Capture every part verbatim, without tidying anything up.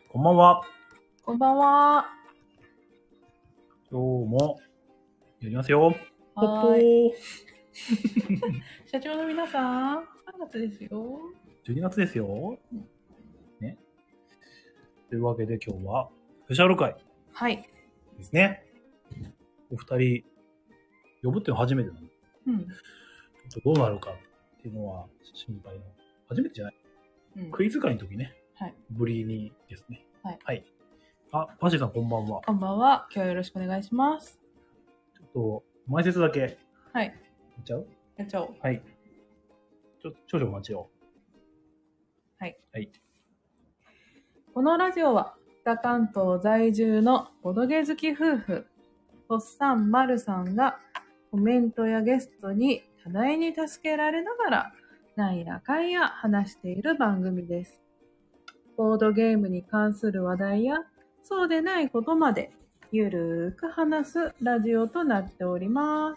こんばんは。 こんばんは。 今日もやりますよ。ポッポはーい。 ー。 社長の皆さん、さんがつですよ。 じゅうにがつですようん。 ね。というわけで今日はスペシャル回はい。 ですね。お二人呼ぶっていうのは初めてなの。 うん。 ちょっとどうなるかっていうのは心配な。初めてじゃない。 うん、 クイズ会の時ね。 はい。 ぶりにですね。 はい。 はい。あ、バシーさんこんばんは。 こんばんは。今日はよろしくお願いします。 ちょっと前説だけ。 はい。 やっちゃう？ やっちゃおう。 はい。ちょ、少々お待ちを。 はい。 はい。 このラジオは北関東在住のボドゲ好き夫婦、とっさんまるさんがコメントやゲストに多大に助けられながらなんやかんや話している番組です。ボードゲームに関する話題やそうでないことまでゆるーく話すラジオとなっております。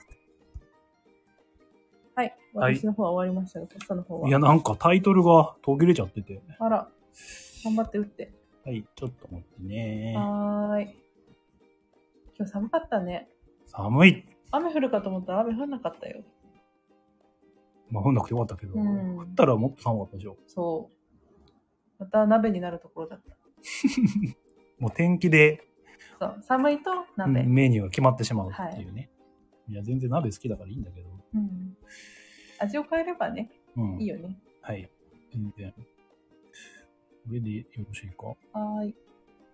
はい。 はい私の方は終わりましたが、とっさんの方は。 いや、なんかタイトルが途切れちゃってて。 あら。頑張って打って。 はい、ちょっと待ってね。 はーい。今日寒かったね。 寒い。 雨降るかと思ったら雨降んなかったよ。 まあ、降んなくてよかったけど、 うん降ったらもっと寒かったでしょ。 そう。また鍋になるところだった。 もう天気で、 そう。寒いと鍋。 メニューが決まってしまうっていうね。はい、いや、全然鍋好きだからいいんだけど。 うん。味を変えればね、うん、いいよね。 はい。全然。これでよろしいか？ はーい。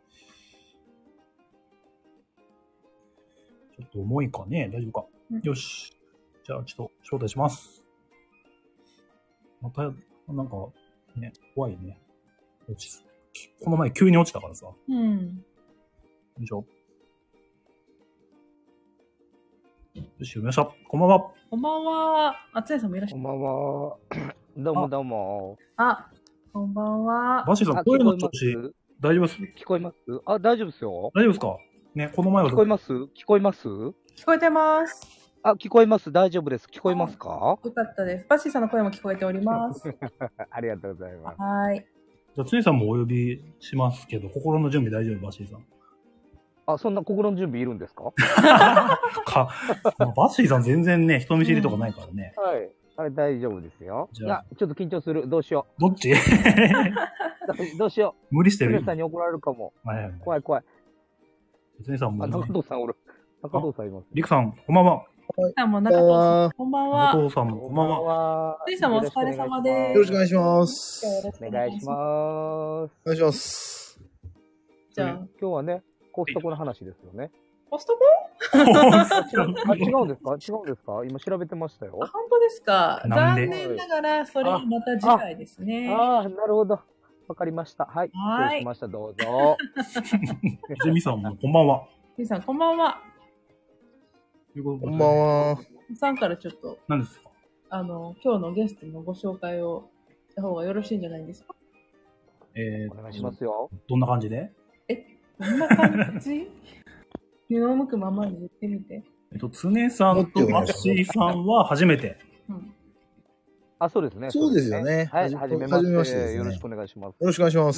ちょっと重いかね？大丈夫か？うん、よし。じゃあ、ちょっと招待します。また、なんか、ね、怖いね。落ち、この前急に落ちたからさ。 うん。 よいしょ。よし、読みました。こんばんは。 こんばんは。あつねさんもいらっしゃる。 こんばんは。どうもどうも。 あ、こんばんは。 バシーさん、声の調子、大丈夫です？ 聞こえます？あ、大丈夫ですよ。 大丈夫ですか？ね、この前は。 聞こえます？聞こえます？ 聞こえてます。 あ、聞こえます。大丈夫です。聞こえますか？ よかったです。バシーさんの声も聞こえております。 ありがとうございます。 はい。 じゃあ、つねさんもお呼びしますけど、心の準備大丈夫？バシーさん。 あ、そんな心の準備いるんですか？ か、まあ、バシーさん全然ね、人見知りとかないからね。 うん、はい。あれ大丈夫ですよ。いや、ちょっと緊張する。どうしよう。どっちどうしよう。無理してる。 つねさんに怒られるかも。はいはいはい、怖い怖い。 つねさんも、 ね。あ、中藤さんおる。中藤さんいます。 りくさん、こんばんは。 さんも中藤さん、こんばんは。 中藤さんも、こんばんは。 つねさんもお疲れ様です。 よろしくお願いします。 お願いします。お願いします。 じゃあ、 今日はね、コストコの話ですよね。 コストコあ、違うんですか？違うんですか？今調べてましたよ。 本当ですか？残念ながら、それはまた次回ですね。 ああ、なるほど。わかりました。はい。失礼しました。どうぞ。 ジミさんも、こんばんは。 ジミさん、こんばんは。 こんばんは。 さんからちょっと、 何ですか？ あの、今日のゲストのご紹介をした方がよろしいんじゃないですか？ えー、お願いしますよ。 どんな感じで？ え、どんな感じ？目を向くままに言ってみて。 えっと、つねさんとバッシーさんは初めて。 うん。 あ、そうですね。 そうですよね。 はい、はじめまして。よろしくお願いします。 よろしくお願いします。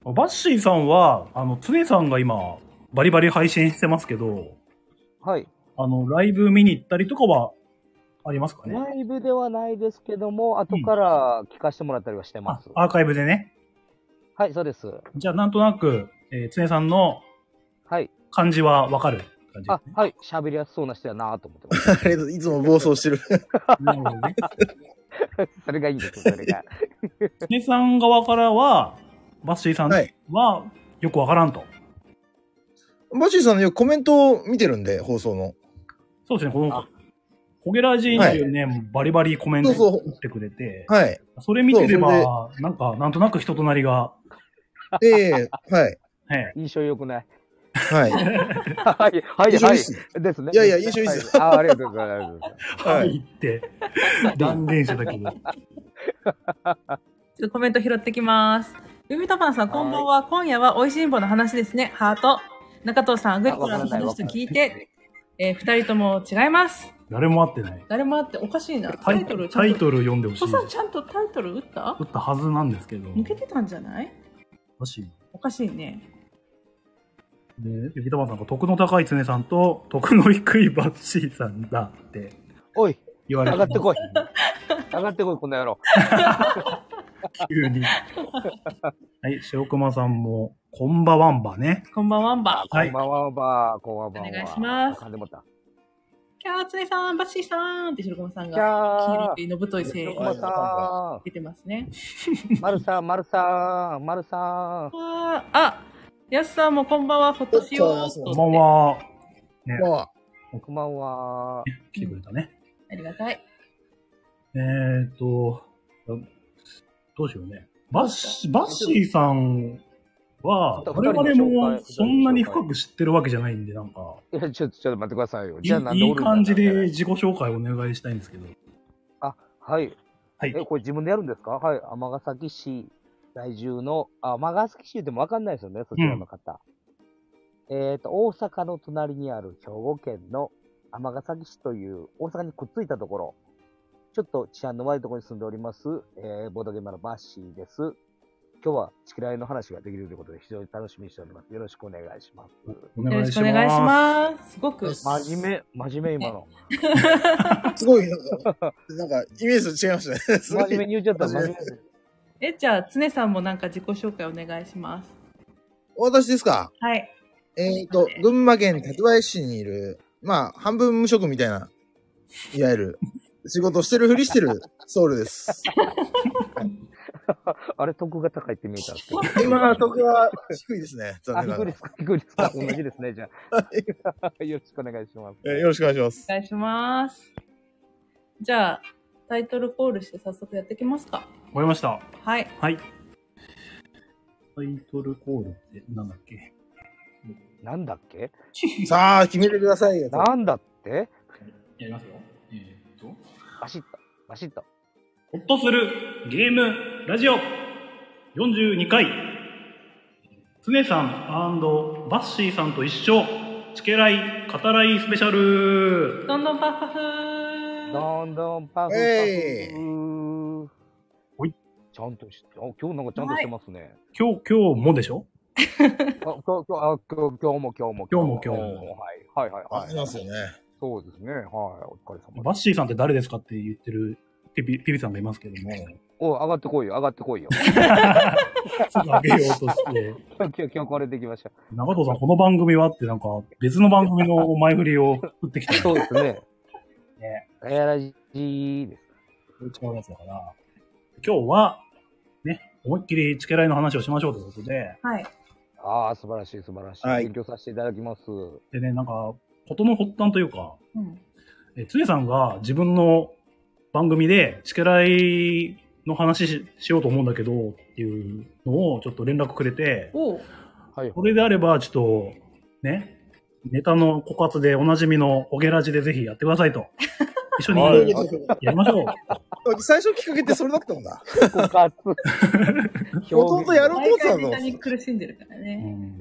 バッシーさんは、あの、つねさんが今、バリバリ配信してますけど、 はい。 あの、ライブ見に行ったりとかは、ありますかね？ ライブではないですけども、後から聞かせてもらったりはしてます。 うん、アーカイブでね。 はい、そうです。 じゃあ、なんとなく、えー、つねさんの、 はい。 感じはわかる感じ、 ね、あ、はい。喋りやすそうな人やなと思ってます。 あれ、いつも暴走してる。 なるほどね。 それがいいんですよ、それが。 つねさん側からは、バッシーさんはよくわからんと。はい、 バッシーさんのよくコメントを見てるんで、放送の。 そうですね、この、コゲラジーにね、はい、バリバリコメントを打ってくれて、 はい。 それ見てれば、なんか、なんとなく人となりが。 ええー、はい。 はい。印象良くない。 はい。はい、 はい、はい、ですね。 いやいや、印象いいですよ。あ、ありがとうございます。 はい。って、断言してたけど。ちょっとコメント拾ってきます。ゆみたぱんさん、こんばんは。今夜は美味しいんぼの話ですね。ハート。中藤さん、アグリコラの話と聞いて、えー、二人とも違います。 誰も会ってない。 誰も会って、おかしいな。 タイトル、タイトル読んでほしい。 お父さん、ちゃんとタイトル打った？ 打ったはずなんですけど。 抜けてたんじゃない？ おかしい。 おかしいね。 で、ゆきたまさんが徳の高い常さんと徳の低いバッシーさんだっておい、 言われて上がってこい。上がってこい、この野郎。 急に。はい、塩熊さんも、こんばわんばね。 こんばんはんば。 はいこんばんは、ばこんばんは。 お願いしますあかんでもった。 キャー、つねさん、バッシーさんって白熊さんキが、 ャー。 黄色いのぶとい声援白熊さ出てますね。 ん。まるさん、まるさん、まるさん。 あー、あ、やすさんもこんばんは、フォトしようと。 こんばんは。ね、 まあ、 こんばんは。 来てくれたね。 ありがたい。 えーっと、どうしようね。バッシー、バッシーさんは、我々もそんなに深く知ってるわけじゃないんで、なんか、 いや、ちょっと、ちょっと待ってくださいよ。 いじゃあなんいいでおるんだ感じで自己紹介お願いしたいんですけど。 あ、はい。 はい。 え、これ自分でやるんですか？はい。尼崎市在住の、あ、尼崎市言ってもわかんないですよね、そちらの方。えっと、大阪の隣にある兵庫県の尼崎市という大阪にくっついたところ、ちょっと治安の悪いところに住んでおります、えー、ボードゲーマーのバッシーです。今日はチキライの話ができるということで非常に楽しみにしております。よろしくお願いします。 およろしく願いします。 お願いします。すごく。 真面目、真面目今の。 すごい、なんか、なんか、イメージと違いましたね。すごい真面目に言っちゃった。真面目え、じゃあ、つねさんもなんか自己紹介お願いします。 私ですか？ はい。 えっと、群馬県館林市にいる、まあ、半分無職みたいな、いわゆる、仕事してるふりしてるソウルです。 あれ、得が高いって見えたんですけど。 今、得は低いですね。 あ、 残念ながら低いですか低いですか同じですね、じゃあ。よろしくお願いします。 えーよろしくお願いします。 お願いします。じゃあ、タイトルコールして早速やっていきますか。 わかりました。 はい。 はい。タイトルコールってなんだっけ？ なんだっけさあ、決めてくださいよ。 なんだってやりますよ。えー、っと。 バシッと、バシッと。 ホッとするゲームラジオよんじゅうにかい。つねさん&バッシーさんと一緒。チケライ語らいスペシャル。 どんどんパフパフどんどんパフパフ。 えほい。 ちゃんとし、あ、今日なんかちゃんとしてますね。 今日、今日もでしょ？ あ、今日、今日、あ、今日、今日も、今日も。 今日も今日もはい、はい、はい。 ありますよね。 そうですね。はい、お疲れ様バッシーさんって誰ですかって言ってるピピピピさんがいますけども。 おい、上がってこいよ、上がってこいよ。 すぐ上げようとして。 今日、今日これできました。 中藤さん、この番組はってなんか別の番組の前振りを振ってきた。 そうですね。 ね。 ガヤラジーです。 違うやつだから。今日は、ね、思いっきりチケライの話をしましょうということで。 はい。 ああ、素晴らしい、素晴らしい。 はい勉強させていただきます。 でね、なんか、事の発端というか、 うん。 え、つねさんが自分の番組でチケライの話 し, しようと思うんだけどっていうのをちょっと連絡くれて、 おう。 はい。 これであればちょっと、ね、ネタの枯渇でおなじみのホゲラジでぜひやってくださいと。一緒にはいやりましょう。 最初きっかけってそれだったんだ。 枯渇。 ほとんどやろうと思毎ってたの回ネタに苦しんでるからうね。 ん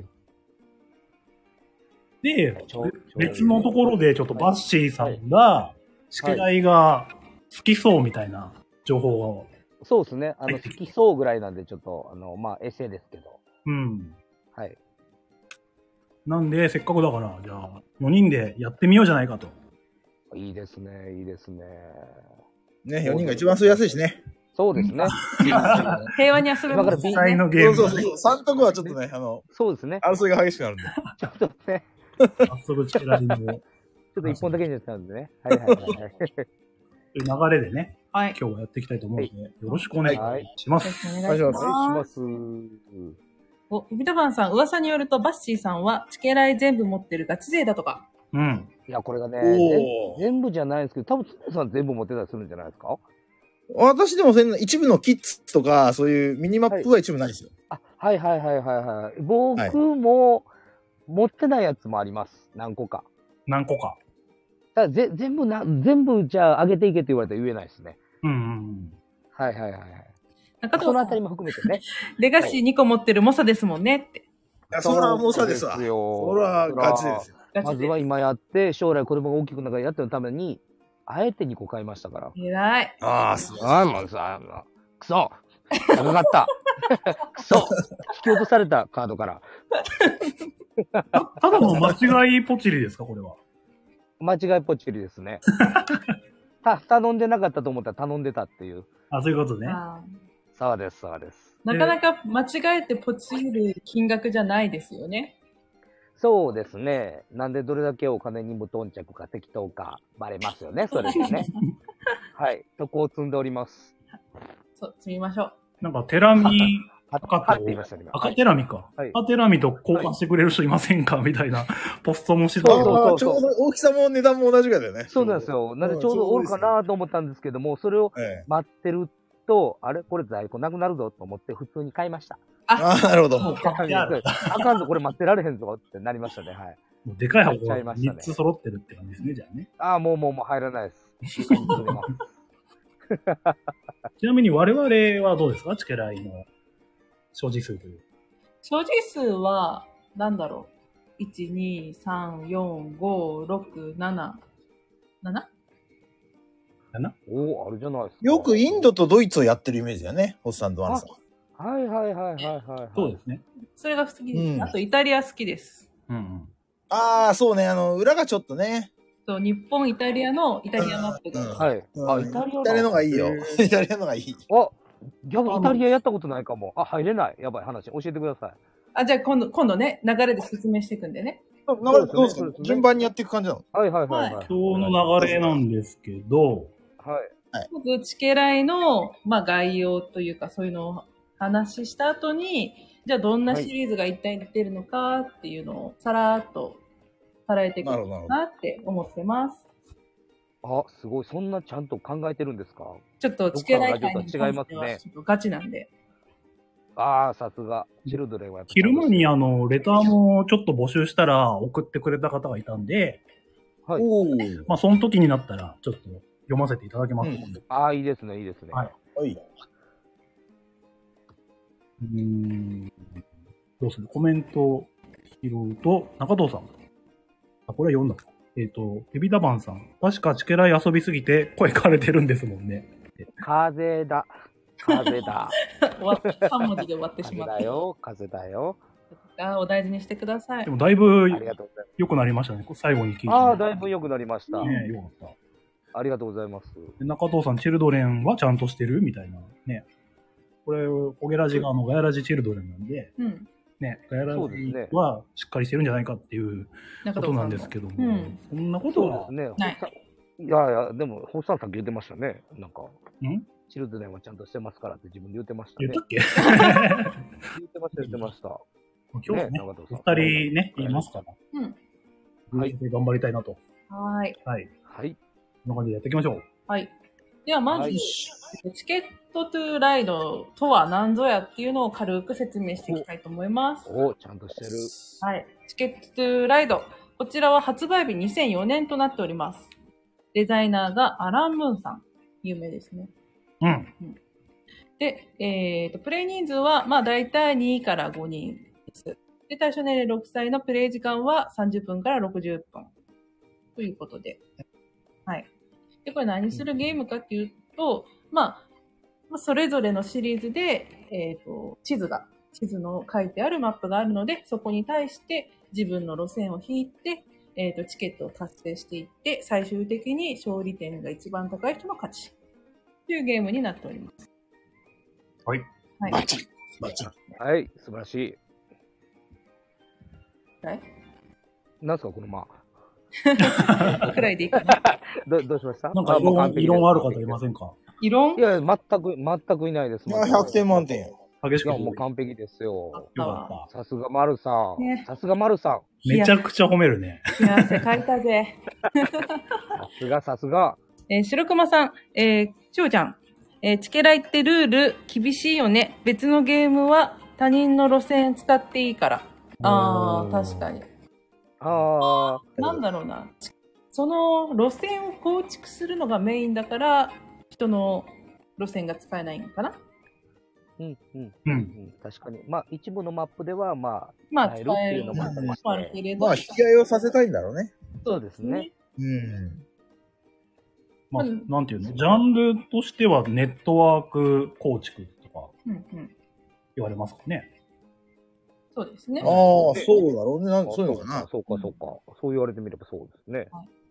で、 ちょ別のところでちょっとバッシーさんが、チケライが好きそうみたいな情報を、 そうですね。あの、好きそうぐらいなんで、ちょっと、あの、まあ、エッセイですけど。 うん。 はい。 なんで、せっかくだから、じゃあ、よにんでやってみようじゃないかと。 いいですね、いいですね。 ね、よにんが一番吸いやすいしね。 そうですね。 平和に遊べ今からますね。 実際のゲーム、 そうそうそう。さん択はちょっとね、あの、 そうですね。 争いが激しくなるんで。 ちょっとね、 早速チケライのちょっと一本だけになっちゃうんでね。はいはいはいはい。 流れでね、 はい。 今日はやっていきたいと思うので、よろしくお願いします。 お願いしおます。 願いします。 お、ビビタバンさん、噂によるとバッシーさんはチケライ全部持ってるガチ勢だとか。 うん。 いや、これがね、 おー全全部じゃないですけど、多分、つねさん全部持ってたりするんじゃないですか？ 私でもそんな一部のキッズとか、そういうミニマップは一部ないですよ。 あ、はいはいはいはいはい。僕も持ってないやつもあります。何個か。 何個か。 ただぜ全部な、全部じゃあ上げていけって言われたら言えないですね。 うんうんうん。 はいはいはいはい。 中藤さん、 そのあたりも含めてね。 レガシーにこ持ってる猛者ですもんねって。 いや、それはもうさですわ。 そうですよそれはガチですよ。 ガチで。 まずは今やって、将来子供が大きくなるからやってるために、あえてにこ買いましたから。 偉い。 ああ、すごい。 ああ、もうさ、くそ高かったくそき落とされたカードから。 たただの間違いポチリですか、これは。 間違いポチリですね。た、頼んでなかったと思ったら頼んでたっていう。 あ、そういうことね。 あそうです、そうです。 なかなか間違えてポチる金額じゃないですよね。 そうですね。なんでどれだけお金に無頓着か適当かバレますよね、それでね。はい。そこを積んでおります。 そう、積みましょう。 なんか、テラミ、 赤と、って言いましたね。 赤テラミか。 はい、 赤テラミと交換してくれる人いませんか、はい、みたいなポストもしてた。そうそうそう。ちょうど大きさも値段も同じぐらいだよね。 そうなんですよ。なんでちょうどおるかなと思ったんですけども、それを待ってると、ええ、あれこれ在庫なくなるぞと思って普通に買いました。 ああ、なるほど。 あかんぞ、これ待ってられへんぞってなりましたね。はい。 もうでかい箱がみっつ揃ってるって感じですね、じゃあね。 ああ、もうもうもう入らないです。 ちなみに我々はどうですか、チケライの所持数という。 所持数は、なんだろう。いち、に、さん、よん、ご、ろく、なな。なな? なな? おお、あるじゃないですか。 よくインドとドイツをやってるイメージだよね、ホッサンとワンさん。 はいはいはいはいはい。 そうですね。 それが好きです。 うん、 あとイタリア好きです。 うんうん。 ああ、そうね。あの、裏がちょっとね。 そう、日本、イタリアのイタリアマップが。 うん、はい。あ、イタリアイタリアのがいいよ。イタリアのがいい。 あ、逆にイタリアやったことないかも。あ、入れない。やばい話。教えてください。 あ、じゃあ今度、今度ね、流れで説明していくんでね。 流れどうですか、ね、順番にやっていく感じなの？ はいはいはい、はい。 今日の流れなんですけど、 はい。 まず、チケライの、まあ、概要というか、そういうのを話した後に、じゃあどんなシリーズが一体出てるのかっていうのをさらっとさらえていくなって思ってます。 あ、すごい。そんなちゃんと考えてるんですか？ ちょっとチケライ界に違いますね。 ちょっとガチなんで。 ああ、さすが。チルドレンはやっぱ昼間にあの、レターもちょっと募集したら送ってくれた方がいたんで、 はい。 まあ、その時になったら、ちょっと読ませていただけますので、うん。 ああ、いいですね、いいですね。 はい。はい。うーん。どうする？コメント拾うと、中藤さん。あ、これは読んだ。えっと、エビダバンさん。確かチケライ遊びすぎて声枯れてるんですもんね。 風だ。風だ。 終わった。さん文字で終わってしまった。 風だよ。風だよ。 あ、お大事にしてください。 でもだいぶ良くなりましたね。最後に聞いて。 ああ、だいぶ良くなりました。 ねえ、よかった。 ありがとうございます。 中藤さん、チルドレンはちゃんとしてるみたいな。ね。これ、ホゲラジがあの、ガヤラジチルドレンなんで、うん、ね、ガヤラジはしっかりしてるんじゃないかっていうことなんですけども、うん、そんなことは。 そうですね。ないいやいや、でも、ホッサンさん言ってましたね。なんか。んチルドレンはちゃんとしてますからって自分で言ってましたね。 言ったっけ言ってました、言ってました。 今日ね、お二人ね、言いますから。うん。はい。頑張りたいなと。 はい。 はい。 はい。 こんな感じでやっていきましょう。 はい。では、まず、はい、チケットトゥーライドとは何ぞやっていうのを軽く説明していきたいと思います。 お、おちゃんとしてる。 はい。チケットトゥーライド。こちらは発売日にせんよねんとなっております。デザイナーがアラン・ムーンさん。有名ですね。 うん。うん、 で、えっと、プレイ人数は、まあ、だいたいにからごにんです。で、対象年齢ろくさいのプレイ時間はさんじゅっぷんからろくじゅっぷん。ということで。はい。で、これ何するゲームかっていうと、まあ、それぞれのシリーズで、えっと、地図が、地図の書いてあるマップがあるので、そこに対して自分の路線を引いて、えっと、チケットを達成していって、最終的に勝利点が一番高い人の勝ち。というゲームになっております。 はい。 はい。 バッチリ。バッチリ。 はい、素晴らしい。 はい。 なんすか、この間。 くらいでいいかな。 ど, どうしましたなんか異論、異論ある方いませんか？ 異論？ いや、全く、全くいないです。 いや、ひゃくてん満点よ。 激しく。 いや、もう完璧ですよ。 よかった。さすが丸さん。ね、さすが丸さん。 めちゃくちゃ褒めるね。 いや、汗かいたぜ。 さすが、さすが。 えー、白熊さん、えー、しおちゃん、えー、チケライってルール厳しいよね。別のゲームは他人の路線使っていいから。ああ、確かに。 ああ。 なんだろうな。その路線を構築するのがメインだから、人の路線が使えないのかな？ うんうん、うん。確かに。まあ、一部のマップでは、まあ、 まあ、使えるっていうのもあったりして。 まあ、けれど。 まあ、引き合いをさせたいんだろうね。 そうですね。 うん。 まあ、なんていうの？ジャンルとしてはネットワーク構築とか言われますかね。 そうですね。 ああ、そうだろうね。なんそういうのかな。 そうか、そうか。そう言われてみればそうですね。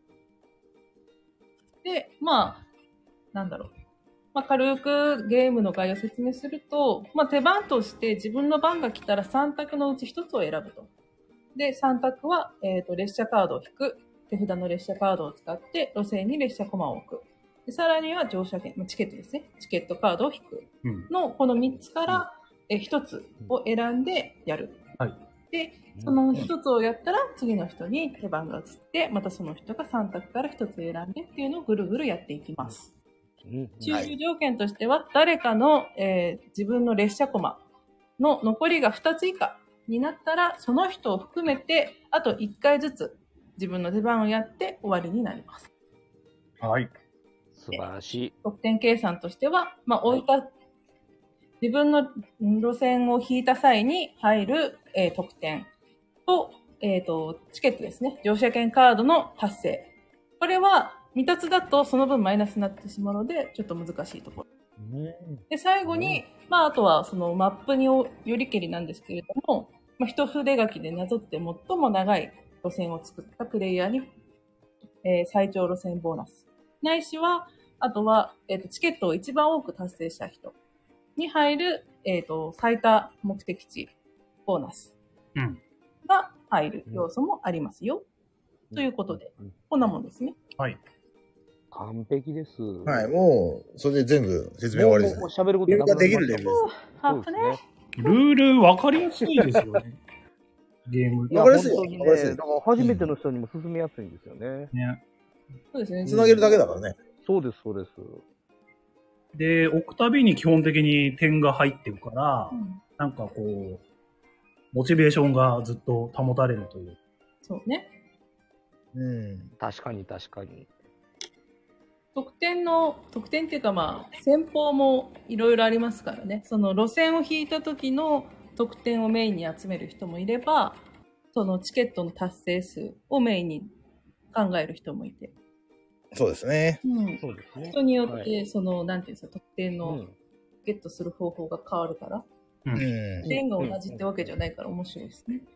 で、まあ、なんだろう。まあ、軽くゲームの概要を説明すると、まあ、手番として自分の番が来たらさん択のうちひとつを選ぶと。で、さん択は、えっと、列車カードを引く。手札の列車カードを使って路線に列車コマを置く。でさらには乗車券、まあ、チケットですね。チケットカードを引く。 うん。 の、このみっつからえひとつを選んでやる。 はい。 で、そのひとつをやったら次の人に手番が移って、またその人がさん択からひとつ選んでっていうのをぐるぐるやっていきます。 うん終了条件としては、誰かの、えー自分の列車コマの残りがふたつ以下になったら、その人を含めて、あといっかいずつ自分の出番をやって終わりになります。 はい。 素晴らしい。 得点計算としては、まあ、置いた、自分の路線を引いた際に入る、えー得点と、えっ、と、チケットですね。乗車券カードの達成。これは、未達だとその分マイナスになってしまうので、ちょっと難しいところ。で、最後に、まあ、あとはそのマップによりけりなんですけれども、まあ、一筆書きでなぞって最も長い路線を作ったプレイヤーに、えー最長路線ボーナス。ないしは、あとは、えっ、と、チケットを一番多く達成した人に入る、えっ、と、最多目的地ボーナスうん。 が入る要素もありますよ。ということで、 うんこんなもんですね。 はい。 完璧です。 はい、もう、それで全部説明終わりですねもう。喋ることゲームがなくなりましたできるレベルです。 ハーフね。 そうですね。 ルール分かりやすいですよね。ゲームいや、 わかりやすいよ本当にね、 わかりやすいだから初めての人にも進めやすいんですよね。 ね。 そうですね。 つなげるだけだからね。 そうです、そうです。 で、置くたびに基本的に点が入ってるから、 うんなんかこう、モチベーションがずっと保たれるという。 そうね。 うん。 確かに、確かに。 得点の、得点っていうかまあ、戦法もいろいろありますからね。その路線を引いた時の得点をメインに集める人もいれば、そのチケットの達成数をメインに考える人もいて。 そうですね。 うん。 そうですね。 人によっはて、その、なんていうんですか、得点のうんゲットする方法が変わるから、 う。 うんん。 点が同じってわけじゃないから面白いですね。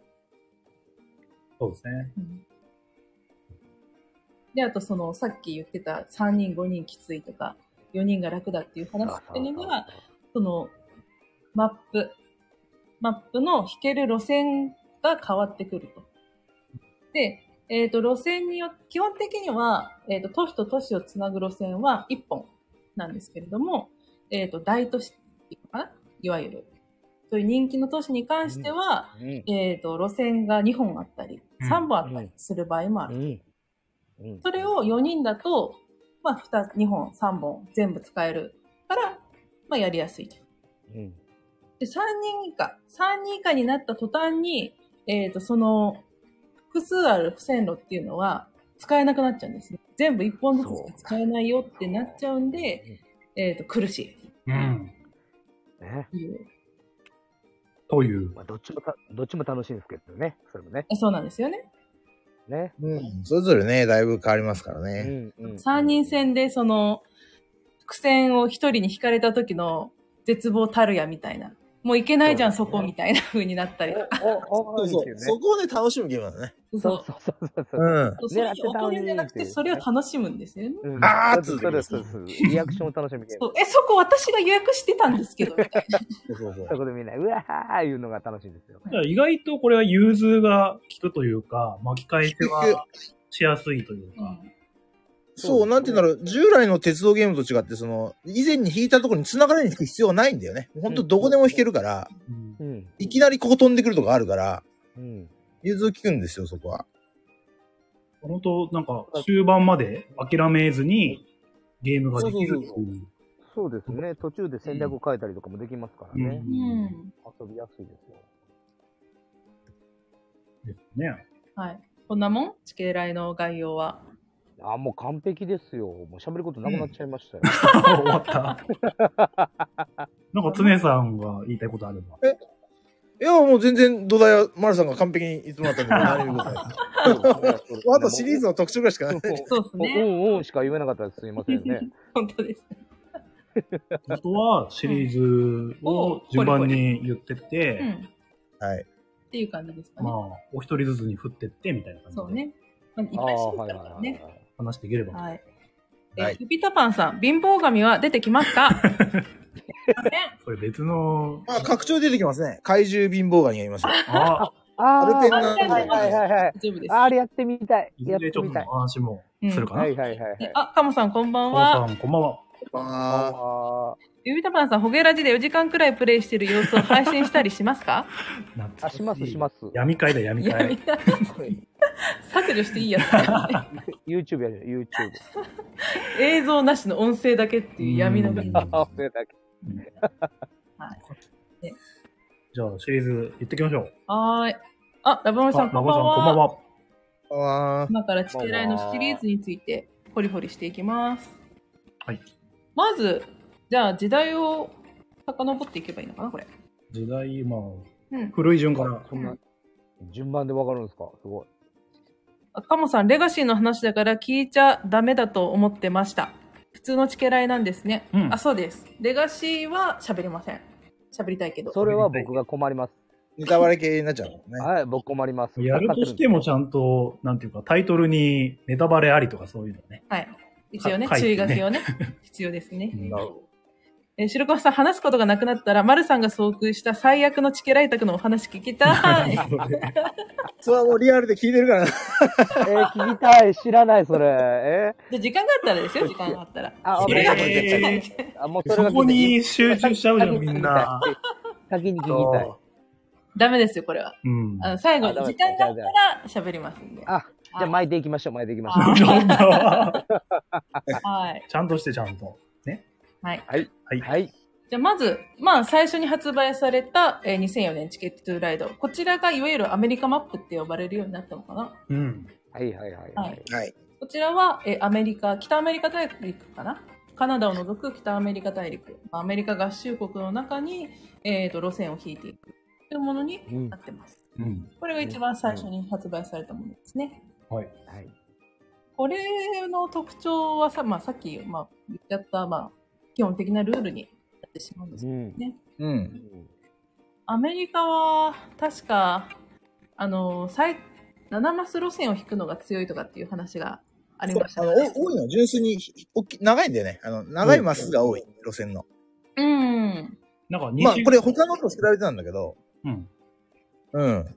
そうですね。 うんで、あとその、さっき言ってたさんにんごにんきついとか、よにんが楽だっていう話っていうのが、その、マップ、マップの引ける路線が変わってくると。で、えっ、と、路線によって、基本的には、えっ、と、都市と都市をつなぐ路線はいっぽんなんですけれども、えっ、と、大都市っていうのかないわゆる。そういう人気の都市に関しては、 うんえっ、と、路線がにほんあったり、さんぼんあったりする場合もある。 うんうんそれをよにんだと、まあ、にほん、さんぼん全部使えるから、まあ、やりやすいと。 うんで、さんにん以下、さんにん以下になった途端に、えっ、と、その、複数ある線路っていうのは使えなくなっちゃうんですね。全部いっぽんずつしか使えないよってなっちゃうんで、えっ、と、苦しうん。 ね。 いいう。 という。 まあ、どっちもた、どっちも楽しいんですけどね。それもね。 そうなんですよね。 ね。 うん。それぞれね、だいぶ変わりますからうね。 んうんさんにん戦で、その、伏線をひとりに引かれた時の絶望たるやみたいな。もういけないじゃん、そこみたいな風になったりとか。 お、お、 そうそう。 いいですよね。 そこをね、楽しむゲームだね。 そうそうそうそうそうそう。 うん。 そうそれにお金じゃなくて、それを楽しむんですよね。 うんあーそうですそうですそうですリアクションを楽しむゲーム。 そうえ、そこ私が予約してたんですけど、みたいな。 そうそうそうそ。こでみんな、うわーいうのが楽しいんですよ。 だから意外とこれは融通が効くというか、巻き返しはしやすいというか。 そう、なんて言うんだろう、従来の鉄道ゲームと違って、その、以前に引いたところに繋がれに引く必要はないんだよね。ほんとどこでも引けるから、 うんうん。 いきなりここ飛んでくるとかあるから、 うん。 融通効くんですよ、そこは。 本当なんか終盤まで諦めずにゲームができるっていう。 そうですね。途中で戦略を変えたりとかもできますからね。 うん。 遊びやすいですよ。 ですね。 はい。こんなもん地形来の概要は。 あ、もう完璧ですよ。もう喋ることなくなっちゃいましたよ。 終わった。なんか常さんが言いたいことあれば。 いや、もう全然土台は丸さんが完璧に言ってもらったんで、何も言うことないです。あとシリーズの特徴ぐらいしかない。 そうですね。 うんうんしか言えなかったです。すいませんね。 本当です。 あとはシリーズを順番に言ってって、 うん。 はい。 っていう感じですかね。 まあ、お一人ずつに振ってってみたいな感じで。 そうね。まあ、いっあぱいあ、 してはいるからね。 はいはいはい。 話していければ。 はい。 はいえ、ピピタパンさん、貧乏神は出てきますか？ これ別の、 あ、拡張出てきますね。怪獣貧乏ガニがいますよ。 あ、 あアルペンあ、 なんではいはいはいはい。 大丈夫です。 あれやってみたい。 いやっずれちょっとてみたい。 話もするかな。 はいはいはいはい。 あ、カモさんこんばんコは。 ウさん、こんばんは。 ああピピタパンさん、ホゲラジでよじかんくらいプレイしてる様子を配信したりしますか？ あ、しますします。 闇会だ、闇いや、み会ん。な削除していいやつ。 YouTube やる YouTube。 映像なしの音声だけっていう闇のうん部分。 あ、それだけ。 じゃあ、シリーズ行ってきましょう。 はーい。あ、ラブモリさん、こんばんラボさん、こんばんは。 は。 あ。あ今からチケライのシリーズについてホリホリしていきます。 はい。 まず、じゃあ時代を遡っていけばいいのかな、これ。 時代、まあ、 うん。 古い順から。 そんな、順番でわかるんですか？すごい。 あカモさん、レガシーの話だから聞いちゃダメだと思ってました。普通のチケライなんですね。 うんあ、そうです。レガシーは喋りません。喋りたいけど。 それは僕が困ります。 ネタバレ系になっちゃうもんね。 はい、僕困ります。 やるとしてもちゃんと、なんていうか、タイトルにネタバレありとかそういうのね。 はい。一応ね、 か書いてね注意書きをね、必要ですね。 うんなるほど。 えー、白川さん、話すことがなくなったら、丸さんが遭遇した最悪のチケライ宅のお話聞きたい。 それはもうリアルで聞いてるからな。 えー、聞きたい。知らない、それ。えで時間があったらですよ、時間があったら。 あ、 それがえー聞きたい。 ー、あ、もうそれがそこに集中しちゃうじゃん、みんな。 先に聞きたい。 ダメですよ、これは。 うん。 あの最後あダメに時間があったら喋りますんで。 あ、じゃあ巻いていきましょう、巻いていきましょう。 あちょっとはい。 ちゃんとしてちゃんと。ね。 はい。 はい。 はい。 はい。 じゃあ、まず、まあ、最初に発売された、えーにせんよねんチケットトゥーライド。こちらがいわゆるアメリカマップって呼ばれるようになったのかな。 うん。 はいはいはいははいい。 はい。 こちらは、えーアメリカ、北アメリカ大陸かな。カナダを除く北アメリカ大陸。アメリカ合衆国の中に、えーと、路線を引いていくというものにうんなってます。 うん。 これが一番最初に発売されたものですね。 はい。 はい。 これの特徴はさ、まあ、さっき、まあ、言っちゃった、まあ、基本的なルールになってしまうんですけどうん。 ね。 うん。 アメリカは、確か、あの、最、ななマス路線を引くのが強いとかっていう話がありましたあの、お多いの、純粋に大き長いんだよね。あの、長いマスが多い、路線の。 うん。 なんかまあ、これ他のと調べてたんだけど、 うん。 うん。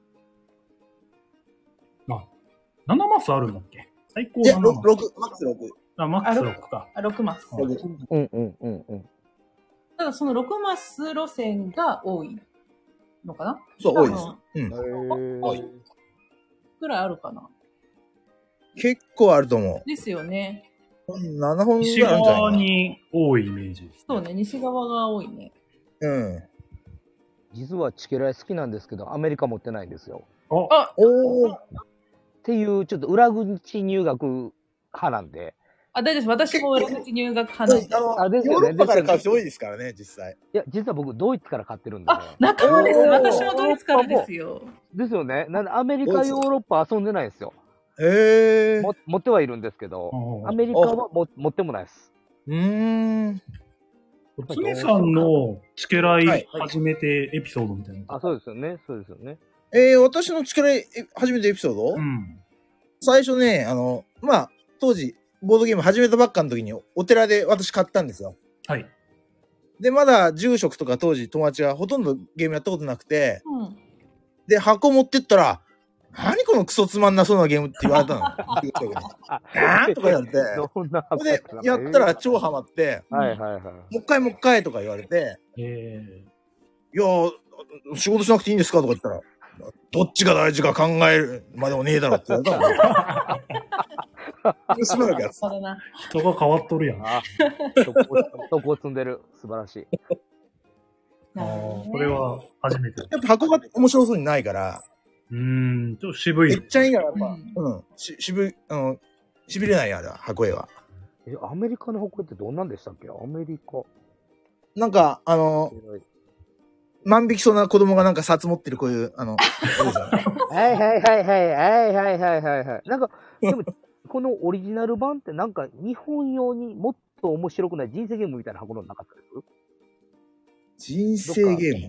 あ、ななマスあるんだっけ？最高いや、 ななろマス。 く、マックスろく。 あ、マックスろくか。 あ、ろくマス。 はいうんうんうんうん。 ただ、そのろくマス路線が多いのかな？ そう、多いです。 多うん。 分多い。 くらいあるかな。 結構あると思ですよね。 う。ななほんぐ西らいあるんじゃない側かな。 に多いイメージです。 そうね、西側が多いね。 うん。 実はチケライ好きなんですけど、アメリカ持ってないんですよ。 あ、 あ、 おー。 っていう、ちょっと裏口入学派なんで。 あ、大丈夫です。私も裏口入学派なんで。 あの、 あですよねヨーロッパから買う人多いですからね、実際。 いや、実は僕、ドイツから買ってるんでね。 あ、仲間です。 おー私もドイツからですよ。 ですよね。なんで、アメリカ、ヨーロッパ遊んでないんですよ。 へー。 も持ってはいるんですけど、 うんアメリカはも持ってもないです。 うーん。 つねさんのチケライはい始めてエピソードみたいな。 あ、そうですよね。そうですよね。 えー、私の力え初めてエピソード、 うん。 最初ね、あの、まあ、当時、ボードゲーム始めたばっかの時に、お寺で私買ったんですよ。 はい。 で、まだ住職とか当時友達がほとんどゲームやったことなくて、 うん。 で、箱持ってったら、何このクソつまんなそうなゲームって言われたの。住職にああーとか言われて、 どんなそれで、やったら超ハマって、 はいはいはい。 もう一回もう一回とか言われて、 えいやー、仕事しなくていいんですかとか言ったら、どっちが大事か考えるまでもねえだろって言われたの。しばらくやつ。 そうだな。 ー、人が変わっとるやん。ああ、そこそこを積んでる。素晴らしい。 あなるほどねー、これは初めて。 やっぱ箱が面白そうにないから、 うーん、ちょっと渋いめ。っちゃいいから、やっぱ、 うんうん、し、しぶ、あの、しびれないよ、あれは、箱絵は。 え、アメリカの北海ってどんなんでしたっけ？アメリカ。 なんか、あの、万引きそうな子供がなんか札持ってるこういう、あの、 はいはいはいはいはいはいはいはいはい。なんか、でも、このオリジナル版ってなんか日本用にもっと面白くない人生ゲームみたいな箱のなかったです？ 人生ゲーム。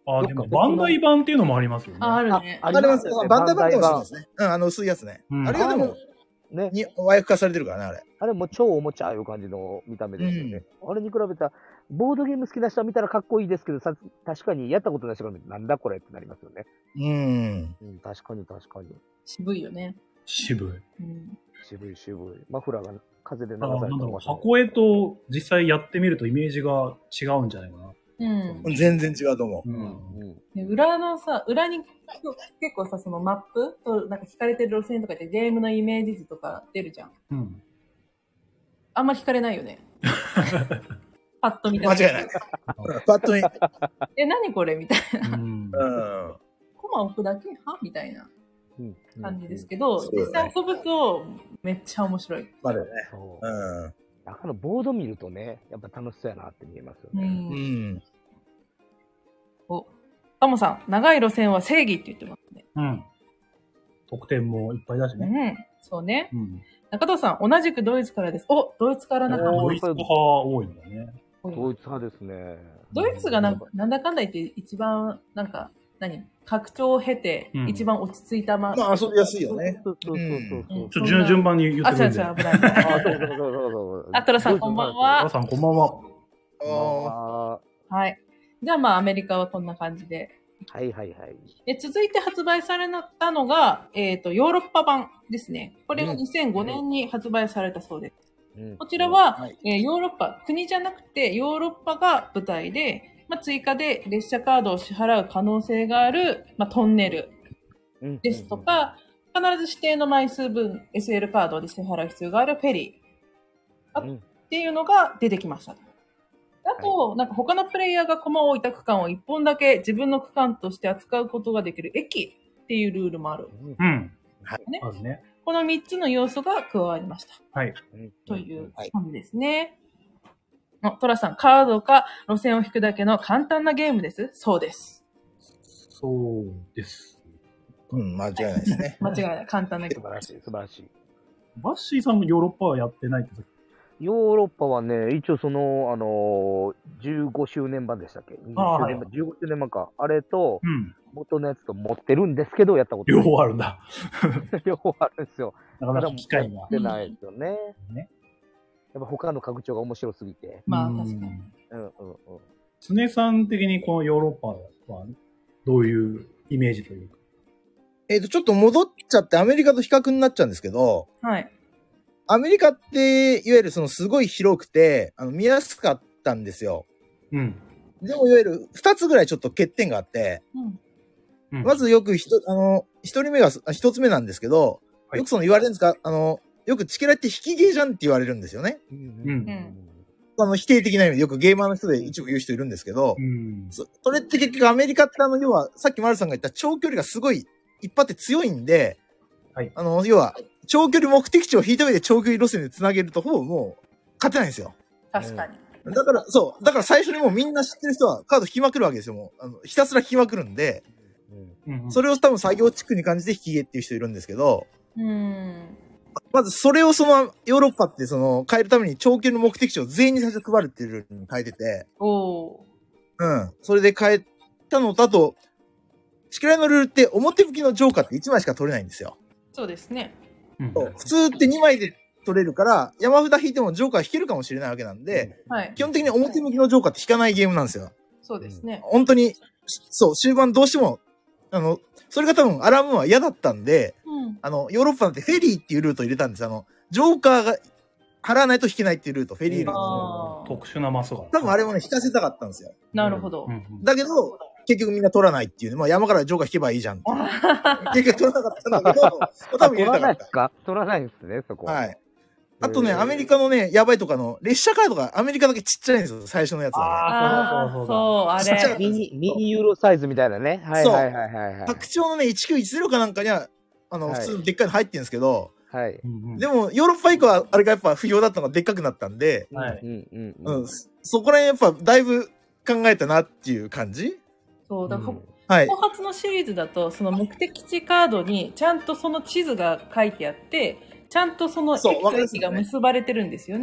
あ、でもバンダイ版っていうのもありますよね。 あ、あるね。 ああれは、バンダイ版かもしれない版ですね。うん、あの、薄いやつね。 うんあれがでも、 ね。 に、和訳化されてるからね、あれ。 あれも超おもちゃいう感じの見た目ですよね。あれに比べたら、ボードゲーム好きな人は見たらかっこいいですけど、さ確かにやったことない人が見てなんだこれってなりますよね。 うん。 うん、確かに確かに。 渋いよね。 渋い。 うん。 渋い渋い。マフラーが風で流あされたなんだろう、箱絵と実際やってみるとイメージが違うんじゃないかな。 うん。 全然違うと思う。 う。 うんん。 で裏のさ、裏に結構さ、そのマップとなんか引かれてる路線とかでゲームのイメージ図とか出るじゃん。 うん。 あんま引かれないよね。パッと見たら。 間違いない。パッと見。 え、何これみたいな。 うん。 うん。 コマ置くだけはみたいなうん。 感じですけど、 そうだね実際遊ぶとめっちゃ面白い。 まだね。 そう。 うん。 だからボード見るとね、やっぱ楽しそうやなって見えますよう。 ね。 うんん。 お、タモさん、長い路線は正義って言ってますね。 うん。得点もいっぱいだしうね。 ん。そうね。 うん。 中藤さん、同じくドイツからです。お、ドイツから仲間ドイツ派多いんだね。 ドイツ派ですね。 ドイツがなんかなんだかんだ言って一番、なんか、何拡張を経てうん、 一番落ち着いたま、 まあ遊びやすいよね。 そうそうそうそうそう。 うんちょ、順順番に言ってあ、 くれるんで。 そうそう、危ない。 あ、そうそうそうそうそう。 あトラさんこんばんは皆さんこんばんは。 ああはい。じゃあまあアメリカはこんな感じで。 ーはいはいはい。 で続いて発売されたのが、えっ、と、ヨーロッパ版ですね。これがにせんごねんに発売されたそうです。 うんこちらは、 はいえーヨーロッパ、国じゃなくてヨーロッパが舞台で、まあ、追加で列車カードを支払う可能性がある、まあ、トンネルですとか、必ず指定の枚数分 エスエル カードで支払う必要があるフェリー。 うん、 っていうのが出てきました。あと、なんか他のプレイヤーが駒を置いた区間をいっぽんだけ自分の区間として扱うことができる駅っていうルールもある。 うん。 はいねあるね。 このみっつの要素が加わりました。 はい。 うんというはい感じですね。あトラさん、カードか路線を引くだけの簡単なゲームです。そうです。 そうです。 うん、間違いないですね。 間違いない。簡単なゲーム。 素晴らしい、素晴らしい。 バッシーさんもヨーロッパはやってないってさヨーロッパはね、一応その、あのー、じゅうごしゅうねん版でしたっけ ?にじゅう 周年版、じゅうごしゅうねん版か。あれと、 うん。 元のやつと持ってるんですけど、やったこと両ない。 方あるんだ。 両方あるんですよ。 なかなか機会が持っ。てないですよね。 ねやっぱ他の拡張が面白すぎて。 まあうん確かに。 うんうんうん。 常さん的にこのヨーロッパはどういうイメージというか。 えっと、ちょっと戻っちゃってアメリカと比較になっちゃうんですけど、 はい。 アメリカって、いわゆるそのすごい広くて、あの、見やすかったんですよ。 うん。 でも、いわゆる二つぐらいちょっと欠点があって、 うん。 うんまずよくひと、あの、一人目が、あ一つ目なんですけど、 はいよくその言われるんですか、あの、よくチケラって引きゲーじゃんって言われるんですよね。 うんうんあの、否定的な意味でよくゲーマーの人で一部言う人いるんですけど、 うん。 そそれって結局アメリカってあの、要は、さっき丸さんが言った長距離がすごい、一発って強いんで、 はいあの、要は、長距離目的地を引いた上で長距離路線で繋げると、ほぼもう、勝てないんですよ。 確かに。 だから、そう。だから最初にもうみんな知ってる人はカード引きまくるわけですよ。もう、あの、ひたすら引きまくるんで、 うんうん。 それを多分作業チックに感じて引きゲーっていう人いるんですけど、 うん。 まずそれをその、ヨーロッパってその、変えるために長距離の目的地を全員に最初配るっていうルールに変えてて、 おー。 うん。それで変えたのと、あと、チケライのルールって表向きのジョーカーっていちまいしか取れないんですよ。 そうですね。 うんそう普通ってにまいで取れるから、山札引いてもジョーカー引けるかもしれないわけなんで、 はい。 基本的に表向きのジョーカーって引かないゲームなんですよ。 そうですね。 本当に、そう、終盤どうしても、あの、それが多分アラームは嫌だったんで、 うん。 あの、ヨーロッパなんてフェリーっていうルートを入れたんです。あの、ジョーカーが払わないと引けないっていうルート、フェリールート。 あー特殊なマスが。 多分あれもね、引かせたかったんですよ。 なるほどう。んうん。 だけど、結局みんな取らないっていうね。まあ山からジョーカー引けばいいじゃんっていう。結局取らなかったんだけど、多分入れ取らたかっないですか取らないですね、そこ。 た。はい。あとね、 へーアメリカのね、やばいとかの、列車カードがアメリカだけちっちゃいんですよ、最初のやつはあああ、 そうだそうだそう、あちっちゃいれ。 ミニ、ミニユーロサイズみたいなね。はいそうはいはいはいはい。 ね。拡張のね、いちきゅういちゼロかなんかには、あの、 はい普通のでっかいの入ってるんですけど、 はい。 うんうん。 でも、ヨーロッパ以降は、あれがやっぱ不要だったのがでっかくなったんで、 はいうんうんう、 うんん。 そこら辺やっぱだいぶ考えたなっていう感じそう、だから、 うんはい後。発のシリーズだと、その目的地カードにちゃんとその地図が書いてあって、ちゃんとその駅そうわかと駅がりますよね結ばれてるんですよね。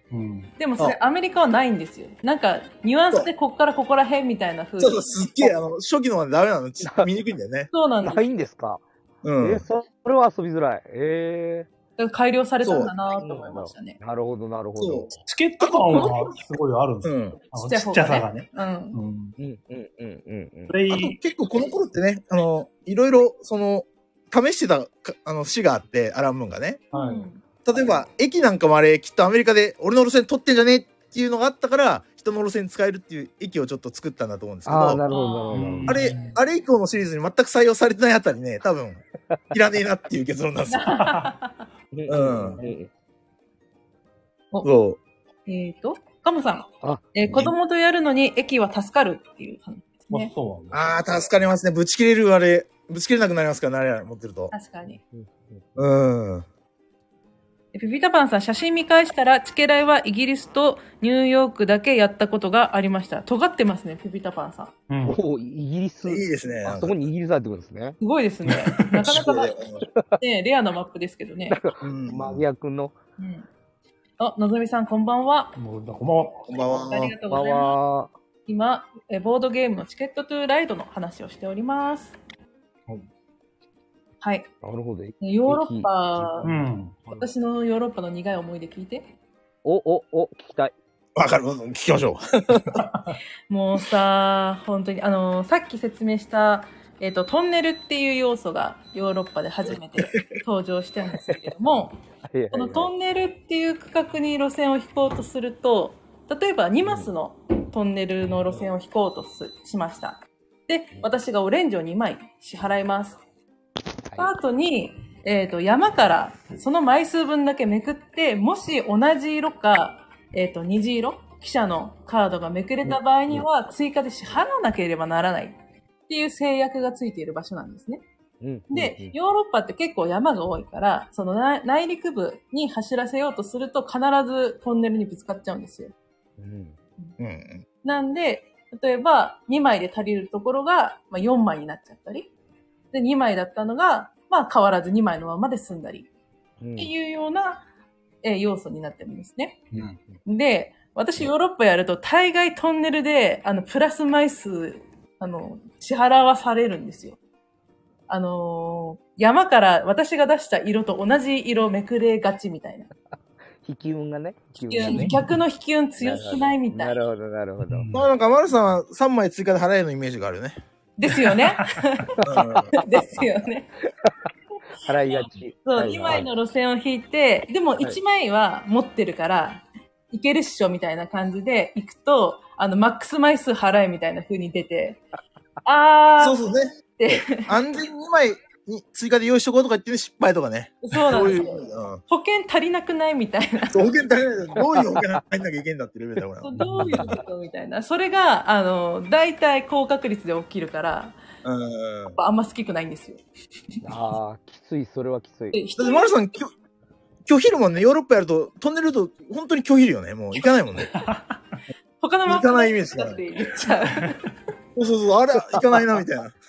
うん。 でもそれアメリカはないんですよ。なんか、ニュアンスでこっからここら辺みたいな風に。 そうそう、すっげえ、あの、初期のはダメなの。ち見にくいんだよね。 そうなんです。 ないんですか？ うん。 えー、それは遊びづらい。えだから改良されたんだなと思いましたね。 なるほど、なるほそうど。 チケット感はすごいあるんですよ。 うん。 あのちっちっちゃさがね。 うん。 うん。 うん、うん、うん、うん、うん。 プレあとイ、 結構この頃ってね、あの、いろいろ、その、試してたか、あの、市があって、アランムーンがね。 はい。 うん例えば、駅なんかもあれ、きっとアメリカで、俺の路線取ってんじゃねっていうのがあったから、人の路線使えるっていう駅をちょっと作ったんだと思うんですけど、 ああ、 あなるほど、なるほど。 れ、あれ以降のシリーズに全く採用されてないあたりね、多分、いらねえなっていう結論なんですよ。 うんうんおそう。 えっと、カモさん。 あ、 えー子供とやるのに駅は助かるっていう話ですまあね。 そうなんだ。 ああ、助かりますね。ぶち切れるあれ、ぶち切れなくなりますからね、あれ持ってると。 確かに。 うん。 えピピタパンさん、写真見返したら、チケライはイギリスとニューヨークだけやったことがありました。尖ってますね、ピピタパンさん。 うん。 おお、イギリス。 いいですね。 あそこにイギリスあるってことですね。 すごいですね。なかなかな、 うね、レアなマップですけどね。 ん。 マギア君の。 うん。あ、のぞみさん、こんばんは。 もうこんばんは。 こんばんは。 ありがとうまございます。 は。 今、えボードゲームのチケットトゥーライドの話をしております。 はい。 はい。 なるほど。 ヨーロッパう、ん。 私のヨーロッパの苦い思い出聞いて。 お、お、お、聞きたい。 わかる。聞きましょもうさ、本当に、あの、さっき説明した、えっ、と、トンネルっていう要素がヨーロッパで初めて登場したんですけれども、このトンネルっていう区画に路線を引こうとすると、例えばにマスのトンネルの路線を引こうとすしました。で、私がオレンジをにまい支払います。その後に、えっ、と、山からその枚数分だけめくって、もし同じ色か、えっ、と、虹色、記者のカードがめくれた場合には、追加で支払わなければならないっていう制約がついている場所なんですね。 うんで、ヨーロッパって結構山が多いから、その内内陸部に走らせようとすると必ずトンネルにぶつかっちゃうんですよ。 うんう。うん。 なんで、例えばにまいで足りるところが、まあ、よんまいになっちゃったり、で、にまいだったのが、まあ変わらずにまいのままで済んだり、 うんっていうような、えー要素になってるんですね。 うん。 で、私ヨーロッパやると大概トンネルで、あの、プラス枚数、あの、支払わされるんですよ。あのー山から私が出した色と同じ色めくれがちみたいな。 引き運がね。引き運がね。 逆の引き運強くないみたいな。 なるほど、なるほど。 まあなんか、丸さんはさんまい追加で払えるのイメージがあるよね。 ですよね。 うんですよね。 払いがち。 そう、 はいにまいの路線を引いて、でもいちまいは持ってるから、いけるっしょみたいな感じで行くと、あの、マックス枚数払えみたいな風に出て、あーそうそうね。 って、 安全にまいに追加で用意しとこうとか言ってね、失敗とかね。 そうなんですそういう、 よ。 うん。 保険足りなくないみたいな。 そう保険足りない。どういう保険入んなきゃいけんだってレベルだよ、これ。 どういうことみたいな。それが、あの、大体高確率で起きるから、 うん。 やっぱあんま好きくないんですよ。 ああ、きつい、それはきつい。 で、 だ人って丸さん、きょ拒否るもんね。ヨーロッパやると、トンネルと本当に拒否るよね。もう行かないもんね。 他のマップ行かないイメージだって言っちゃう。 そうそうそう、あれ、行かないな、みたいな。 うん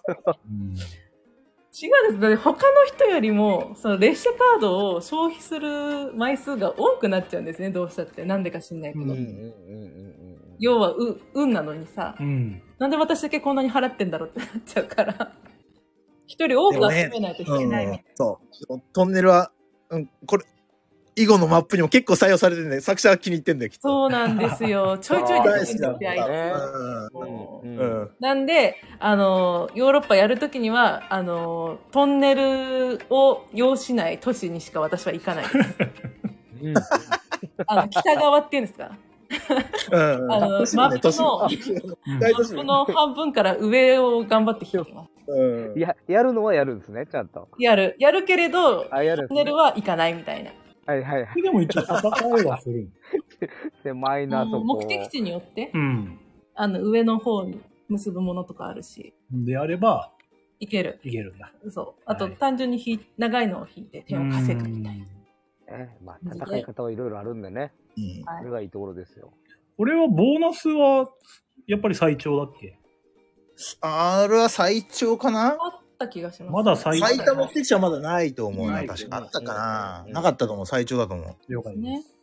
違うんです。だって他の人よりも、その列車カードを消費する枚数が多くなっちゃうんですね、どうしたって。なんでか知んないけど。 うんうんうんうんうん。 要は、う、運なのにさ、 うん。 なんで私だけこんなに払ってんだろうってなっちゃうから。一人多く集めないといけないみたいな。 うん、そう。トンネルは、うん、これ、囲碁のマップにも結構採用されてるんで、作者は気に入ってんだよ、きっと。 そうなんですよ。ちょいちょい出てくるんですよ、あいつねもううんうん。うん。 なんで、あの、ヨーロッパやるときには、あの、トンネルを要しない都市にしか私は行かないです。 うんあの、北側っていうんですか。 うん。 あの都市もねマップの都市うん大都市この半分から上を頑張って引きます。 うん。 や、やるのはやるんですね、ちゃんと。 やる。やるけれど、 あ、やるんですねトンネルは行かないみたいな。 はいはいはい。 でも一応戦いはする。 で、マイナーとこ目的地によって、 うん。 あの、上の方に結ぶものとかあるし、 であれば、 行ける。 いけるんだ。 そう。あと、 はい単純に引い長いのを引いて点を稼ぐみたいな。 ね、まあ、戦い方はいろいろあるんでね。 うん。 はいそれがいいところですよ。 これはボーナスは、やっぱり最長だっけ？ あれは最長かなあった気がします。 まだ最最多目的地はまだないと思うな。 ない確か。あったかなうんなかったと思う。最長だと思う。 了解です。 ね。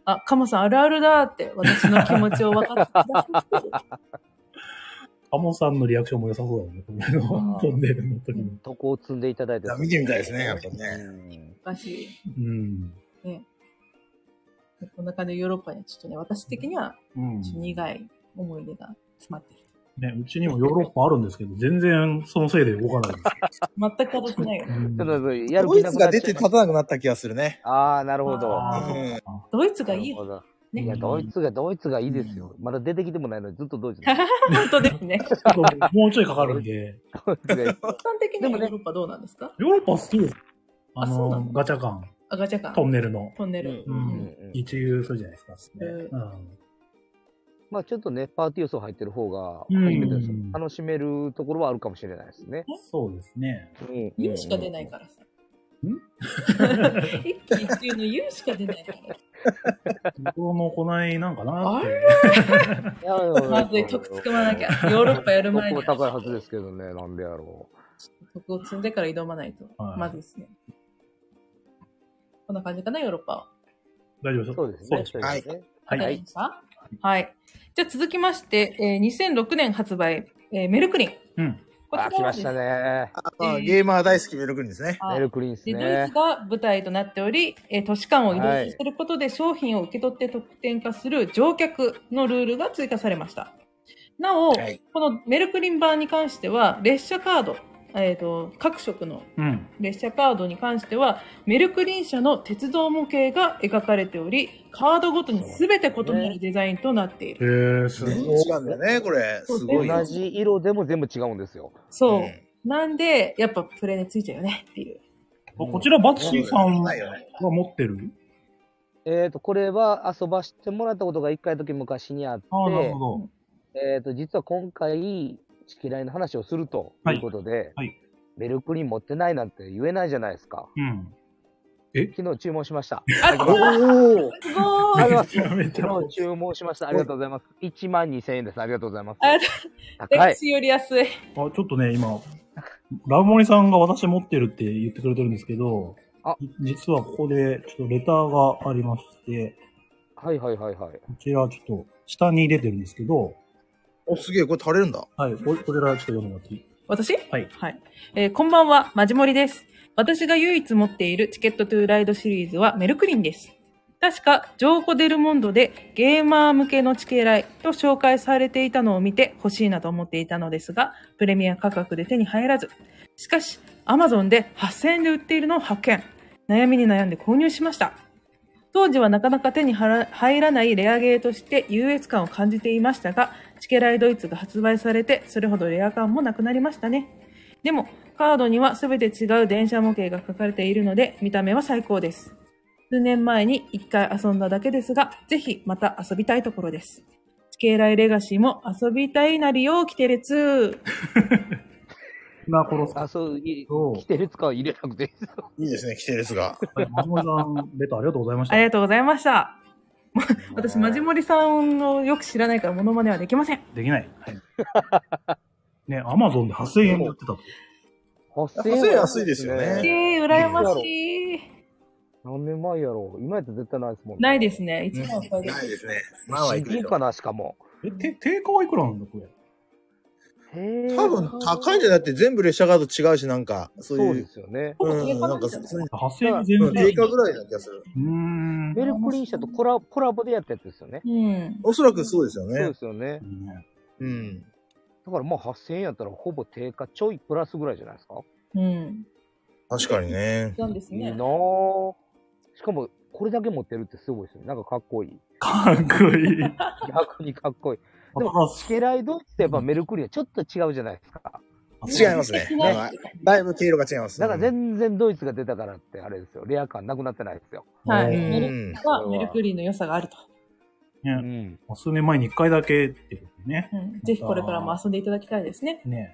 あ、カモさんあるあるだって私の気持ちを分かってくださってる。 カモさんのリアクションも良さそうだよね。このトンネルの時に。 とこを積んでいただいて。 見てみたいですね、やっぱね。 おかしい。 うん。 ね。こんな感じでヨーロッパにはちょっとね、私的にはうん。 ちょっと苦い思い出が詰まってる。 ね、うちにもヨーロッパあるんですけど、全然そのせいで動かないです。 全く形ないよね。 うんちょっとやるドイツが出て立たなくなった気がするね。 ああ、なるほど。 あうんードイツがいいよ。 なるほど。 ねいや、ドイツが、ドイツがいいですよ。まだ出てきてもないのにずっとドイツです。 本当ですね。 もうちょいかかるんで。 ドイツがいい一般的にはヨーロッパどうなんですか？ ヨーロッパ好きです。あの、 あそうなのガチャ感、 あ、ガチャ感。 トンネルの。 トンネル。 ううんん。一遊するじゃないですか。 うんうん。 まあちょっとね、パーティー予想入ってる方が、 うん初めてですよ。楽しめるところはあるかもしれないですね。 そうですね。 うん。 ユウしか出ないからさ。 ん一喜一憂のユウしか出ないから。 向こうの行いなんかなって。 らまずい、得つくまなきゃ。ヨーロッパやる前に。 僕も高いはずですけどね、なんでやろ得を積んでから挑まないと。 はいまずいですね。こんな感じかな、ヨーロッパは。 大丈夫でう。 すそうですね。 そうはいそうですね。 はいわかりましたはい。じゃあ続きまして、えーにせんろくねん発売、えーメルクリン。 うん。 こあ、来ました。ね。 ああゲーマー大好きメルクリンですね。 あメルクリンですでドイねツ。が舞台となっており、えー都市間を移動させることで商品を受け取って得点化する乗客のルールが追加されました。なお、 はいこのメルクリン版に関しては、列車カード、えーと、各色のうん。 列車カードに関しては、メルクリン社の鉄道模型が描かれており、カードごとに全て異なるデザインとなっている。 へえ、すごい。 全然違うんだよね、これ。すごいよ。 同じ色でも全部違うんですよ。 そう。 うんなんで、やっぱプレイについちゃうよねっていう。 こちら、バッシーさんがないよね持ってるえっと、これは遊ばしてもらったことが一回だけ昔にあって、 ああ、なるほど。 えっと、実は今回、チキライの話をするということで、 はいはいメルクリン持ってないなんて言えないじゃないですか。 うん。 昨日注文しました。 あ、 あすごいりがとうございます。 めちゃめちゃ。 昨日注文しました。ありがとうございます。いちまんにせんえんです。ありがとうございます。 あ高い。 歴史より安い。 あ、ちょっとね、今、ラブモリさんが私持ってるって言ってくれてるんですけど、 あ実はここでちょっとレターがありまして、 はいはいはいはい。 こちらちょっと下に出てるんですけど、 お、すげえ、これ垂れるんだ。 はい、ここちらちょっと読んでもらっていい？ 私はい。 はい。えーこんばんは、マジモリです。私が唯一持っているチケットトゥーライドシリーズはメルクリンです。確か、ジョーコ・デルモンドでゲーマー向けのチケライと紹介されていたのを見て欲しいなと思っていたのですが、プレミア価格で手に入らず。しかし、アマゾンではっせんえんで売っているのを発見。悩みに悩んで購入しました。当時はなかなか手に入らないレアゲーとして優越感を感じていましたが、チケライドイツが発売されて、それほどレア感もなくなりましたね。でも、カードには全て違う電車模型が書かれているので、見た目は最高です。数年前に一回遊んだだけですが、ぜひまた遊びたいところです。チケライレガシーも遊びたいなりよ、キテレツ。 な、この、 あ、そう、いそう来てるつかは入れなくていいですよ。 いいですね、規定ですが。 はい、マジモリさん、レターありがとうございました。 ありがとうございました。私、マジモリさんをよく知らないからモノマネはできません。 できない。はい。ね、アマゾンではっせんえんで売ってたと。 はっせんえん安いですよねえー、羨ましい。 何年前やろう今やったら絶対ないですもんね。 ないですね。いつもはこれでないですね。まあはいくでしょ新品かな、しかも。 え、て、定価はいくらなんだ、これ。 へー多分高いんじゃなくて全部列車カード違うし、なんか、そうそうでいう。 すよね。 うん、 ほぼ定価なんか、 なんじゃないそういうはっせんえん全うん然。 定価ぐらいな気がする。 うーん。 メルクリン社とコラコラボでやったやつですよね。 うん。 おそらくそうですよそうでね。 すよね。 ねうん。 だからまあはっせんえんやったらほぼ定価ちょいプラスぐらいじゃないですか。 うん。 確かにね。 なんですねいいな。ぁ。しかも、これだけ持ってるってすごいですよね。なんかかっこいい。 かっこいい。 逆にかっこいい。でもも、 チケライドってやっぱメルクリンはちょっと違うじゃないですか。 違いますね。 うんはいだいぶ毛色が違います。 だから全然ドイツが出たからってあれですよ。レア感なくなってないですよ。 はい。 うんメルはメルクリーの良さがあると。 うね、 ん。 数年前にいっかいだけってことね。 うん。ぜひこれからも遊んでいただきたいですね。 ね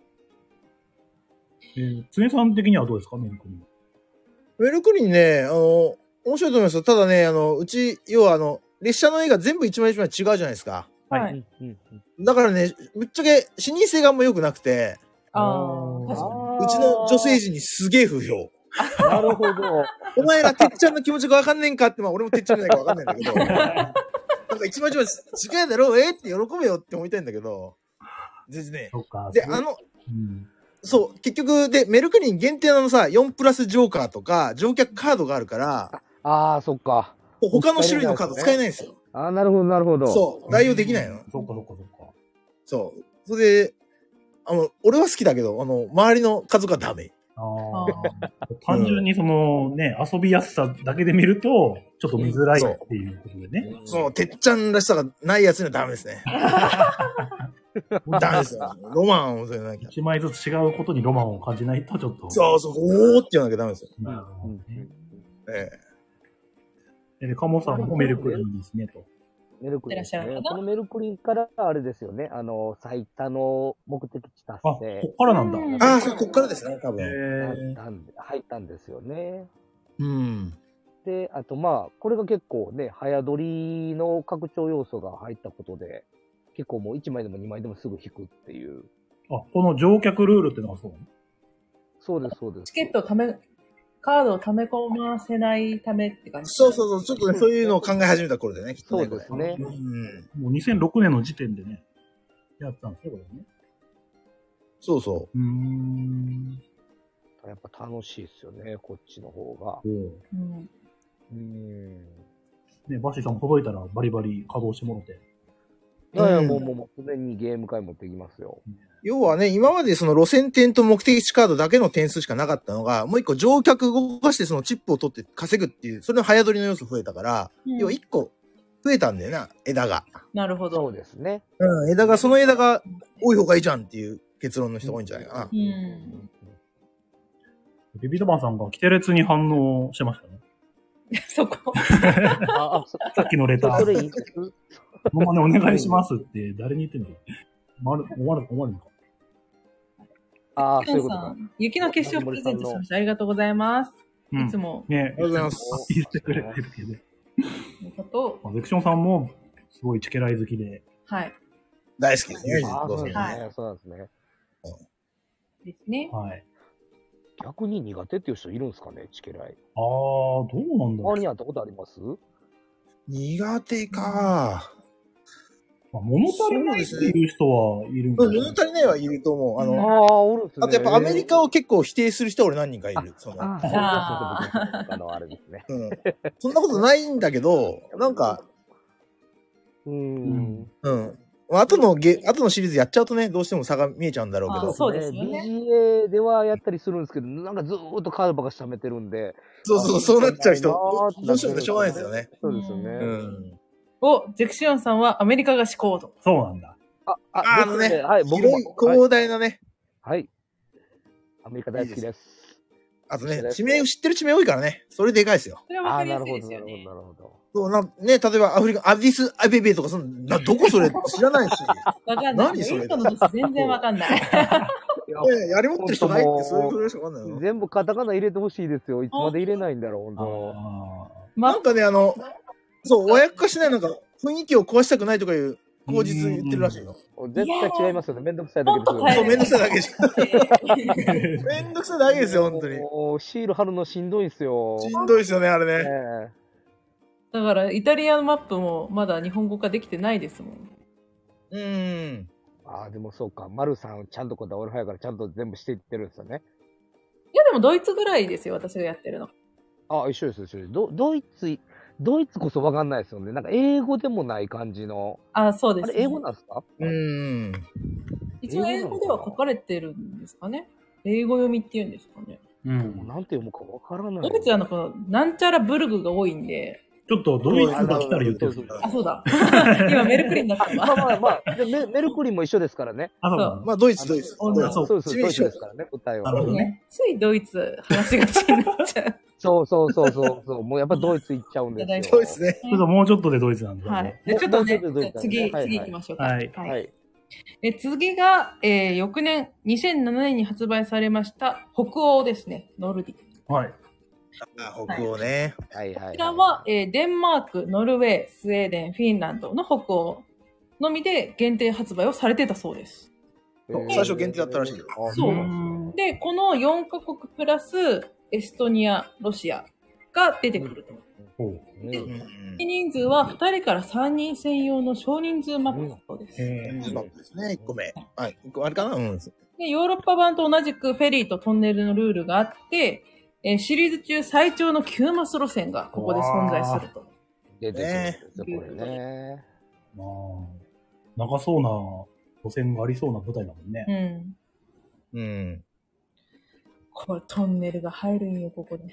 え。えー、つねさん的にはどうですか、メルクリン。 メルクリンね、あの、面白いと思いますよ。ただね、あの、うち、要はあの、列車の絵が全部一枚一枚違うじゃないですか。 はいはい。 うんうんうんだからね、ぶっちゃけ視認性があんま良くなくて、 ああ、確かに。 うちの女性陣にすげえ不評。 なるほど。 お前らてっちゃんの気持ちがわかんねえんかって、まあ俺もてっちゃんじゃないかわかんないんだけど、なんか一枚一枚違うだろう、えって喜べよって思いたいんだけど、全然ね。 そっか。 で、 それあの、 うん。 そう、結局、で、メルクリン限定のさ、よんプラスジョーカーとか、乗客カードがあるから、 ああ、そっか。 他の種類のカード使えないんですよ。 ああ、なるほど、なるほど。 そう、代用できないの。 そっかそっかそっか。 そう。それで、あの、俺は好きだけど、あの、周りの家族はダメ。 ああ。単純にそのね、遊びやすさだけで見ると、ちょっと見づらいっていうことでね。 そう、てっちゃんらしさがないやつにはダメですね。ダメですよ。ロマンを、それなんか。 一枚ずつ違うことにロマンを感じないとちょっと。 そうそう、おーって言わなきゃダメですよ。 なるほどね。 ええ。 で、カモさんもメルクリンですね、と。 メルクリンですね。 いらっしゃるかなこのメルクリンから、あれですよね。あの、最多の目的地達あ、こ成っからなんだ。 うんああ、そう、こっからですね、多へ分。 ーなったんで入ったんですよね。 うん。 で、あとまあ、これが結構ね、早取りの拡張要素が入ったことで、結構もういちまいでもにまいでもすぐ引くっていう。 あ、この乗客ルールってのはそうなの？ そうです、そうです。 チケットをため、カードを溜め込ませないためって感じ。 そうそうそう、ちょっとね、そういうのを考え始めた頃でね、きっとね。 そうですねこれうん。 もうにせんろくねんの時点でね、やってたんですね、これね。 そうそうーん。 やっぱ楽しいですよね、こっちの方が。 おううん。 うーん。 ね、バッシーさんも届いたらバリバリ稼働してもろて。 いやいや、 うんもう、もう、もう、常にゲーム会持ってきますよ。 要はね、今までその路線点と目的地カードだけの点数しかなかったのが、もう一個乗客動かしてそのチップを取って稼ぐっていう、それの早取りの要素増えたから、 うん要は一個増えたんだよな、枝が。 なるほど。 そうですね。 うん、枝が、その枝が多い方がいいじゃんっていう結論の人が多いんじゃないかな。 うん。 ビビドバンさんがキテレツに反応してましたね。 そこ。 あ、あ、そさっきのレター。 それいいです。 ごまね、お願いしますって誰に言ってんの？まる、終わる、終わるのか。 ああ、 キョンさそういうことか。 ん、雪の結晶プレゼントしました。ありがとうございます。 うんいつも、 ね、 ありがとうございます。 言ってくれてるけど。 のことを、 まあゼクションさんも、すごいチケライ好きで。 はい。 大好きですね。 ああ、そうですはね。そうなんですね。 ですね。 はい。 逆に苦手っていう人いるんですかね、チケライ。 あー、どうなんだろう。 周りに会ったことあります苦手か。 まあ、物足りないっていう人はいるんだうん、物足りないはいると思う。ああの、 あ、おるんですね。 あとやっぱアメリカを結構否定する人は俺何人かいる。その、 ああ、そうあそうそうそう。あの、あれですね。 うん。そんなことないんだけど、なんか、 うーん。 うん。後のゲ、後のシリーズやっちゃうとね、どうしても差が見えちゃうんだろうけあど。 そうですよねビージーエー ではやったりするんですけど、なんかずーっとカードばっかし貯めてるんで。 そうそう、そうなっちゃう人、 あーどうしてもしょうがないですよね。 そうですよね。 うん。 お、ゼクシオンさんはアメリカ合宿行動。 そうなんだ。 あ、あ、 ああのね、 はい、僕も広い、広大なね。 はい。はい。アメリカ大好きです。 あとね、地名、知ってる地名多いからね。それでかいですよ。 それはわかりああ、なるほど、 やすいですよなるほど、 ねな。るほど。 そうな、ね、例えばアフリカ、アディス・アベベとか、その、な、どこそれ知らないし。 わかんない。 何それインドの年全然わかんない。 いやいや、やり持ってる人ないって、そういうことしかわかんないの。 全部カタカナ入れてほしいですよ。いつまで入れないんだろう、 あ本あ。 まなんかね、あの、そう、和訳化しないなんか、雰囲気を壊したくないとかいう、口実言ってるらしいよ。 当。絶対違いますよね。めんどくさいだけですよね。 そう、めんどくさいだけじゃあ、 ん。めんどくさいだけですよ、本当に。 もうシール貼るのしんどいんすよ。 しんどいですよね、あれねね。 えだから、イタリアのマップもまだ日本語化できてないですもん。 うーん。 ああ、でもそうか。丸さん、ちゃんとこだわる早いから、ちゃんと全部していってるんですよね。 いや、でもドイツぐらいですよ、私がやってるの。 ああ、一緒です、一緒です。ドドイツ、ドイツこそわかんないですよね。なんか英語でもない感じの。 あ、そうです、ね。 あれ、英語なんですかうーん。 一応英語では書かれてるんですかね。英語読みっていうんですかね。 うん。 なんて読むかわからない。 ドイツはなんか、なんちゃらブルグが多いんで、 ちょっとドイツが来たら言ってる。 あ、そうだ。今メルクリンだったわ。 まあまあまあ、でメメルクリンも一緒ですからね。 あ、そうなんだ。 まあ、ドイツ、ドイツ。 あそうそうです、ドイツ地名一緒ですからね、答えは。 なるほどね。 ついドイツ話がちになっちゃう。 そうそうそうそうそう。もうやっぱドイツ行っちゃうんですよ。 そうですね。 ちょっともうちょっとでドイツなんで。 はい。でちょっとねもうちょっとドイツ、 次、 はいはい次行きましょうか。 はいはい。 で次が、えー、翌年、にせんななねんに発売されました、北欧ですね。ノルディック。 はい。 あ、北欧ね。 はいはい。 こちらは、えーデンマーク、ノルウェー、スウェーデン、フィンランドの北欧のみで限定発売をされてたそうです。 そう最初限定だったらしいよ。 あそうなんですねで、このよんカ国プラス、 エストニア、ロシアが出てくると。 ほう。 うん人数はふたりからさんにん専用の少人数マップだそうです。 へうん。そうですね、いっこめ。はい。いっこあれかなうん。 で、ヨーロッパ版と同じくフェリーとトンネルのルールがあって、えーシリーズ中最長のきゅうマス路線がここで存在すると。 出てくるんですよ、これね。 まあ、長そうな路線がありそうな舞台だもんね。 うん。 うん。 これトンネルが入るんよ、ここで。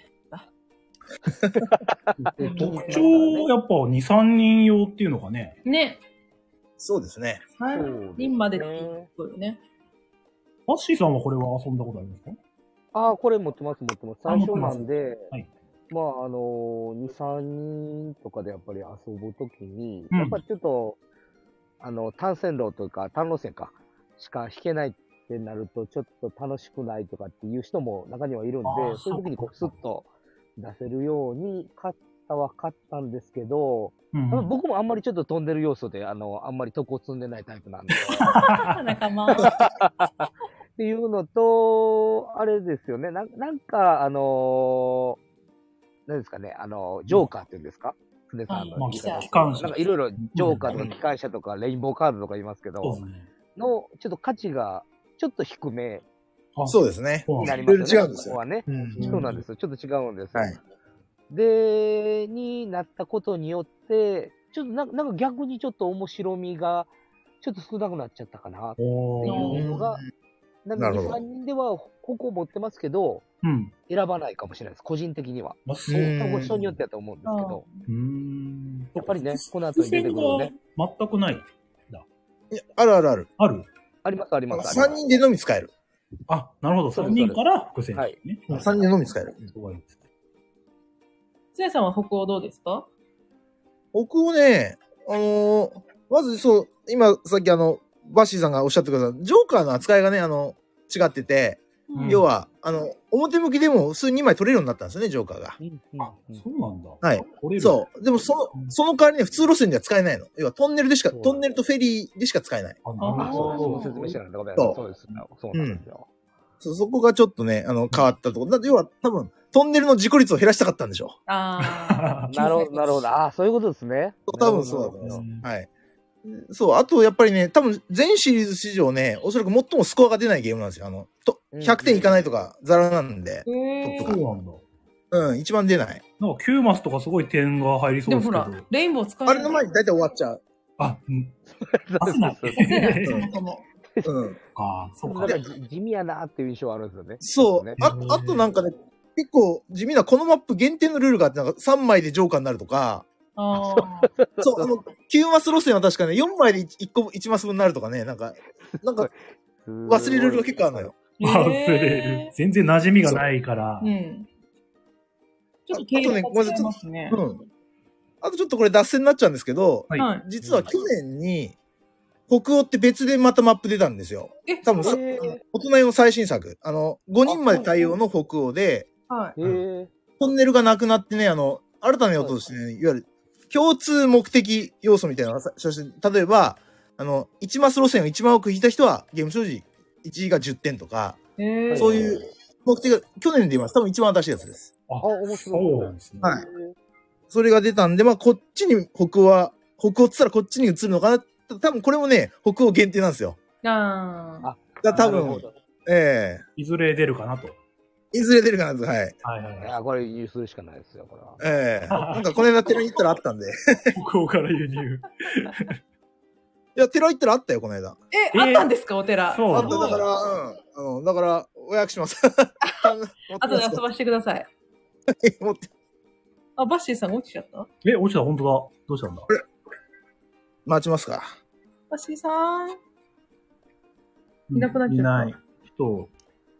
特徴、やっぱに、さんにん用っていうのがね。 ね。 そうですね。 さんにんまでっていうことよね。 バッシーさんはこれは遊んだことありますか？ ああ、これ持ってます、持ってます。最初なんあ持ってで、 はいまあ、あのー、に、さんにんとかでやっぱり遊ぶときに、 うんやっぱりちょっと、あの、単線路というか、単路線か、しか引けないってなると、ちょっと楽しくないとかっていう人も中にはいるんであー、 そういう時にこう、スそうかッと出せるように、買ったは買ったんですけど、 うん多分僕もあんまりちょっと飛んでる要素で、あの、あんまり得を積んでないタイプなんで。 仲間。 っていうのと、あれですよね、なんなんか、あのー、なんですかね、あの、ジョーカーっていうんですか、船さんのまあ言い方機関車なんかいろいろジョーカーとか機関車とかレインボーカードとか言いますけど、 そうですね。 の、ちょっと価値がちょっと低めあそうですね。 そうになんだなりますよね。 いろいろ違うんですよここはね。 うんそうなんですよ。ちょっと違うんですよ。 はい。 で、になったことによって、ちょっとなんかなんか逆にちょっと面白みがちょっと少なくなっちゃったかなっておー。 いうのが、なんかに、 なるほどさんにんではここ持ってますけど、 うん。 選ばないかもしれないです。個人的には。 あ、そう。 うん多分人によってだと思うんですけど、 うーん。 やっぱりね、この後に出てくるね。 全くない。 いや、あるあるある。 あるあります、あります。 さんにんでのみ使える。 あ、なるほど。 そうですさんにんから伏線はいね。 さんにんでのみ使える。 すごいですね。 つやさんは北欧どうですか？ 僕をね、あのーまずそう、今、さっきあの、バッシーさんがおっしゃってくださった、ジョーカーの扱いがね、あの、違ってて、 うん要は、あの、表向きでも普通ににまい取れるようになったんですよね、ジョーカーが。 うんうんあ、 うんそうなんだ。 はい。 取れるそう。でも、その、その代わりね、普通路線では使えないの。要は、トンネルでしか、 そうトンネルとフェリーでしか使えない。 あ、 あ、 なるそうほど。 そう、説明してないんだ。ごめんなさい。 そそうです。そうなんですよ。 そ、そこがちょっとね、あの、変わったところ。だって、要は、多分、トンネルの事故率を減らしたかったんでしょあなるほど、なるほど。ああ、そういうことですね。 う。多分そうだと思いなるほどます。はい。そう、あと、やっぱりね、多分、全シリーズ史上ね、おそらく最もスコアが出ないゲームなんですよ。あの、と、ひゃくてんいかないとか、ザラなんで。 ー。へそうー。 なんだ。 うん、一番出ない。 なんかきゅうマスとかすごい点が入りそうでもほですけど。 ら、レインボー使えあれの前に大体終わっちゃう。 あ、うん。 そう出すなって。 そうせない、 うんそもそも。 うん。 あそうか。 なんかじ地味やなっていう印象はあるんですよね。 そう。 ねあ、あとなんかね、結構地味な、このマップ限定のルールがあって、なんかさんまいでジョーカーになるとか、 ああ。 そう、あの、きゅうマス路線は確かね、よんまいで いっこ、いちマス分になるとかね、なんか、なんか忘れるルールが結構あるのよ。 忘れる。全然馴染みがないから。 うん。ちょっとあとね経緯が違いますね。 うん。あとちょっとこれ脱線になっちゃうんですけど、 はいはい。 実は去年に、北欧って別でまたマップ出たんですよ。 え、 多分さ、 へー大人用の最新作。あの、ごにんまで対応の北欧で、 はい。 へえ。 トンネルがなくなってね、あの、新たな用途としてね、いわゆる共通目的要素みたいなのがさ、そして例えば、あの、いちマス路線をいちまん億引いた人はゲーム所持いちがじゅってんとか、 へー。 そういう目的が、去年で言います。多分一番新しいやつです。 あ、 あ、面白い。 そうなんですね。 はいそれが出たんで、まあ、こっちに北欧は、北欧って言ったらこっちに移るのかな。多分これもね、北欧限定なんですよ。 ああ。 だから多分、 なるほどえいずれ出るかなと。 えいずれ出るかなと、はい。 はいはいはい。 いや、これ輸入するしかないですよ、これは。 ええなんかこの間寺に行ったらあったんで。い北欧から輸入。 や、寺行ったらあったよ、この間。 え、あったんですか、お寺。 そうあった、だから、うん。うん、だから、お約します。 後で遊ばしてください。 持ってあ、バッシーさんが落ちちゃったえ、落ちた、本当だ。どうしたんだ。 待ちますか。 バッシーさん。いなくなっちゃったいない人。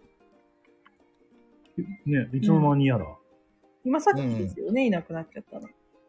ね、いつの間にやら。 今さっきですよね、いなくなっちゃったの。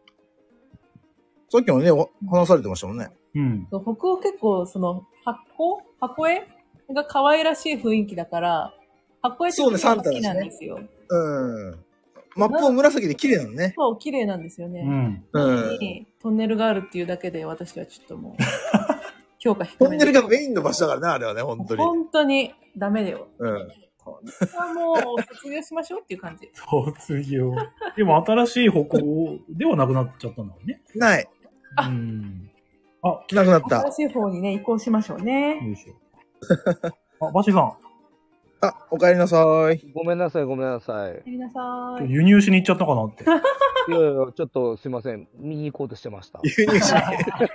さっきもね、お話されてましたもんね。 うん。 そう北欧結構、その、箱箱絵が可愛らしい雰囲気だから、箱絵ってそうねサンタ好きですねなんですよ。 うん。マップも紫で綺麗なのね。 そう、綺麗なんですよね。 うん。 うん。 にトンネルがあるっていうだけで私はちょっともう、評価低めトンネルがメインの場所だからね、あれはね、本当に。 本当にダメだよ。 うん。 これはもう卒業しましょうっていう感じ。 卒業。でも新しい歩行ではなくなっちゃったんだもんね。 ない。 うん。あ、 なくなった。 新しい方にね、移行しましょうね。 よいしょ。あ、バシさん。 あ、お帰りなさい。 ごめんなさい、ごめんなさい。 やりなさい。 輸入しに行っちゃったかなって。 いやいや、ちょっとすいません。見に行こうとしてました。 輸入しない。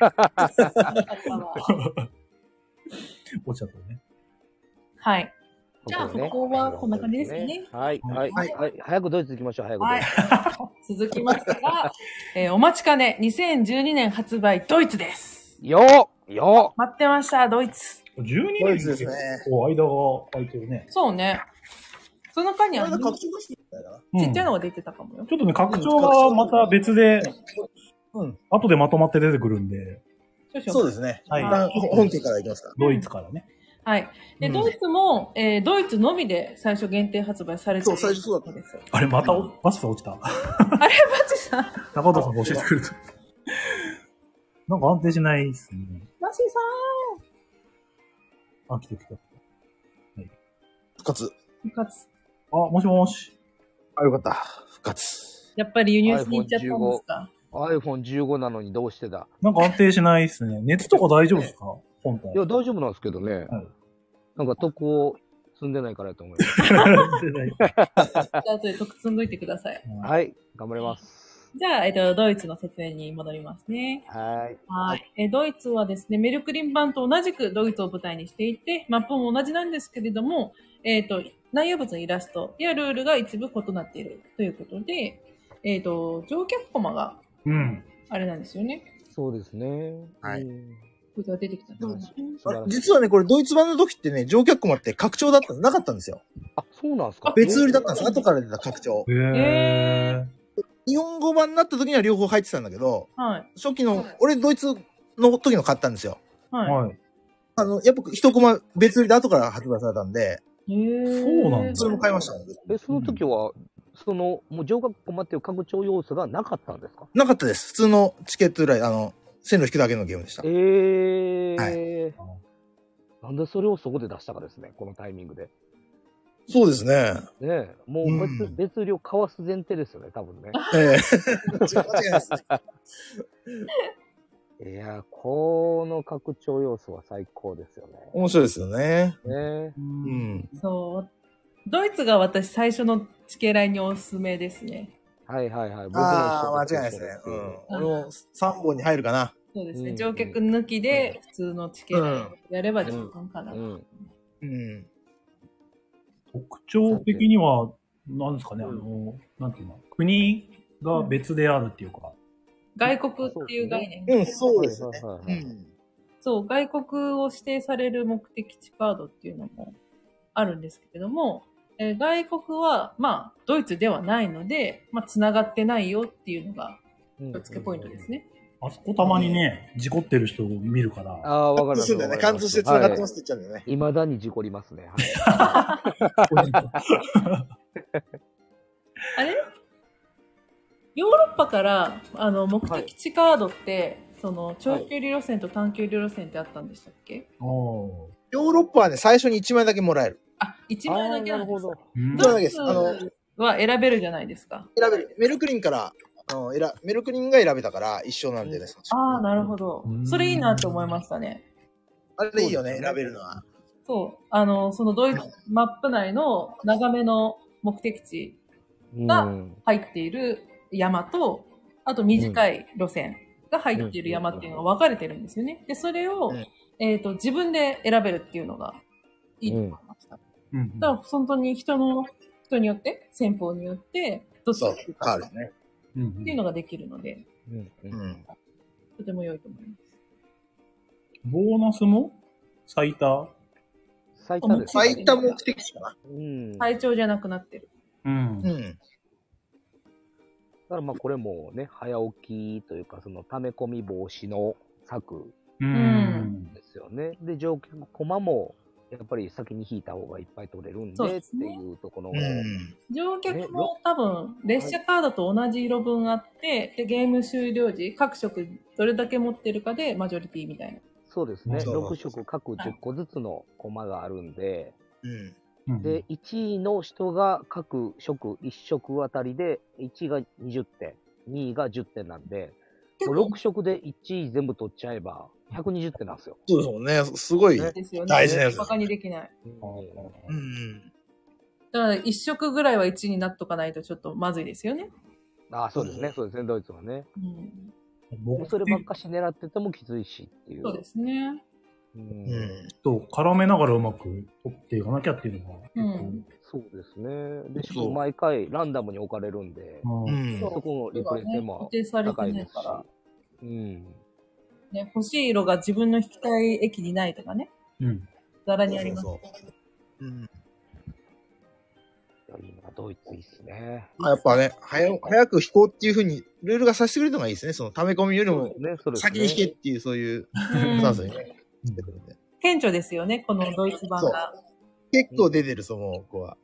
落ちちゃったね。 はい。じゃあ、 ここねここはこんな感じですね。 はい、はい、 はいはい。早くドイツ行きましょう、早くドはいイツ。。 続きましてが、えーお待ちかね、にせんじゅうにねん発売、ドイツです。 よっよ待ってました、ドイツ。 じゅうにドねん結イツですね。 構間が空いてるね。 そうね。その間にこあの、 れ拡張出してたよな。 うんちっちゃいのが出てたかもよ。 ちょっとね、拡張がまた別で、 うん。 後でまとまって出てくるんで、 少々 そうですね。 はい一旦本家からいきますか。 ドイツからね。 はい。で、 うんドイツも、えードイツのみで最初限定発売されてそう最初そうだったんですよ。 あれ、またおバチさん落ちた。 あれ、バチさん。 中藤さんが教えてくれた。なんか安定しないっすね。 バチさあ、来て来た。 復活。 ん。復活。 あ、もしもし。 あ、よかった。復活。 やっぱり輸入しに行っちゃったんですか。 アイフォンじゅうご なのにどうしてだ。 なんか安定しないっすね。熱とか大丈夫ですか本体。 いや、大丈夫なんですけどね。 はいなんか徳を積んでないからやと思います。 じゃあ、後で特積んどいてください。 はい、頑張ります。 じゃあ、えっと、ドイツの説明に戻りますね。 はい。 はい。えドイツはですね、メルクリン版と同じくドイツを舞台にしていて、マップも同じなんですけれども、えっ、と、内容物のイラストやルールが一部異なっているということで、えっ、と、乗客コマがうん。 あれなんですよね。 そうですね。 はいうんこいつが出てきたんですね。 あ実はね、これドイツ版の時ってね、乗客コマって拡張だったのなかったんですよ。 あ、そうなんですか。 別売りだったんです。後から出た拡張。 へえ。 日本語版になった時には両方入ってたんだけど、 はい。 初期の、俺ドイツの時の買ったんですよ。 はい。 はい。 あの、やっぱ一コマ別売りで後から発売されたんで、 へーそうなんだそれも買いましたね。 え、その時は、その、もう上学コマっていう拡張要素がなかったんですか。 なかったです。普通のチケットぐらい、あの、線路引くだけのゲームでした。 ええー。 はなんでそれをそこで出したかですね、このタイミングで。 そうですね。 ねえ、もう別,、 うん別売りを交わす前提ですよね、多分ね。 ええ間違いないですね。 いや、この拡張要素は最高ですよね。 面白いですよね。 ねう。 うんん。 そう。ドイツが私最初のチケライにおすすめですね。 はいはいはい。僕もああ、 一緒間違いないですね。うん。 うん俺もさんぼんに入るかな。 そうですね。 うん乗客抜きで普通のチケライやれば十分かな。 うん。 うん。 特徴的には、なんですかね、あの、なんていうの、国が別であるっていうか。 外国っていう概念。 うん、そうですね。 はいはいはいうん。 そう、外国を指定される目的地カードっていうのもあるんですけれども、えー外国は、まあ、ドイツではないので、まあ、繋がってないよっていうのが、 うん付けポイントですね。 あそこたまにね、事故ってる人を見るから。 ああ、わかります。 そうだよね。貫通して繋がってますって言っちゃうんだよね。 いまだに事故りますね。はいあれヨーロッパから、あの、目的地カードって、その、長距離路線と短距離路線ってあったんでしたっけ、 おーヨーロッパはね、最初にいちまいだけもらえる。 あ、いちまいだけあーなんですか。 うんそうだけです。あの、 は選べるじゃないですか。 選べる。メルクリンから、あの選メルクリンが選べたから一緒なんでね。 ああ、なるほどう。んそれいいなって思いましたね。 あれいいよね、選べるのは。 そう。あの、そのドイツ、マップ内の長めの目的地がうん入っている山と、あと短い路線が入っている山っていうのが分かれてるんですよね。で、それを、 うんえっ、と、自分で選べるっていうのがいいと思いました。 うんだから、本当に人の、人によって、戦法によって、どっちそうがいい、か変わるね。 うんっていうのができるので、 うんううんん。 とても良いと思います。 ボーナスも最多最多ですね。 最多目的地かな。 うん。だ最長じゃなくなってる。 うんう。ん。 からまあこれもね、早起きというか、その溜め込み防止の策うん。 ですよね。で、乗客コマも、やっぱり先に引いた方がいっぱい取れるんでってそうですねいうところも、 うん。 乗客も多分、列車カードと同じ色分あって、で、ゲーム終了時、各色どれだけ持ってるかでマジョリティみたいな。 そうですね。 そうろく色各じゅっこずつのコマがあるんで、 うん。 うん、 で、いちいの人が各色、いち色あたりで、いちいがにじゅってん、にいがじゅってんなんで、もうろく色でいちい全部取っちゃえば、ひゃくにじゅってんなんですよ。 そうですもんね。すごいねですよね。 大事なやつ。 バカにできない。 うんうん。 だから一色ぐらいはいちいになっとかないとちょっとまずいですよね。 ああ、そうですね、そうですね、ドイツはね。 うん、 僕そればっかし狙っててもきついしっていう。 そうですね。 う。 うんん。 と絡めながらうまく取っていかなきゃっていうのが結構、 うんそうですね。で、しかそうも毎回ランダムに置かれるんで、 うんうん。 そうそこのリプレイ性も固定されて高いですしないから。。 うん。 ね、欲しい色が自分の引きたい駅にないとかね。 うん。 ざらにあります。 そうそううん。 いやいいな、ドイツいいっすね。 まあやっぱね、早早く飛行っていうふうに、ルールがさせてくれるのがいいですね。その溜め込みよりも、 ね、それですね先に引けっていう、そういううんスタンスにね、してくるんで。 顕著ですよね、このドイツ版が。 結構出てる、その子は。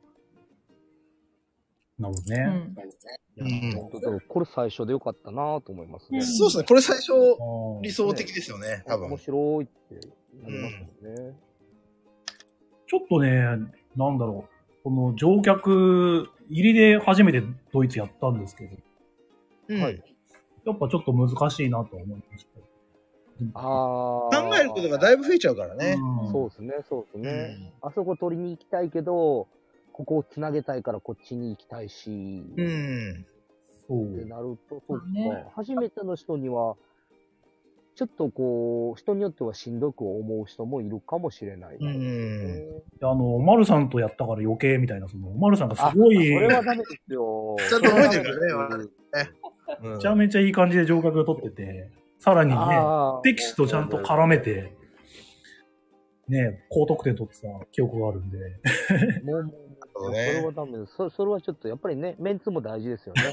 なるほどね。 うん。 うん本当だからこれ最初でよかったなと思いますね。 うんそうですね。これ最初、 あー理想的ですよね、多分面。白いってなりますもんね。 ちょっとね、なんだろう。この乗客入りで初めてドイツやったんですけど、 うんはいやっぱちょっと難しいなとは思いました。 ああ。 考えることがだいぶ増えちゃうからね。 うんそうですね、そうですね。 うんあそこ取りに行きたいけど、ここをつなげたいからこっちに行きたいし、 うん。 ってそう。 なると、そうか、 ね初めての人には、ちょっとこう、人によってはしんどく思う人もいるかもしれない、 うん。 あの、マルさんとやったから余計みたいな、その、マルさんがあ、 すごい、 それはダメですよ。 ちゃんと覚えてるからねうんめちゃめちゃいい感じで乗客を取ってて、さらにね、 あー敵士とちゃんと絡めて、ね、高得点取ってた記憶があるんで、 もう、もうそうそれねはダメです。そそれはちょっと、やっぱりね、メンツも大事ですよね。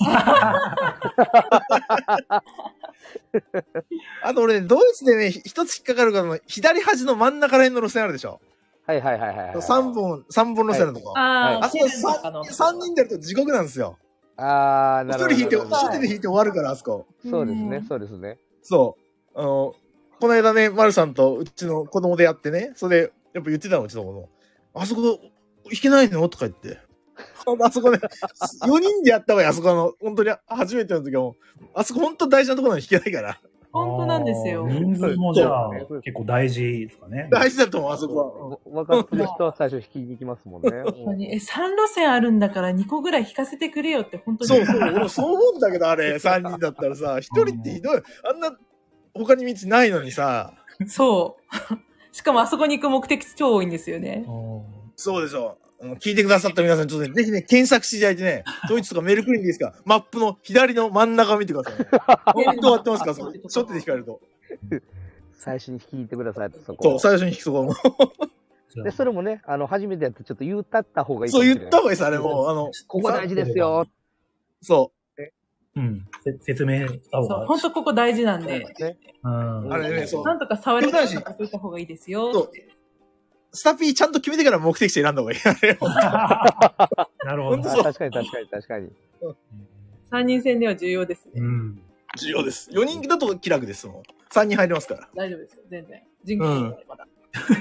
あと俺ね、ドイツでね、一つ引っかかるのは、左端の真ん中ら辺の路線あるでしょ。 はいはいはいはいはい。 三本、三本路線のとこ。 ああ、 あそこホテルとかのさ三人でやると地獄なんですよ。 ああ、なるほど。 一人引いて、 なるほど一人で引いて終わるから、あそこ。 そうですねうん、 そうですね。 そう。あの、この間ね、マルさんとうちの子供でやってね、それで、やっぱ言ってたの、うちの子供。あそこ、引けないのとか言って。あそこね、よにんでやった方がいい、あそこあの、本当に初めての時はもう、あそこ本当大事なところなのに引けないから。 本当なんですよあー人数もじゃあそう結構大事ですかね。 大事だと思う、あそこは。 わ分かってる人は最初引きに行きますもんね。 本当にえ、さん路線あるんだからにこぐらい引かせてくれよって本当に。 そうそう、俺もそう思うんだけど、あれ、さんにんだったらさ、ひとりってひどい。あんな、他に道ないのにさ、 そう。しかもあそこに行く目的地超多いんですよね。 あーそうでしょ。あの聞いてくださった皆さん、ちょっとね、ぜひね、検索していただいてね、ドイツとかメルクリンでいいですか、マップの左の真ん中を見てくださいね。本当終わってますから、そこちょっとで引かれると。 最初に引きに行ってくださいと、そこ。 そう、最初に引くそこも。 じゃあで、それもね、あの、初めてやってちょっと言ったった方がいいかそうもしれない。 言った方がいいです、あれもう。あの、 ここ大事ですよ。 そうん。せ説明した方そう、 が。 本当ここ大事なんで。 ね。 うん。 う。あれね、そう。 なんとか触れたらそういった方がいいですよって。 スタピーちゃんと決めてから目的地選んだ方がいい。あれなるほど本当。そうあ確かに確かに確かに。 さんにん戦では重要ですね。 うん。 重要です。よにんだと気楽ですもん。さんにん入れますから。 大丈夫ですよ、全然。人口ないまだ。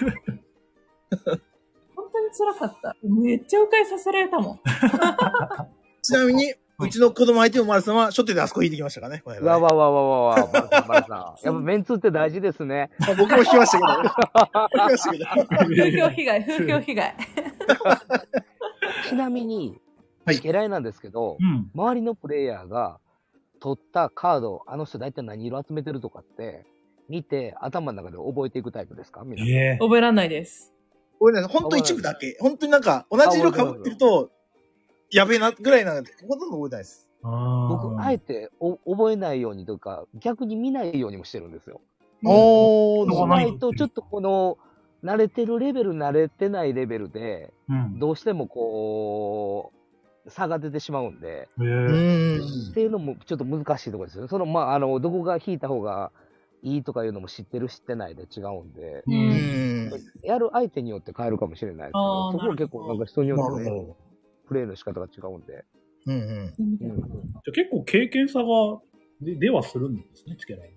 本当に辛かった。めっちゃ迂回させられたもん。 ちなみに、うちの子供相手のマルさんは、初手であそこ引いてきましたからね。この間ねわわわわわわ、マルさん、マルさん。やっぱメンツって大事ですね。 まあ僕も引きましたけど。引きましたけど。 風評被害、風評被害。 ちなみに、 はい嫌いなんですけどう、ん。 周りのプレイヤーが取ったカード、あの人大体何色集めてるとかって、見て頭の中で覚えていくタイプですか皆さん。 ええ覚えらんないです。 俺ね、ほんと一部だけ。ほんとになんか、同じ色被ってると、やべえな、ぐらいなんで、ほとんど覚えてないです。 あ僕、あえてお覚えないようにとか、逆に見ないようにもしてるんですよ。 おー、 どこしないと、ちょっとこの、慣れてるレベル、慣れてないレベルで、 うん。 どうしてもこう、差が出てしまうんで、 ええうーん。 っていうのもちょっと難しいところですよね。その、まあ、あの、どこが引いた方がいいとかいうのも知ってる知ってないで違うんで、 う。 うんん。 やる相手によって変えるかもしれないですけあど、 ーそこは結構なんか人によってね、 なるほど。 プレイの仕方が違うんで。 うんうん。 うん、 じゃあ結構経験差がでではするんですね、チケライ。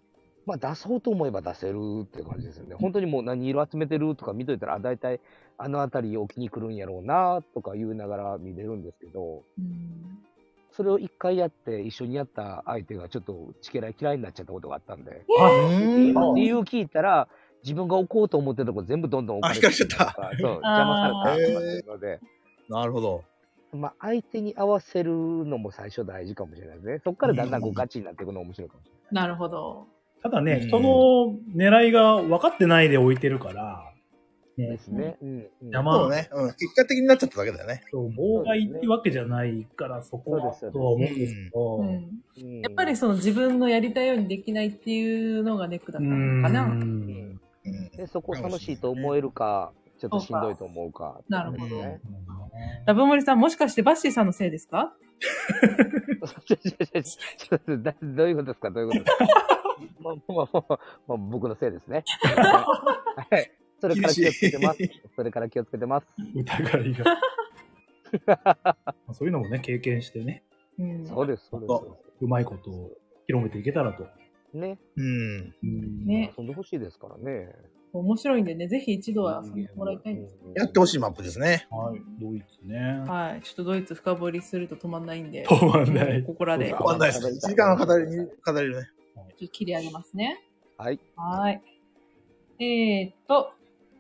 まあ出そうと思えば出せるっていう感じですよね。本当にもう何色集めてるとか見といたら、あ、大体あの辺り置きに来るんやろうなとか言いながら見れるんですけど、 うんそれを一回やって一緒にやった相手がちょっとチケライ嫌いになっちゃったことがあったんで、 あ、 うん。 理由聞いたら、自分が置こうと思ってるとこ全部どんどん置かれてあ引かれちゃったそう、邪魔されたとかっていうので、 なるほど。 まあ相手に合わせるのも最初大事かもしれないですね。そこからだんだんこうガチになっていくのが面白いかもしれない。 なるほど。 ただね、 うん人の狙いが分かってないで置いてるから、ねですね。うん。うん邪魔そうね。うん。結果的になっちゃっただけだよね。 そう妨害ってわけじゃないから、そこはそうですとは思うんですけど、 うんうんやっぱりその自分のやりたいようにできないっていうのがネックだったのかな。 うんうん。 でそこを楽しいと思えるか、ちょっとしんどいと思うか。 なるほどね。 ラブモリさん、もしかしてバッシーさんのせいですか？ ちょちょちょちょちょだどういうことですかどういうことですかまあまあまあまあ、僕のせいですね。はい。それから気をつけてます。それから気をつけてます。 疑いが。そういうのもね、経験してね、 うんそうです、そうですそううまいことを広めていけたらと。 です。ね。 うん。 うんね遊んでほしいですからね。 面白いんでね、ぜひ一度は遊んでもらいたいんです。 やってほしいマップですね。 はい、ドイツね。 はい。ちょっとドイツ深掘りすると止まんないんで。 止まんないここらで、ちょそうわかんないです。いちじかんは語りに、語れるね。 っと切り上げますね。 はい。 はい。えーっと、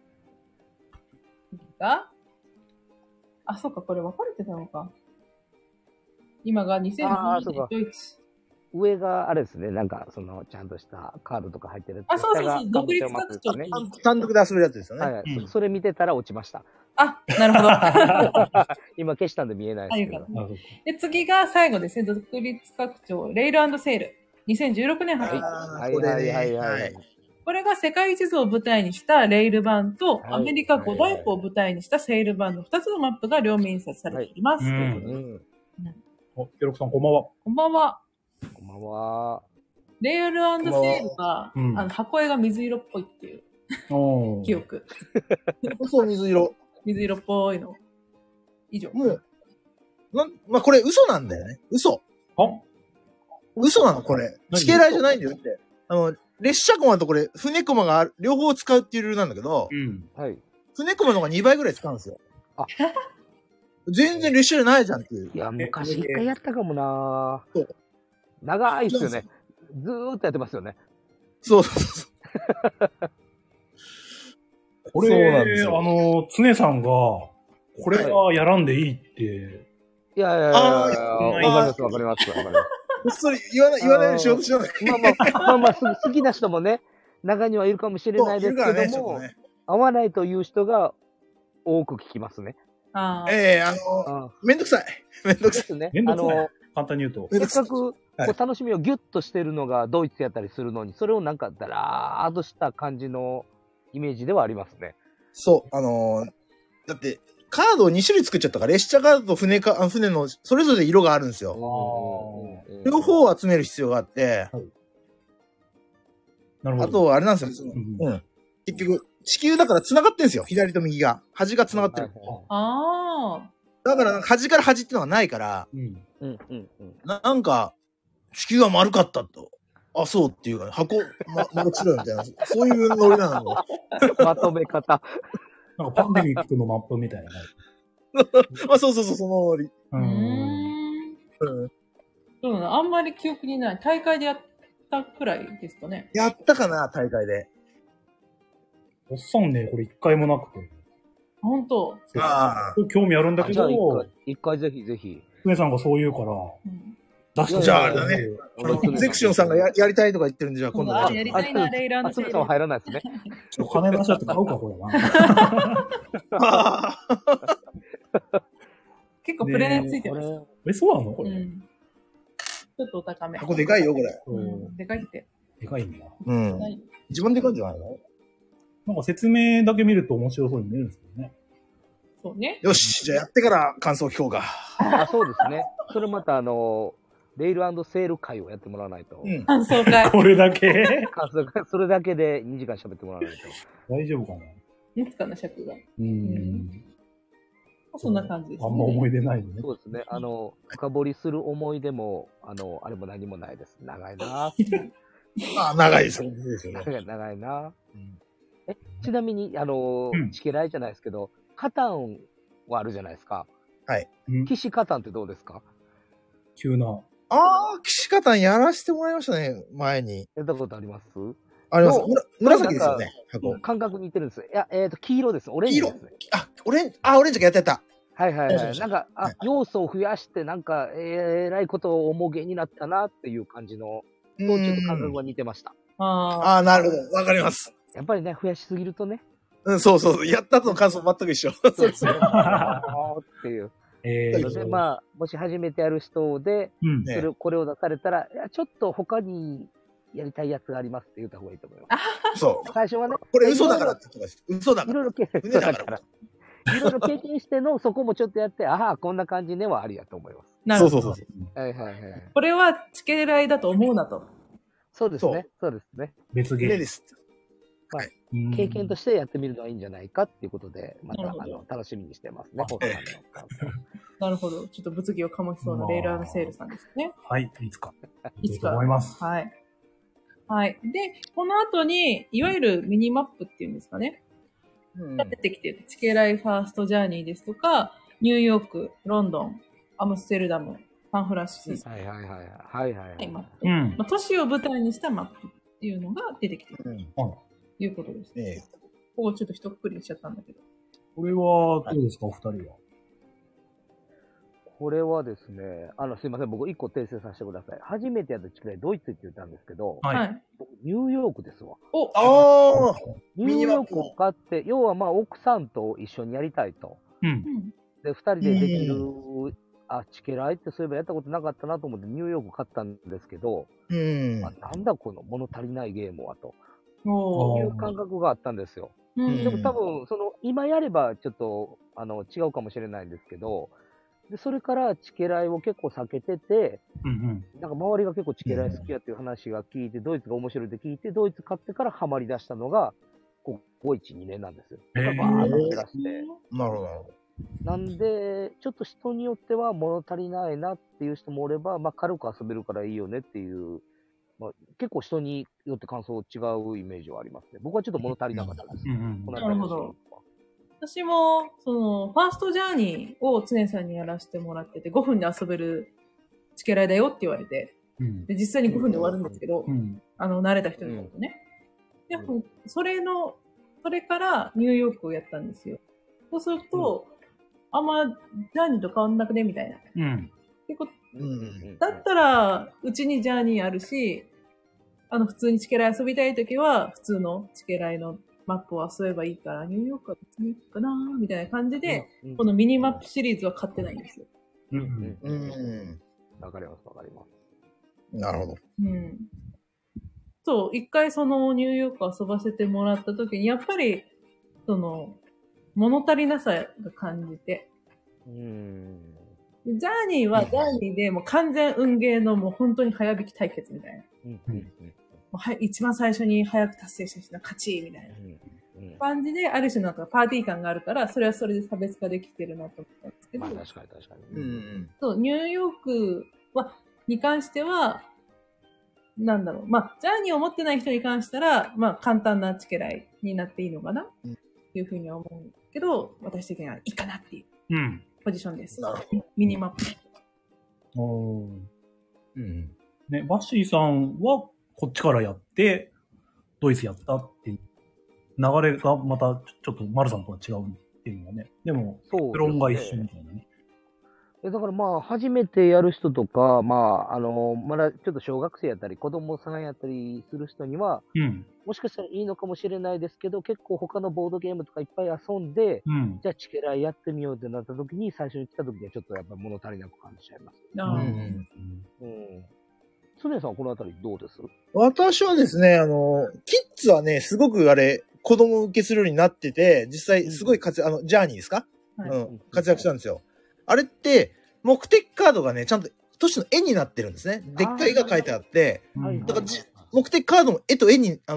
次が、あ、そうか、これ分かれてたのか。今がにせんじゅうにねんあーそうかドイツ。 上があれですね、なんか、その、ちゃんとしたカードとか入ってる。 あそうそうそう下が独立カンプ拡張ね。 単独で遊べるやつですよね。 はい、 うんそそれ見てたら落ちました。 あ、なるほど。 今消したんで見えないですけどあよか。 あそうかで、次が最後ですね。独立拡張、レイルセール。にせんじゅうろくねん発売。 はいはいはいはい。 これが世界地図を舞台にしたレイル版と、 はいアメリカ五大湖を舞台にしたセール版のふたつのマップが両面印刷されています。 はいということでうん。 お、ケロクさんこんばんは。 こんばんは。 こんばんは。 レイルセールが、 うんあの箱絵が水色っぽいっていうおー記憶。 そう、水色。 水色っぽいの。以上。 もう、なん、まあ、これ嘘なんだよね。嘘。 あ嘘なの、これ。 何チケライじゃないんだよって。あの、列車コマとこれ、船コマがある両方使うっていうルールなんだけどう、ん。 はい。 船コマの方がにばいぐらい使うんですよ。 あ全然列車じゃないじゃんっていう。 いや、昔一回やったかもなそう長いっすよね。ずーっとやってますよね。 そうそうそう。 これ、 そうなんですよあの、常さんが、これはやらんでいいって、 いやいやいやいや、 あわーかりますわかりますわかります。 それ言わない、言わないようにしようとしない。 まあまあ、まあまあ、す好きな人もね、中にはいるかもしれないですけどいるからね、ちょっも、 とね。 合わないという人が多く聞きますね。 あーええあの、 あめんどくさい。めんどくさい。 ですね。 めんどあのくさい、簡単に言うと。 めんどくさい。 せっかくこはいう楽しみをギュッとしてるのがドイツやったりするのに、それをなんかだらーっとした感じのイメージではありますね。 そう、あのーだって、カードをに種類作っちゃったから、列車カードと船か、あ船の、それぞれ色があるんですよ。両方を集める必要があって、 なるほど。 あと、あれなんですよ。そのうんうん。結局、地球だから繋がってんですよ。左と右が。端が繋がってる。 あだから、なんか端から端ってのがないから、 うん。 うんうんうん。 ななんか、地球は丸かったと。あ、そうっていうか、箱、ま、丸ちろよみたいな、そういうノリなの。 まとめ方。 なんかパンデミックのマップみたいなね。 まあ、そうそうそう、そのノリ。 うあ。うーん。 ん。 うん。 そうだな。あんまり記憶にない。大会でやったくらいですかね。 やったかな、大会で。 おっさんね、これ一回もなくて。 本当。 あ興味あるんだけどじゃあ、一回、一回ぜひぜひ。 常さんがそう言うから、 うん出してじゃああれだねあの、ゼクションさんがややりたいとか言ってるんで、じゃあ今度あやりたいな、レイランドセールあつるさんは。入らないですね。 ちょっと金出しちゃって買うか、これな。 あ結構プレネついてます。 これ、 え、そうなのこれ。 うん。ちょっとお高め。 箱でかいよ、これ。 う。 うんでかいって。 でかいんだ。 うん。 ない一番でかいんじゃないのなんか説明だけ見ると面白そうに見えるんですけどね。 そうね。 よし、じゃあやってから感想を聞こうか。 あ、そうですね。それまたあの、レイルセール会をやってもらわないと。 うん。 感想会。 これだけ感想会それだけでにじかん喋ってもらわないと。 大丈夫かな。 いつかな、尺が。 うん。 そんな感じです、ね。 あんま思い出ないのね。 そうですね。あの、深掘りする思い出も、あの、あれも何もないです。長いなぁ。 あ、長いですよ。ですよね。 長い長いな。え、ちなみに、あのうんー、チケライじゃないですけど、カタンはあるじゃないですか。 うん騎士カタンってどうですか？ 急な。 ああ、騎士カタンやらせてもらいましたね、前に。 やったことあります？ あります。 どうむら紫ですよね、箱。 感覚似てるんです。いや、えっと、黄色です。オレンジですね。 あ、オレンジ、あ、オレンジがやってやった。 はいはいはい。 そうそうそうなんか、あ、要素を増やして、なんか、えらいことを重げになったなっていう感じの、とちょっと感覚が似てました。 ああ。 ああ、なるほど。わかります。 やっぱりね、増やしすぎるとね。 うん、そうそうそう。やった後の感想全く一緒。そうですね。 あーっていう。 えー、 なので、まあ、もし初めてやる人で、 うん。 ねそれこれを出されたら、いや、ちょっと他にやりたいやつがありますって言った方がいいと思います。 そう。 最初はね、 これ嘘だからって言ってます。嘘だから。 いろいろ経験船だからいろいろ経験しての、そこもちょっとやって、ああ、こんな感じねはありやと思います。 なるほど。 そうそうそうそう。 はいはいはい。 これはチケライだと思うなと。 そうですね。そうですね。 別ゲーム。 船です。 うん経験としてやってみるのはいいんじゃないかっていうことで、またなるほどあの楽しみにしてますね。ホットさんの感想なるほど。ちょっと物議を醸しそうなレイルアンセールさんですね。 はい、いつか。 いつかと思います。 はい。はい。で、この後に、いわゆるミニマップっていうんですかね。 うんが出てきてる。チケライファーストジャーニーですとか、ニューヨーク、ロンドン、アムステルダム、サンフランシスコはいはいはいはいはいはいはい。 マップ。 うん。 まあ、都市を舞台にしたマップっていうのが出てきてるうん。 ということです。 ええ。 ここちょっと一括りにしちゃったんだけど。 これは、どうですか、お二人は。 これはですね、あの、すいません、僕一個訂正させてください。初めてやったチケライドイツって言ったんですけど、 はい。 はい。 僕ニューヨークですわ。 おああ。 ニューヨークを買って、要はまあ奥さんと一緒にやりたいと。 うんう。ん。 で、二人でできる、あ、チケライってそういえばやったことなかったなと思ってニューヨーク買ったんですけど、 うん。 あなんだこの物足りないゲームはとおーいう感覚があったんですよ。 うんでも多分、その、今やればちょっと、あの、違うかもしれないんですけど、で、それからチケライを結構避けてて、 うんうん。 なんか周りが結構チケライ好きやっていう話が聞いて、ドイツが面白いって聞いて、ドイツ買ってからハマり出したのが、ここいち、にねんなんですよ。 へーバーッと減らして。 なるほど、なるほど。 なんで、ちょっと人によっては物足りないなっていう人もおれば、まあ軽く遊べるからいいよねっていう、まあ、結構人によって感想違うイメージはありますね。僕はちょっと物足りなかったです。 うんうんこのなるほど私も、その、ファーストジャーニーを常さんにやらせてもらってて、ごふんで遊べるチケライだよって言われて、 うん。 で、実際にごふんで終わるんですけど、 うん。 あの、慣れた人になるとね。で、それの、それからニューヨークをやったんですよ。そうすると、あんま、ジャーニーと変わんなくねみたいな。 うん。 でこうん。 だったら、うちにジャーニーあるし、あの、普通にチケライ遊びたいときは、普通のチケライのマップを遊べばいいから、ニューヨークは別にいいかなみたいな感じで、 うん、 このミニマップシリーズは買ってないんですよ。 うん。 ううんん。 うん。 わかります、わかります。 なるほど。 うん。そう、一回そのニューヨーク遊ばせてもらった時に、やっぱり、その、物足りなさが感じて。 うーん。 ジャーニーはジャーニーでもう完全運ゲーのもう本当に早引き対決みたいな。 うんうんもうは一番最初に早く達成した人の勝ちみたいなうんうん感じで、ある種なんかパーティー感があるから、それはそれで差別化できてるなと思ったんですけど、 まあ確かに確かに。 うん。 そう、ニューヨークは、に関しては、なんだろう。まあ、ジャーニーを持ってない人に関したら、まあ、簡単なチケライになっていいのかな、 うんっていうふうには思うけど、私的にはいいかなっていううん。 ポジションです。 なるミニマップ。 おーうん。 ね、バッシーさんはこっちからやって、ドイツやったっていう流れがまたちょっとマルさんとは違うっていうのはね。でも、 そうですね結論が一緒みたいなね。 えだからまあ、初めてやる人とか、まあ、あの、まだちょっと小学生やったり、子供さんやったりする人には、 うん。 もしかしたらいいのかもしれないですけど、結構他のボードゲームとかいっぱい遊んで、 うん。 じゃあチケライやってみようってなった時に、最初に来た時にはちょっとやっぱり物足りなく感じちゃいます。 あーうん。 うん。スネさん、このあたりどうです？ 私はですね、あの、キッズはね、すごくあれ、子供受けするようになってて、実際すごい活躍、あの、ジャーニーですか、 はいうん、活躍したんですよ。あれって、目的カードがね、ちゃんと都市の絵になってるんですね。でっかい絵が書いてあって、 うんはいだからじ目的カードも絵と絵に、あの、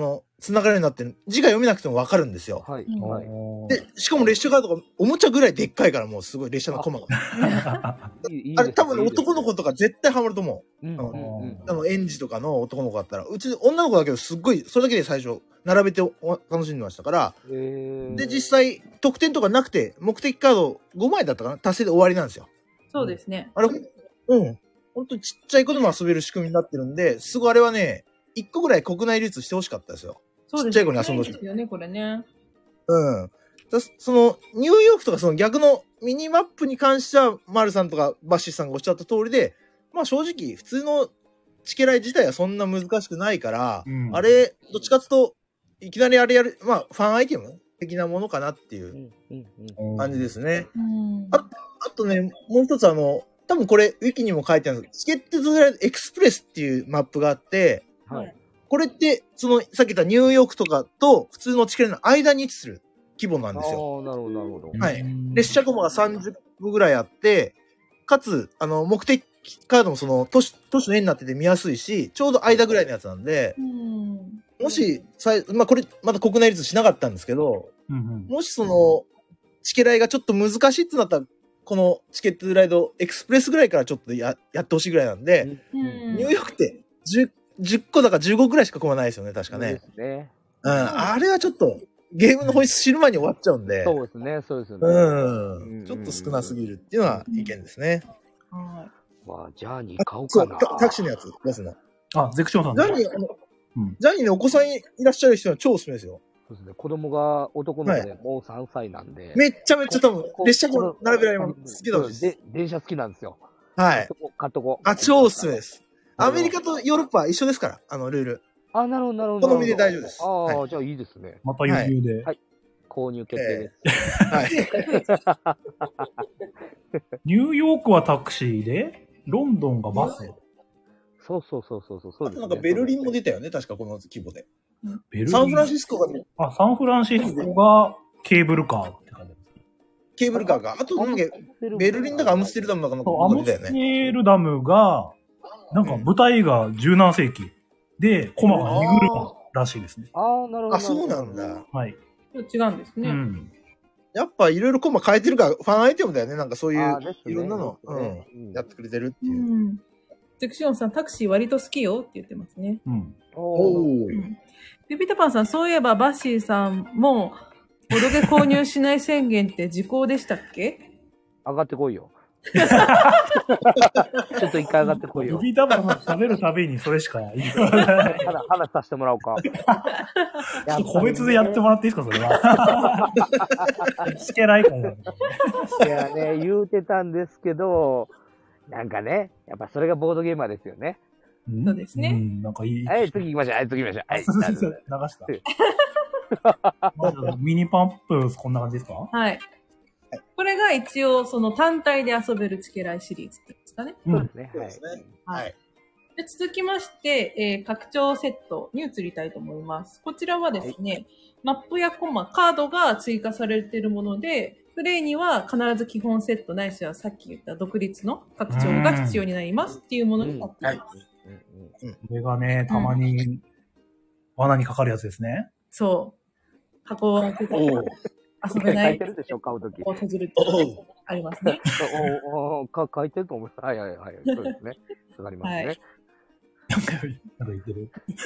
繋がるようになってる。字が読めなくてもわかるんですよ。 はい。 うんはい。 で、しかも列車カードがおもちゃぐらいでっかいからもうすごい列車のコマが。 いいいいあれ多分ねです男の子とか絶対ハマると思う。 うんうんうんあの、園児とかの男の子だったら。うち女の子だけどすっごい、それだけで最初並べてお楽しんでましたから。 へーで、実際得点とかなくて目的カードごまいだったかな達成で終わりなんですよ。 そうですね。 あれ、うん。ほんとちっちゃい子でも遊べる仕組みになってるんで、すごいあれはね、いっこぐらい国内流通してほしかったですよ。 そうですちっちゃい子に遊んでほしいいいですよね、これね。 うん。だその、ニューヨークとかその逆のミニマップに関しては、マルさんとかバッシーさんがおっしゃった通りで、まあ正直、普通のチケライ自体はそんな難しくないから、 うんあれ、どっちかっていうと、いきなりあれやる、まあ、ファンアイテム的なものかなっていううんうんうん感じですね。 うん。 ああとね、もう一つあの、多分これ、ウィキにも書いてあるんですけど、チケットズライドエクスプレスっていうマップがあって、 はい。 これって、その、さっき言ったニューヨークとかと普通のチケライの間に位置する規模なんああですよ。 ー、なるほど、なるほど。 はい列車コマがさんじゅっぷんぐらいあって、かつ、あの、目的カードもその、都市、都市の絵になってて見やすいし、ちょうど間ぐらいのやつなんで、 うん。 もし、さいまあ、これ、まだ国内率しなかったんですけど、 うんうんもしその、チケライがちょっと難しいってなったら、このチケットライドエクスプレスぐらいからちょっとや、やってほしいぐらいなんで、 うんニューヨークってじゅう、じゅっこだかじゅうごぐらいしかコマないですよね、確かねそうで。すね。 うん、あれはちょっと、ゲームの本質知る前に終わっちゃうんで、 そうですね、そうですよね。 うん、ちょっと少なすぎるっていうのは意見ですね。 はまあ、じゃあにあ買おうかな。 そうタ、タクシーのやつ出すの。 あ、ゼクションさんジャニー、あの、 うんジャニーね、お子さんいらっしゃる人は超おすすめですよ。 そうですね。子供が男の子でもうさんさいなんで。 めっちゃめっちゃ多分、 こ列車こう並べられこます。好きだほしいです。 で、電車好きなんですよ。 はい。 買っとこう。 あ、超おすすめです。アメリカとヨーロッパは一緒ですから、あの、ルール。 あ、なるほど、なるほど。 好みで大丈夫ですああ、 はじゃあいいですね。 また余裕で。 はい購入決定です。 はい。 ニューヨークはタクシーで、ロンドンがバス。 そうそうそうそうそうそうですね。 あとなんかベルリンも出たよね、確かこの規模で。 ベルリン。 サンフランシスコがね、 あ、サンフランシスコがケーブルカーって感じです。 ケーブルカーが。あとなんだっけ、ベルリンだかアムステルダムだかのそう、アムス出たよね。 テルダムが、なんか舞台がじゅうなな世紀で、コマがにぐるみらしいですね。 ああ、なるほど。 あ、そうなんだ。 はい。 い。違うんですね。 うん。 やっぱいろいろコマ変えてるから、ファンアイテムだよね。なんかそういうあーですねいろんなの、 ですねうん、やってくれてるってういう。 ん。ゼクシオンさん、タクシー割と好きよって言ってますね。 うん。 おーおー。 うん。で、ピタパンさん、そういえばバッシーさんも、ボドゲ購入しない宣言って時効でしたっけ？ 上がってこいよ。ちょっと一回上がってこいよ。 ビビタバさん喋るたびにそれしか言わない。ちょ話、話させてもらおうか。 っと個別でやってもらっていいですか、それは。しけないからなんだけどね。 いやね、言うてたんですけど、なんかね、やっぱそれがボードゲーマーですよね。 んそうですねうん、なんかいい。 はい、次行きましょう。はい、次行きましょう。はい。 流した。まずミニパンプ、こんな感じですか？ はい。これが一応、その単体で遊べるチケライシリーズっていうんですかね。 うんそうですね。 そうですね。 ははいい。 で続きまして、えー拡張セットに移りたいと思います。こちらはですね、マップやコマ、カードが追加されているもので、プレイには必ず基本セットないしはさっき言った独立の拡張が必要になりますっていうものになっています。 うんうんこれがね、たまに罠にかかるやつですね。 そう。箱を開けておー。 遊べない書いてるでしょ、買うとき。 を閉じるっていうのがありますね。 おおおか書いてると思います。はいはいはい。そうですね。わかりますね。 はいなんか、なんか言ってる。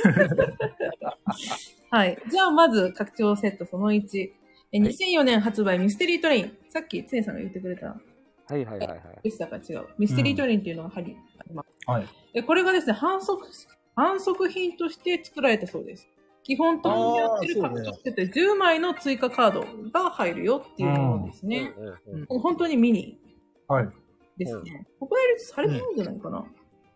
はい。じゃあ、まず、拡張セットそのいち。えにせんよねん発売ミステリートレイン。さっき、つねさんが言ってくれた。 はいはいはいはい。 でしたか違う。ミステリートレインっていうのが入り、あります。 はい。 えこれがですね、反則、反則品として作られたそうです。基本的にやってるあーそうね拡張セットでじゅうまいの追加カードが入るよっていうものですね。 うんうんうんうん本当にミニはい。 ですね。国内流通されてないんじゃないかな。 ん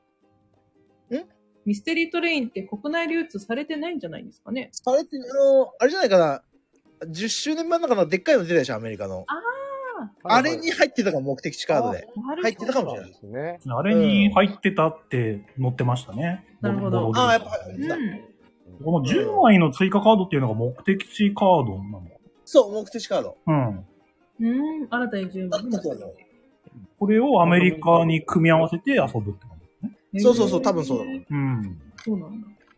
ミステリートレインって国内流通されてないんじゃないですかね。 あれって、あの、あれじゃないかな。じゅっしゅうねんまえの中のでっかいの出たでしょ、アメリカの。あれに入ってたかも、目的地カードで。 なる入ってたかもしれない。 ですね。 あれに入ってたって載ってましたね。 なるほどボロボロああ、やっぱ、 うん。 このじゅうまいの追加カードっていうのが目的地カードなの。 そう、目的地カード。 うん。 うん、新たにじゅうまい。 これをアメリカに組み合わせて遊ぶってことですね。 そうそうそう多分そうだへーうん。 そうなんだ。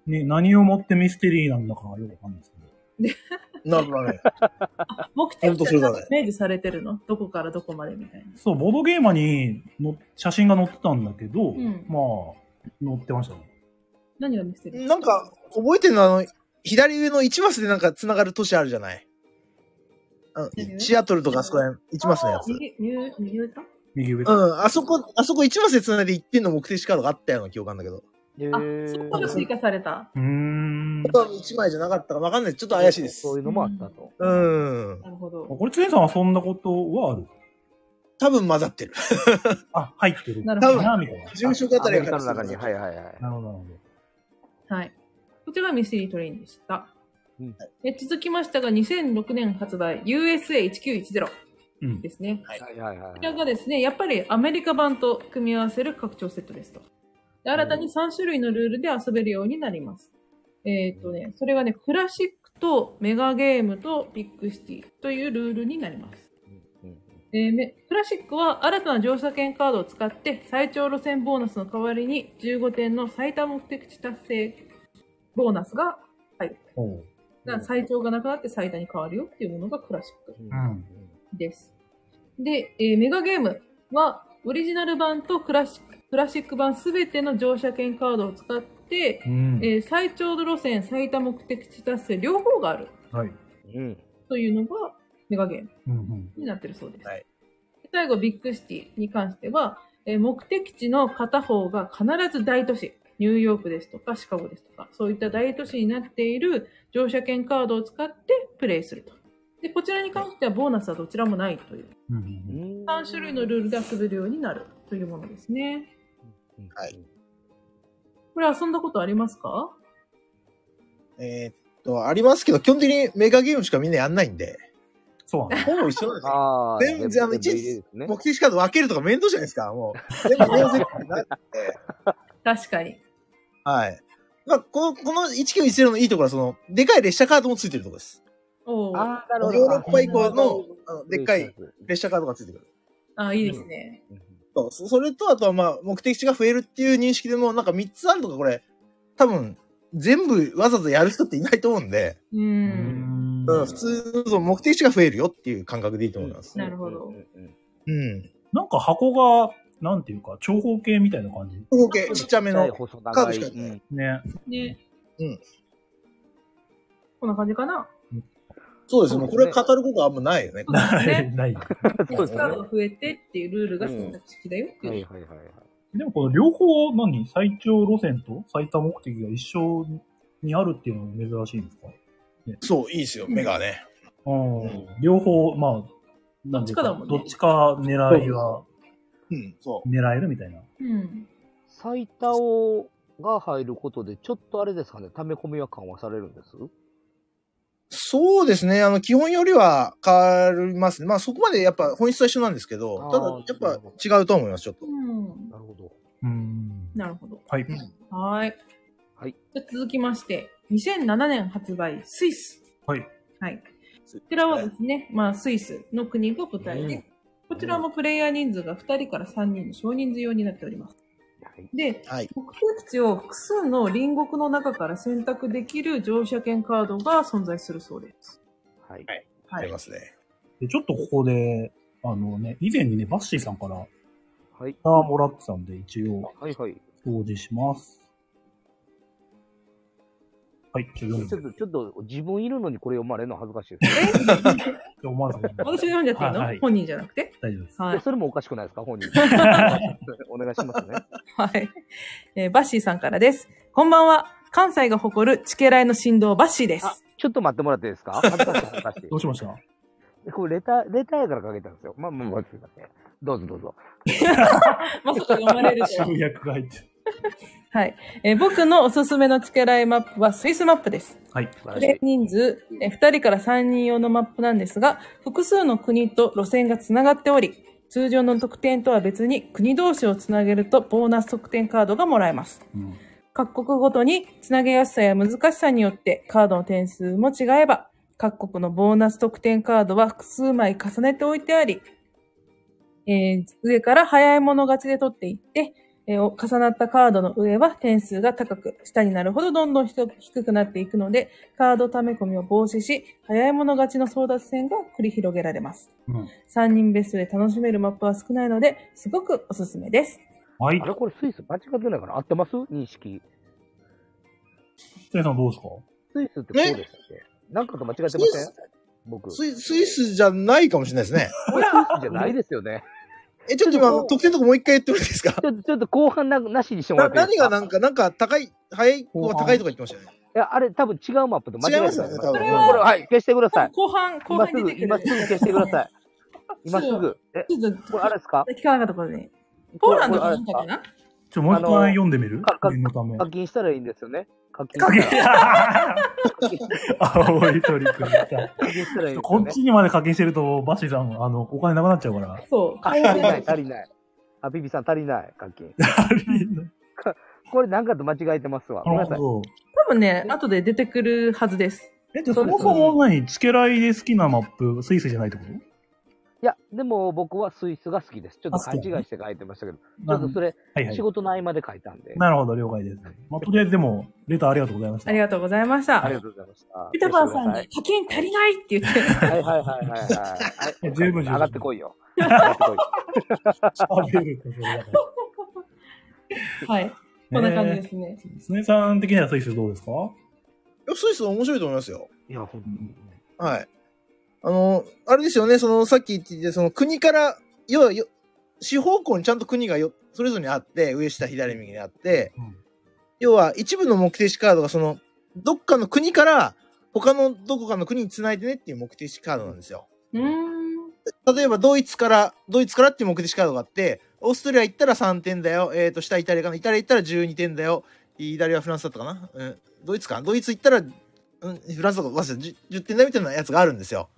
ね、何をもってミステリーなんだかがよくわかんないですけど。 なるほどね。 目的本当それだねが明示されてるの？どこからどこまでみたいな。 そう、ボードゲーマーにの写真が載ってたんだけど、 んまあ、載ってましたね。 何がミステリー？ なんか、覚えてるのは、あの、左上のいちマスでなんか繋がる都市あるじゃない。あの何上シアトルとかあそこら辺、いちマスのやつ。 右、右、右上か？ 右上。 うん、あそこ、あそこいちマスで繋いでいってんの目的カードがあったような記憶なんだけど。 へあ、 ーそこが追加された。 うーん。 本当はいちまいじゃなかったかわかんない。ちょっと怪しいです。 そういうのもあったと。 うん。 なるほど。 これ、つねさんはそんなことはある？ 多分混ざってる。 あ、入ってる。 なるほどかなみたいな。 住所あたりアメリカの中に、はいはいはい。 なるほど、なるほど。 はい。こちらがミステリートレインでした。 うんえ続きましたが、にせんろくねん発売 ユーエスエーいちきゅういちゼロうん。 ですね。 はいはいはい。 こちらがですね、やっぱりアメリカ版と組み合わせる拡張セットですと。で新たにさん種類のルールで遊べるようになります。えっ、とね、それがね、クラシックとメガゲームとビッグシティというルールになります。 うんうんえーめクラシックは新たな乗車券カードを使って最長路線ボーナスの代わりにじゅうごてんの最多目的地達成ボーナスが入る。 おう。 だから最長がなくなって最多に変わるよっていうものがクラシックうんです。で、えーメガゲームはオリジナル版とクラシッククラシック版すべての乗車券カードを使って、 うん。 えー最長路線最多目的地達成両方があるはい。 うんというのがメガゲームうんうん。 になってるそうです。 はいで最後、ビッグシティに関しては、えー目的地の片方が必ず大都市、ニューヨークですとかシカゴですとか、そういった大都市になっている乗車券カードを使ってプレイすると。で、こちらに関してはボーナスはどちらもないという、 うんうんうんさん種類のルールで遊べるようになるというものですね。 はい。 これ遊んだことありますか？ えーっと、ありますけど、基本的にメガゲームしかみんなやんないんで、 そうなんだ。 ほぼ一緒なんですよ。 ああ、 全然あの全部いちいちですね。 目的カード分けるとか面倒じゃないですか、もう。全部面倒設計になって。 確かに。 はい。まあ、この、このいちきゅういちゼロのいいところは、その、でかい列車カードもついてるところです。 おーああ、なるほど。 ヨーロッパ以降のあ、 あのでっかい列車カードがついてくる。 あ、いいですね。 そうそそれと、あとはまあ、目的地が増えるっていう認識でも、なんかみっつあるとか、これ、多分、全部わざわざやる人っていないと思うんで、 う。 うんんうん、普通のその目的地が増えるよっていう感覚でいいと思います。 なるほどうん。 なんか箱が、なんていうか、長方形みたいな感じ。 合計ちっちゃめの。 細カー長い。 ドしかうんね。 ね。 うん。 こんな感じかな。 そうですね。もうこれそうですね語ることはあんまないよね。 ない、 ねない。 でそうですねカードが増えてっていうルールが選択式だよっていう。 はいはいはいはい。 でもこの両方、何最長路線と最多目的が一緒にあるっていうのも珍しいんですか？ そう、いいですよ、メガね。 うん。両方、まあ、なんていうどっちかだもんねどっちか狙いが、 うん、そう。 狙えるみたいな。 うん。 最多をが入ることで、ちょっとあれですかね、溜め込みは緩和されるんですそうですね。あの、基本よりは変わりますね。まあそこまでやっぱ本質は一緒なんですけど、 あーただやっぱ違うと思います、ちょっと。 うん。 なるほど。 うん。 なるほど。 はい。 はーい。 はい。 じゃあ続きまして、にせんななねん発売、スイス。 はい。 はい。こちらはですね、まあ、スイスの国が舞台で、 うんこちらもプレイヤー人数がふたりからさんにんの少人数用になっております。 はい。 で、 はい。 目的地を複数の隣国の中から選択できる乗車券カードが存在するそうです。 はい。 はいありま。すね。 で、ちょっとここで、あのね、以前にね、バッシーさんから、 はい。 ターもらってたんで、一応、 はいはい。 表示します。はい、ちょっと読んでちょっと、ちょっと、自分いるのにこれ読まれるの恥ずかしいです。 え思わず私が読んじゃっていいの、 はいはい本人じゃなくて大丈夫です。 はい。 それもおかしくないですか、本人。お願いしますね。 はい。えーバッシーさんからです。こんばんは。関西が誇るチケライの振動バッシーです。 あ、ちょっと待ってもらっていいですか恥ずかしい恥ずかしどうしましたい。これレター、レターやからかけたんですよ。まあまあまあ、すいません。どうぞどうぞ。 まさか読まれるとは。 集約が入ってる。 はい、えー僕のおすすめのチケライマップはスイスマップです。 はい。 素晴らしい。 プレイ人数、えーふたりからさんにん用のマップなんですが、複数の国と路線がつながっており、通常の得点とは別に国同士をつなげるとボーナス得点カードがもらえます。 うん。 各国ごとにつなげやすさや難しさによってカードの点数も違えば、各国のボーナス得点カードは複数枚重ねておいてあり、えー上から早い者勝ちで取っていって、 えーお重なったカードの上は点数が高く、下になるほどどんどん低低くなっていくので、カード溜め込みを防止し、早い者勝ちの争奪戦が繰り広げられます。 うん。 さんにんベストで楽しめるマップは少ないので、すごくおすすめです。 はいあ。れこれスイス間違ってないかな合ってます認識。 せいさんどうですか？ スイスってこうでしたっけなんかと間違ってません僕。スイスイスイスじゃないかもしれないですね。 スじゃないですよね。 え、ちょっと今、得点とこもう一回言ってもいいですか？ ちょっと、ちょっと後半ななしにしてもらなっていいですか。 何がなんか、なんか高い、早い子が高いとか言ってましたよね。 いや、あれ多分違うマップと間違えて違いますよね、多分。 これ、はい、消してください。 後半、後今すぐ、 半に出てくる。 今すぐ消してください。今すぐ。え、 ちょっと、 これあれですか聞かなかったことで。ポーランドかなんかかなちょ、もう一回読んでみる？ かか念のため。 課金したらいいんですよね。課金かけしたら。 青い鳥くんだ。 課金したらいいんですよね。 こっちにまで課金してると、バッシーさん、あの、お金なくなっちゃうから。 そう。 あ足りない、足りない。あ、ビビさん足りない、課金。これなんかと間違えてますわ。ごめんなさい。 多分ね、後で出てくるはずです。 え、じゃあそもそも何チケライで好きなマップ、スイスじゃないってこと？ いや、でも僕はスイスが好きです。ちょっと勘違いして書いてましたけど、ちょっとそれ、 はいはい仕事の合間で書いたんで。 なるほど、了解です。まあ、とりあえずでも、レターありがとうございました。 ありがとうございました。 ありがとうございました。 ピタパンさんに課金足りないって言って。 はいはいはいはいはい。 十分十分上がってこいよ。上がってこいよ。 喋るとそれだからはい。こんな感じですね。 スネさん的にはスイスどうですか？ いやスイス面白いと思いますよ。 いや、ほんとに。 はい。あの、あれですよね、その、さっき言っていた、その国から、要はよ、四方向にちゃんと国がよ、それぞれにあって、上下左右にあって、 うん要は一部の目的地カードがその、どっかの国から他のどこかの国に繋いでねっていう目的地カードなんですよ。 うーん。 例えばドイツから、ドイツからっていう目的地カードがあって、オーストリア行ったらさんてんだよ。えっ、ー、と、下イタリアかな。イタリア行ったらじゅうにてんだよ。イタリアはフランスだったかな。うん、ドイツか。ドイツ行ったら、うん、フランスとか、忘れ 10, じゅってんだよみたいなやつがあるんですよ。 うん。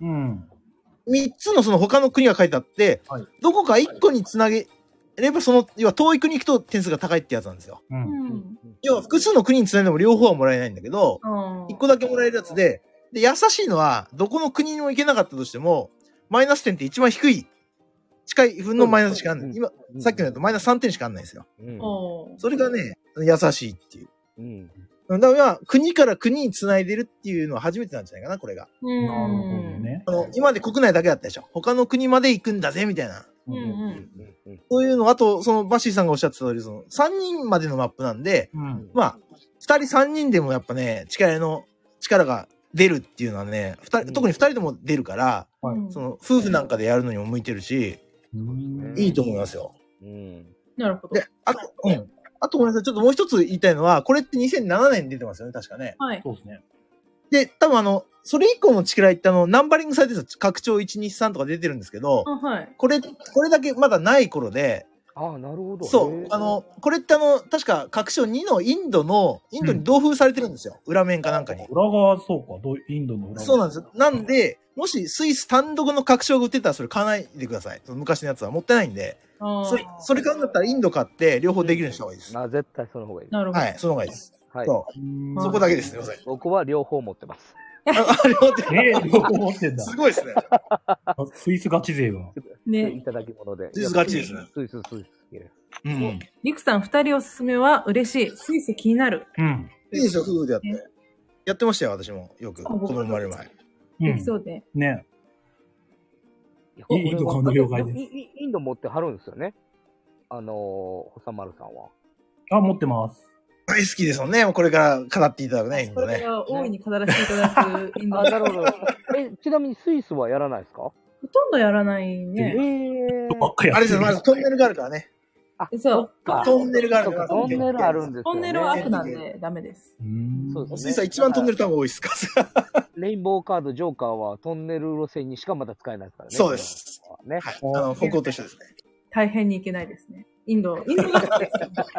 みっつのその他の国が書いてあって、 はい、 どこかいっこにつなげれば、その、要は遠い国行くと点数が高いってやつなんですよ。 う。 うんん。 要は複数の国につないでも両方はもらえないんだけど、いっこだけもらえるやつで、で、優しいのは、どこの国にも行けなかったとしても、マイナス点って一番低い、近い分のマイナスしかあんない。今、さっきのやとマイナスさんてんしかあんないんですよ。 うんそれがね、優しいっていう。 うんだから国から国に繋いでるっていうのは初めてなんじゃないかな、これが。 うん。 なるほどね。 あの、今まで国内だけだったでしょ。他の国まで行くんだぜ、みたいな。 うんうん。 うんそういうの、あと、その、バッシーさんがおっしゃってた通り、その、さんにんまでのマップなんで、 うん。 まあ、ふたりさんにんでもやっぱね、力の、力が出るっていうのはね、二人、特にふたりでも出るから、 はいその、夫婦なんかでやるのにも向いてるし、 うんいいと思いますよ。 うんなるほど。 で、あと、うん。あとごめんなさい、ちょっともう一つ言いたいのは、これってにせんななねんに出てますよね、確かね。 はい。 そうですね。 で、多分あの、それ以降の力ってあの、ナンバリングされてるんですよ。拡張いち、に、さんとか出てるんですけど、 あ、はい。 これ、これだけまだない頃で、 ああ、なるほど。 そうへ、ーあの、これってあの、確か拡張にのインドの、インドに同封されてるんですよ。裏面かなんかに。 裏側、そうか、どうインドの裏側。 そうなんですよ。なんで、もしスイス単独の拡張が売ってたらそれ買わないでください。その昔のやつはもったいないんで。 あそれ、それ買うんだったらインド買って両方できるようにした方がいいです。 あ、絶対その方がいい。 なるほど。 はい、その方がいいです。 はい。 そうう。そこだけです。すいません。 僕は両方持ってます。 あ、あ両手えー、両方持ってんだ。 すごいですね。 スイスガチ勢が。 ねい。ただき物で。 スイスガチですね。 スイス、スイス好きです。 うん。 リクさん二人おすすめは嬉しい。スイス気になる。 うん。 いいですよ、夫婦でやって。やってましたよ、私も。よく。 あ子供生まれる前。 うん。 できそうで。 ね。 いやインドこれはこの了解ですイイインド持ってはるんですよね。あのー、ホサマルさんは。 あ、持ってます。 大好きですもんね。もうこれから語っていただくね、インドね。 これから大いに語らせていただくインド。 あ、なるほど。え、ちなみにスイスはやらないですか？ ほとんどやらないえね。 ー。 ばっかりやあれですよ、 ってるまずトンネルがあるからね。 あ、 そうかトンネルがあるそうかトンネルあるんですよね。 トンネルは悪なんでダメです。 うーん。 そうですスイスは一番トンネル多分多いですかレインボーカード、ジョーカーはトンネル路線にしかまだ使えないですからね。 そうです。 ね。 はい。あの、歩行と一緒ですね。 大変にいけないですね。インド、インドが好きです。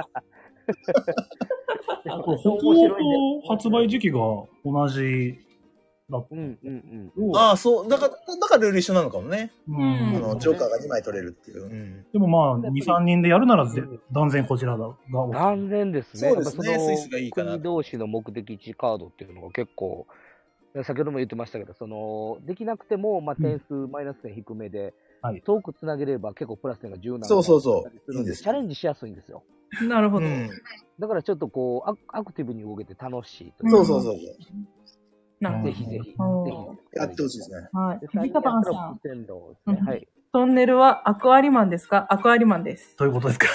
あと、北欧と発売時期が同じだった。 うんうんうん。 ああ、そう。だから、だからルール一緒なのかもね。 ううんあの、ジョーカーがにまい取れるっていう。うん。 でもまあ、に、さんにんでやるならぜ断然こちらがおすすめ。 断然ですね。 そうですねやっぱスイスがいいかな国同士の目的地カードっていうのが結構、先ほども言ってましたけど、その、できなくても、まあ、点数、マイナス点低めで、 はい遠くつなげれば結構プラス点がじゅうななそうそうそうするんでいいですチャレンジしやすいんですよ。 なるほど。 うん。 だからちょっとこう、アクアクティブに動けて楽しいとんいう。 そうそうそう。 なるほぜひぜひ、ぜうんひ。 やってほしいですね。 ど。はいで。 ピタパンさん。 線路ですね。はい。 トンネルはアクアリマンですか？アクアリマンです。 どういうことですか？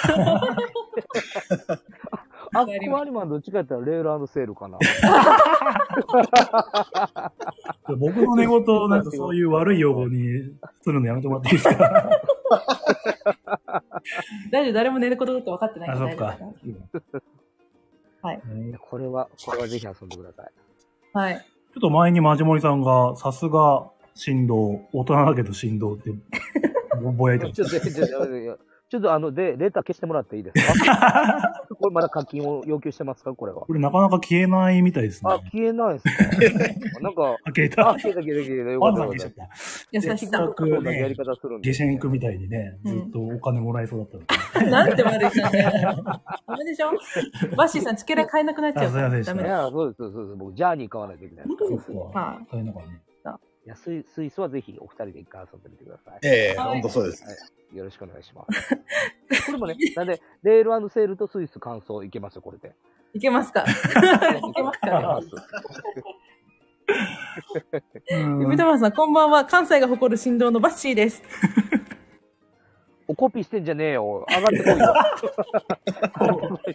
アクアリマンどっちかやったらレール&セールかな。 僕の寝言をなんかそういう悪い用語にするのやめてもらっていいですか？ 大丈夫、誰も寝ることだって分かってないあ、 からそっか大丈夫。はい。 ねこれは、これはぜひ遊んでください。 はい。 ちょっと前にマジモリさんが、さすが振動、大人だけど振動って、ぼぼやいてまちょっと、ちょっと、ちょっとちょっとあの、で、レター消してもらっていいですか？これまだ課金を要求してますかこれは。 これなかなか消えないみたいですね。 あ、消えないですか？なんか、 あ、消えた。 あ、消えた消えた消えた。よかワったよかっンさん消えちゃった。 優しさせっか。くた。そんなやりね、 方するんで。 下シェンクみたいにね、ずっとお金もらえそうだったのに。 なんて悪い感じ。ダメでしょ？バッシーさん、チケラ買えなくなっちゃうから。 あすいませんでしたダメだ。 いや、そうです、そうです。僕、ジャーニー買わないといけない。 本当ですそうかは大変だからね。 いや、スイスイスはぜひお二人で一回遊んでみてください。 ええ、 はいほんとそうです。 はい。よろしくお願いします。これもね、なんで、レール&セールとスイス感想いけますよ、これで。 い。いけますか？いけますかね？ うん三玉さん、こんばんは。関西が誇る振動のバッシーです。 おコピーしてんじゃねえよ。上がってこいよ。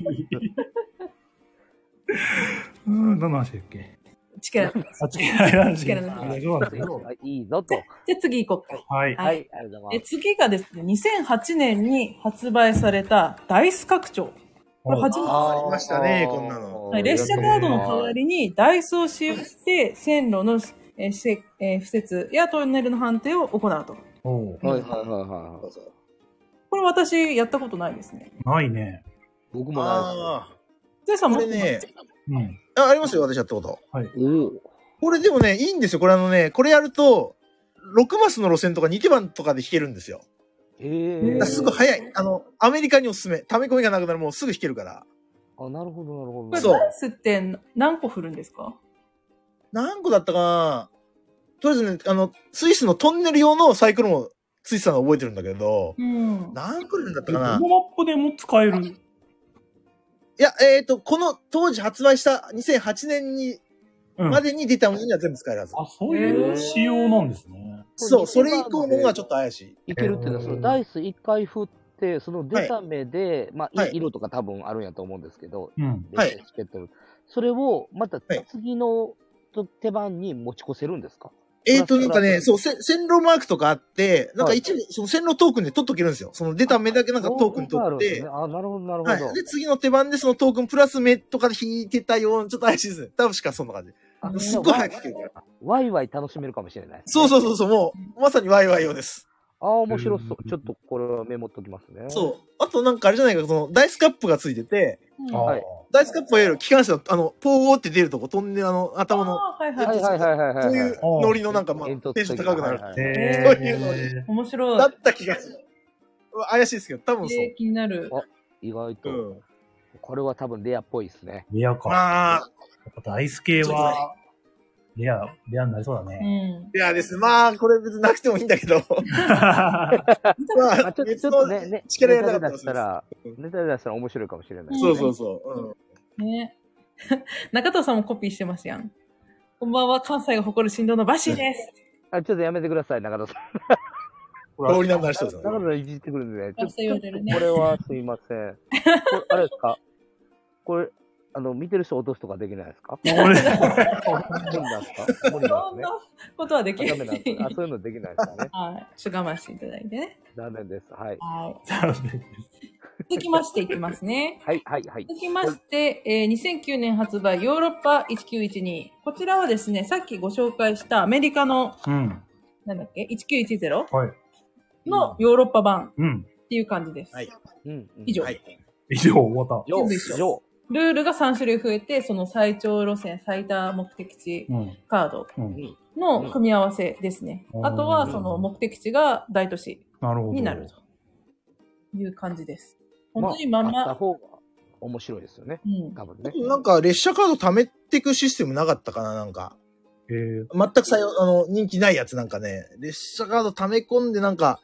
うん、何の話だっけ？ チケラ。 あ、チケラの話。 チケラの話あそうなんですよ。 はいいいぞと。 じゃあ次行こうか。 はい。 ははいい、ありがとうございえます。 次がですね、にせんはちねんに発売されたダイス拡張。これ初めて、 あーありましたねこんなのはい、列車カードの代わりにダイスを使用して線路の、えー施えー施設やトンネルの判定を行うと。 おうはいはいはいはそうそうこれ私やったことないですね。 ないね。 い。僕もなあゼイさあ、 ん持ってますこれね、 うん。 あありますよ、私やったこと。 はい。 いです。おお。 これでもね、いいんですよ。これあのね、これやると、ろくマスの路線とかにてばんとかで弾けるんですよ。 へえ。 だからすぐ早い。あの、アメリカにおすすめ。溜め込みがなくなるもうすぐ弾けるから。 あ、なるほどなるほど。 これそうダイスって何個振るんですか？ 何個だったかなとりあえずね、あの、スイスのトンネル用のサイクルもスイスさんが覚えてるんだけど、 うん。 何個いるんだったこのかなマップでも使える。 いや、えっ、ー、と、この当時発売したにせんはちねんに、 うん。 までに出たものには全部使えるはず。 あ、そういう仕様なんですね。 そう、それ以降のがちょっと怪しい。 いけるっていうのは、そのダイス一回振って、その出た目で、まあ、 はいい色とか多分あるんやと思うんですけど、 うん。 はいチケット。それを、またはい次の手番に持ち越せるんですか？ えっ、ー、と、なんかね、 プラスそう、せ線路マークとかあって、なんかはい一部、その線路トークンで取っとけるんですよ。その出た目だけなんかトークン取って、 あ、なるほど、なるほど。 はい。で、次の手番でそのトークンプラス目とかで引いてたような、ちょっと怪しいですね。多分しかそんな感じ。 あすっごい早く弾けるから。 ワイワイ楽しめるかもしれない。 そうそうそうそう、もう、まさにワイワイ用です。 ああ、面白そうう。 んちょっとこれはメモっときますね。 そう。あとなんかあれじゃないか、その、ダイスカップがついてて、 うんあはいダイスカップはいわゆる機関車の、あの、ポーって出るとこ飛んで、あの、頭の、 あーはいははいい。 はいはいはいはい。 そういうノリのなんか、まあ、 煙突テンション高くなる。 はいはいー。 えそういうのえ面白い。 だった気がする。怪しいですけど、多分そう。 えー気になる。 意外と、 うん。 これは多分レアっぽいですね。 ーレアか。やまあ、 っぱダイス系は、レア、レアになりそうだうね。 ん。 いやですね。まあ、これ別になくてもいいんだけど。ままあ、 あ、 ちょち別のょっとね、ね、 力やネタでらなかったです出したら、ネタで出したら面白いかもしれない。 そうそうそう。うん。 ね。中藤さんもコピーしてますやん。こんばんは、関西が誇る振動のバッシーです。 あ、ちょっとやめてください、中田さん。 通りなんな人ですよね。 中田さんいじってくるんでね。ちょっとそう言われるねこれはすいません。これ、あれですかこれ、あの、見てる人落とすとかできないですか俺、 無理なんですか無理なんですねそんな。ことはできない。 ダメなんですかあ、そういうのできないですかね。 はい。ちょっと我慢していただいてね。 残念です。はい。 はい。続きましていきますね。 はい、はい、はい。 続きまして、えーにせんきゅうねん発売、ヨーロッパせんきゅうひゃくじゅうに。こちらはですね、さっきご紹介したアメリカの、 うん。 なんだっけ、せんきゅうひゃくじゅうはい。 のヨーロッパ版うん。 っていう感じです。 はい。 うん、うん以上。 はい。 以上、終わった。 上全部一緒上ルールがさん種類増えて、その最長路線、最多目的地うん。 カードうん。 の組み合わせですね。 うんあとは、その目的地が大都市なるほど。 になるという感じです。本まあ当にまんあったま、 方が面白いですよね。 うん。 多分ね。 なんか、列車カード貯めてくシステムなかったかな、なんか。 えー、 全く採用、あの、人気ないやつなんかね、列車カード溜め込んでなんか、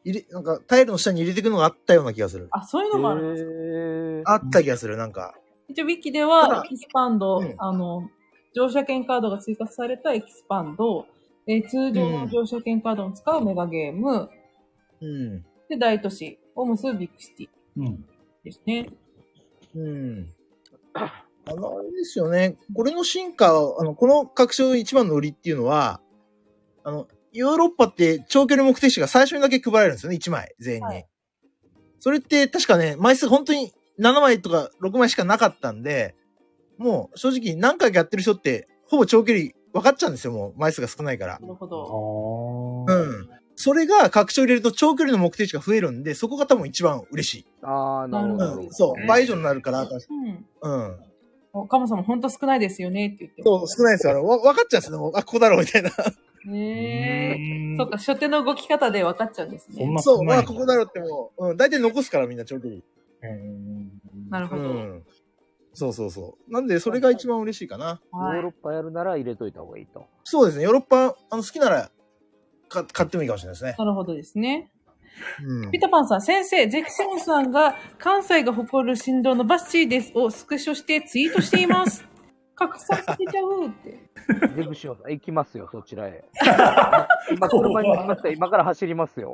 入れ、なんかタイルの下に入れていくのがあったような気がする。 あ、そういうのもあるんです。 へーあった気がする、なんか。 一応、ウィキでたは、 だエキスパンド、 うんあの、乗車券カードが追加されたエキスパンド、えー通常の乗車券カードを使うメガゲーム、 うん。 で、大都市を結ぶビッグシティうん。 ですね。 うん。あの、あれですよね。これの進化、あの、この拡張一番の売りっていうのは、あの、ヨーロッパって長距離目的地が最初にだけ配られるんですよね、いちまい、全員に。 はいそれって確かね、枚数本当にななまいとかろくまいしかなかったんで、もう正直何回かやってる人って、ほぼ長距離分かっちゃうんですよ、もう枚数が少ないから。 なるほあど。 ー。 うん。それが拡張入れると長距離の目的地が増えるんで、そこが多分一番嬉しい。 ああ、なるほど。 なるほどうん。そう。倍以上になるから、確かうん。 うん。 おカモさんも本当少ないですよねって言ってまそう、少ないですよ。あの、わ分かっちゃうんですよ。もうあ、ここだろうみたいな。 す。ねえ。 うーんそっか、初手の動き方で分かっちゃうんですね。 そんなそう、まあ、 少ないんだここだろうってもう、うん、大体残すからみんな長距離。 うんなるほど。 うん。そうそうそう。なんで、それが一番嬉しいかな。 はいヨーロッパやるなら入れといた方がいいと。 そうですね。ヨーロッパ、あの、好きなら、か、買ってもいいかもしれないですね。 なるほどですね。 うんピ。タパンさん、先生、ゼクションさんが関西が誇る振動のバッシーですをスクショしてツイートしています。拡散されちゃうって。 ゼブシオンさん、行きますよ、そちらへ。今、車に乗りました。今から走りますよ。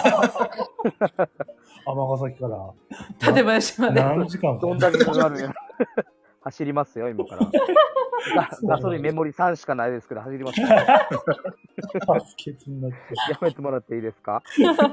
尼崎から館林まで。 何時間か。 どんだけかかるんや。走りますよ、今から。ガガソリンメモリさんしかないですけど、走りますよ。やケツになって。 めてもらっていいですか？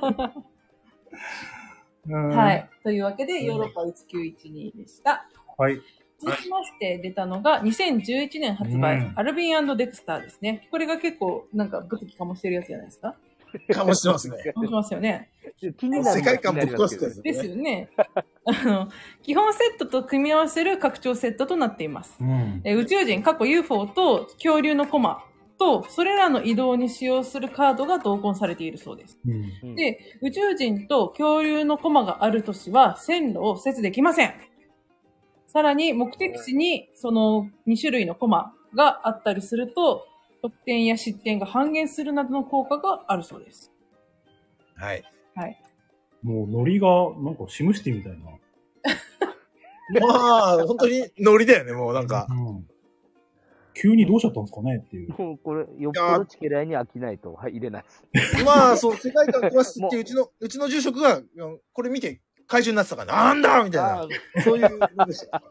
うんは。い。というわけで、ヨーロッパいちきゅういちにでした。 はい。 続きまして出たのがにせんじゅういちねん発売、 うんアルビン&デクスターですね。これが結構なんか物議かもしてるやつじゃないですか。 かもしてますね。 かもしますよね。 気になる世界観ぶっ壊すってやつですね。 よね。あの、基本セットと組み合わせる拡張セットとなっています。 うん。 え宇宙人、過去 ユーフォー と恐竜のコマと、それらの移動に使用するカードが同梱されているそうです。 うん。 で、宇宙人と恐竜のコマがある都市は線路を接できません。さらに目的地にそのに種類のコマがあったりすると、得点や失点が半減するなどの効果があるそうです。 はい。 はい。 もうノリが、なんかシムシティみたいな。 まあ、本当にノリだよね、もうなんか。 うん。急にどうしちゃったんですかねっていう。 もうこれ、よっぽどチケライに飽きないと、はい、入れないです。 まあ、そう、世界観壊すっていううちの、うちの住職が、うんこれ見て怪獣になってたから、なんだみたいあな。そういうのでした。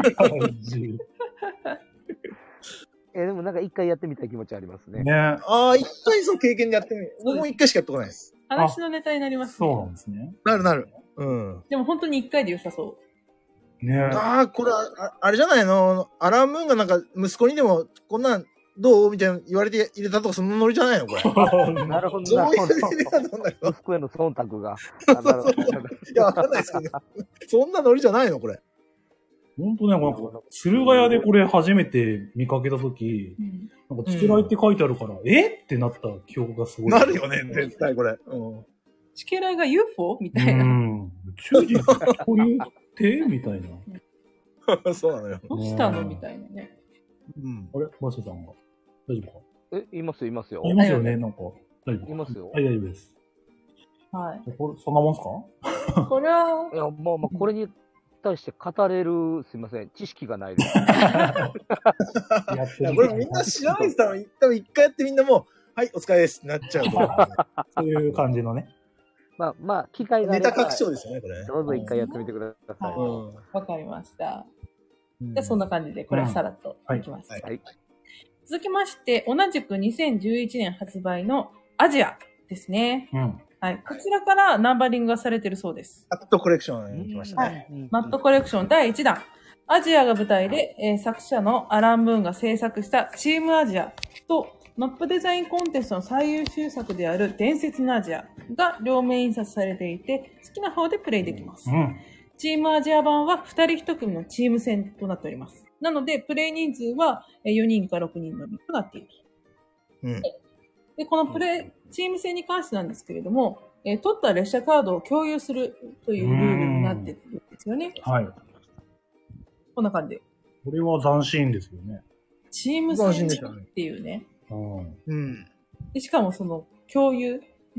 えでもなんか一回やってみたい気持ちありますね。 ね。 ああ、一回そう経験でやってみる。僕も一回しかやったことないです。 話のネタになりますそうなね。 んですね。 なるなる。うん。 でも本当に一回で良さそね。 ああ、これあ、あれじゃないのアランムーンがなんか息子にでも、こんなんどうみたいな言われて入れたとか、そのノリじゃないのこれ。 なるほど、 そういうなるほど。 ノリだと思うんだけど。 息子への忖度が。 そうあなるほどいや、わかんないですけど。そんなノリじゃないのこれ。 ほんとね、なんか、駿河屋でこれ初めて見かけたとき、 う。うんなんか、チケライって書いてあるから、えってなった記憶がすごい。 なるよね、絶対これ。うん。 チケライが ユーフォー みたういな。 ん。宇宙人恐竜ってみたいな。 そうなのよ。 どうしたのみたいなね。 うん。 あれバシさんが。大丈夫かえ、いますよ、いますよあ。いますよね、なんか。大丈夫かいますよはい、大丈夫です。 はい。 じゃあこれ、そんなもんすかこれはいや、まあまあ、これに対して語れる、すいません、知識がないです。 やってるいやこれみんな知らないです。多分多分一回やってみんなもう、はい、お疲れですってなっちゃうと思う。 そういう感じのね。 まあまあ、機会があネればタ拡張ですよね、これ。 どうぞ一回やってみてください。 はいうん。 わかりました。 うんじゃあそんな感じで、これはさらっといきます。 はいはい。 続きまして、同じくにせんじゅういちねん発売のアジアですね。 うん。 はい。こちらからナンバリングがされているそうです。 アットコレクションに来ましたね。 マットコレクションだいいちだん。アジアが舞台で、えー作者のアラン・ムーンが制作したチームアジアとマップデザインコンテストの最優秀作である伝説のアジアが両面印刷されていて、好きな方でプレイできます。 うん。 チームアジア版はふたりひと組のチーム戦となっております。なので、プレイ人数はえーよにんかろくにんのみとなっている。 うん。 で、このプレイ、チーム戦に関してなんですけれども、えー取った列車カードを共有するというルールになっているんですよね。 はい。 こんな感じで。 これは斬新ですよね。 チーム戦斬新でしたねっていうね。 うん。 うん。 でしかもその共有で、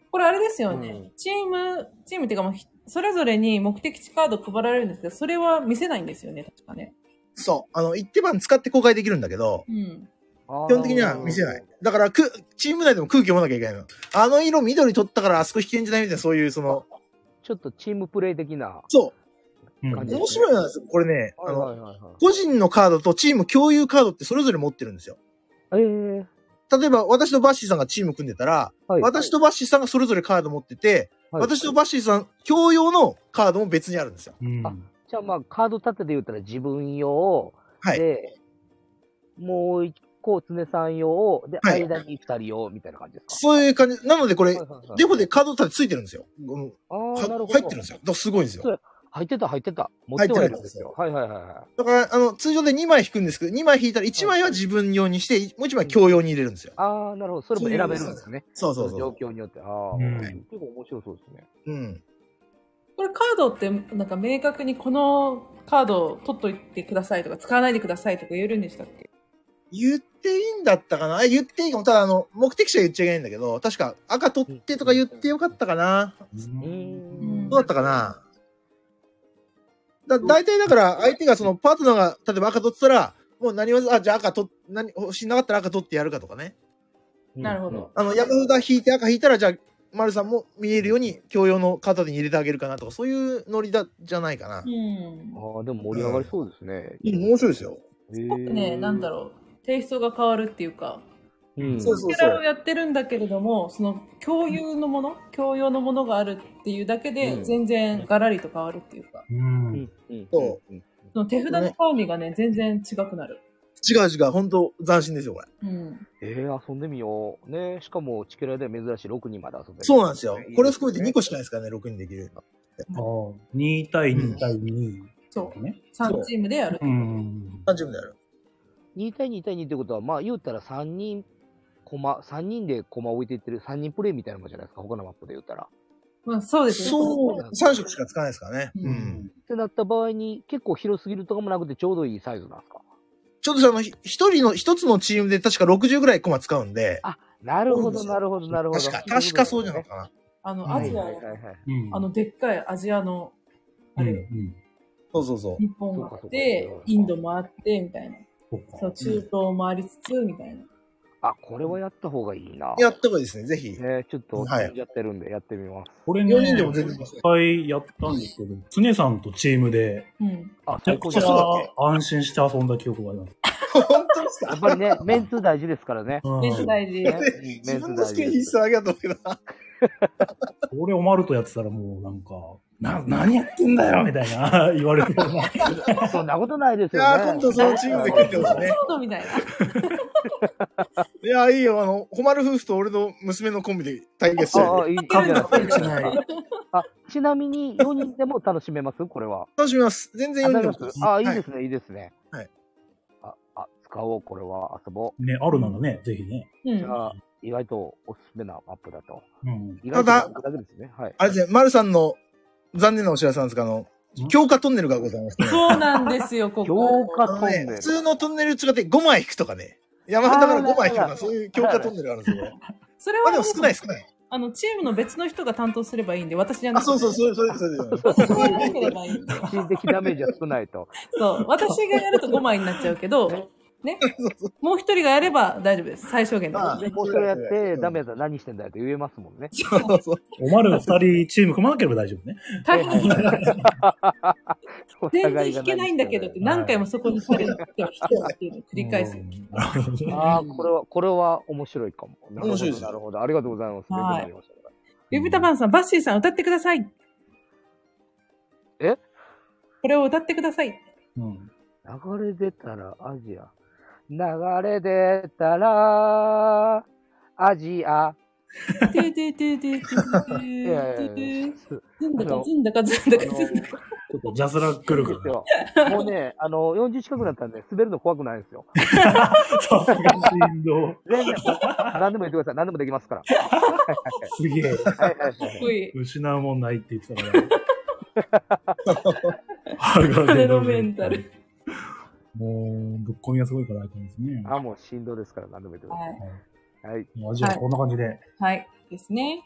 これあれですよね。 うんチーム、チームっていうかもうひ、それぞれに目的地カード配られるんですけど、それは見せないんですよね、確かね。 そう。あの、一手番使って公開できるんだけど、 うん。 基本的には見せない。。だから、く、チーム内でも空気読まなきゃいけないの。あの色緑取ったからあそこ引けんじゃないみたいな、そういう、その、 ちょっとチームプレイ的なそう。 うん感じ面白いなんですよ。これね、あの、 はいはいはいはい。 個人のカードとチーム共有カードってそれぞれ持ってるんですよ。 ええ例えば、私とバッシーさんがチーム組んでたら、 はい。 私とバッシーさんがそれぞれカード持ってて、 はい私とバッシーさん共用のカードも別にあるんですよ。 うん。 あじゃあまあ、カード立てで言ったら自分用はい。 で、もう一個、常さん用で、 はい間に二人用みたいな感じですか。 そういう感じ。なのでこれ、 はいはいはいデフォでカード立てついてるんですよ。うんあはあ、なるほど。 入ってるんですよ。だからすごいんですよ。 入ってた、入ってた。持ってはいるんですよ。はいはいはいはだから、あの、通常でにまい引くんですけど、にまい引いたらいちまいは自分用にして、もういちまい共用に入れるんですよ。 い。ああ、なるほど。それも選べるんですね。 そうそう状そ況によって。ああ、 うん結構面白そうですね。 う。うん。 これカードって、なんか明確にこのカードを取っといてくださいとか、使わないでくださいとか言えるんでしたっけ？ 言っていいんだったかなえ言っていいかも。ただ、あの、目的地は言っちゃいけないんだけど、確か赤取ってとか言ってよかったかなううんうんん。 どうだったかなだ、大体だから、相手がその、パートナーが、例えば赤取ってたら、もう何は、あ、じゃあ赤取っ、何、欲しなかったら赤取ってやるかとかね。 なるほど。 あの、山札引いて赤引いたら、じゃあ、丸さんも見えるように、共用のカードに入れてあげるかなとか、そういうノリだ、じゃないかな。 うん。 ああ、でも盛り上がりそうですね。 うん、面白いですよ。 へえね、なんだろう。テイストが変わるっていうか、 うん。 そうそうキャラをやってるんだけれども、その共有のもの、共用のものがあるっていうだけうで、 ん全然ガラリと変わるっていうか、 う。 うんん。うん。 そうん。 その手札の香りがね、全然違くなる。 違う違う、本当斬新ですよ、これ。 うん。 ええ遊んでみよう。ねしかも、チケラでは珍しいろくにんまで遊べる。 そうなんですよ。これ含めてにこししかないですからね、ろくにできる。 ああ、に対に対に。 そう。 ね。 さんチームでやる。 うん。 さんチームでやる。 に対に対にってことは、まあ言うたらさんにん、コマ、さんにんでコマ置いていってるさんにんプレイみたいなもんじゃないですか、他のマップで言ったら。 まあ、そうですね。 そう、さん色しか使わないですからね。 ううんん。 ってなった場合に、結構広すぎるとかもなくてちょうどいいサイズなんですか。 ちょっとその、ひ一人の、一つのチームで確かろくじゅうぐらいコマ使うんで、 なるほど、なるほど、なるほど。 確か、確かそうじゃないかな。 あの、 はいアジア、 はいはいはい。 うん。 あの、でっかいアジアの、あれよ、 うん。 そうそうそう。 日本があっそうてかそうか、 インドもあって、みたいな。 そうか。 そう、中東もありつつ、みたいな。 あ、これはやった方がいいな。 やった方がいいですね、ぜひ。 ねちょっと、 はいやってるんで、やってみます。 これね、 よにんでも全然いい一回やったんですけど、常さんとチームで、 うん。 あ、 めちゃくちゃ最高じゃん。 そうだっ安心して遊んだ記憶があります。 本当ですかやっぱりね、メンツ大事ですからね。 うん電子大事。 ね自分の好きに必須ありがとうけどな。 俺おまるとやってたらもうなんか、な、何やってんだよみたいな言われてるな。 そんなことないですよね。 いやー、今度そのチームで組んでほしいね。 ちょうどみたいな。 いやー、いいよ。あの、ホマル夫婦と俺の娘のコンビで対決したい、 ああ、 ね。 いい、いいじゃないですか。 ない。 あ、ちなみによにんでも楽しめますこれは。 楽しみます。全然あ、 読んでも大丈夫です。あ、いいはいですね、いいですね。 はい。 あ、あ、使おう、これは遊ぼう。 ね、あるならね、ぜひね。 うん。 じゃあ、意外とおすすめなマップだと。 うん。 意外とただ僕だけですね。はい。 あれですね、丸さんの残念なお知らせなんですが、あの、強化トンネルがございますね。 そうなんですよ、ここ。 強化あのね、 トンネル。 普通のトンネル違ってごまい引くとかね。山札からごまい引くとか、 あーそういう強化トンネルがあるんですよ。 それはまあでも少ない少ない。 あの、チームの別の人が担当すればいいんで、私じゃなあ、 くて。 そうそう、そう、そう、そう、そう。 私がやらなければいいんで。 心的ダメージは少ないと。 そう。私がやるとごまいになっちゃうけど、ね。もう一人がやれば大丈夫です。最小限で。 ああで、もうそれやって、ダメだったら何してんだよって言えますもんね。 そうそうそう。 おまる二人チーム組まなければ大丈夫ね。 大変はいはいお全互いが然弾けないんだけどって何回もそこに彼が来ては弾けないっていうのを繰り返す。 うんなるほどね。 ああ、これは、これは面白いかも。なるほど面白いですなるほど。ありがとうございます。 はい勉強になりましたこビブタバンさん、バッシーさん歌ってください。 えこれを歌ってください。 うん。 れ流れ出たらアジア。流れ出たらアジア。 てーてーてーてーてーていやいやいーや。 ずんだかずんだかずんだかずんだか。 ちょっとジャスラックルですが。 よ。もうね、あの、よんじゅう近くなったんで、滑るの怖くないんですよ。 さすが振動。 全然、何でも言ってください。何でもできますから。 すげえ。 はいはいはいかっこいい。 失うもんないって言ってたから。 彼のメンタル。 もう、ぶっ込みがすごいから、あれですね。 あ、もう振動ですから、何でも言ってくだはさい。はい。 もう味はこんな感じで。 い。はい。ですね。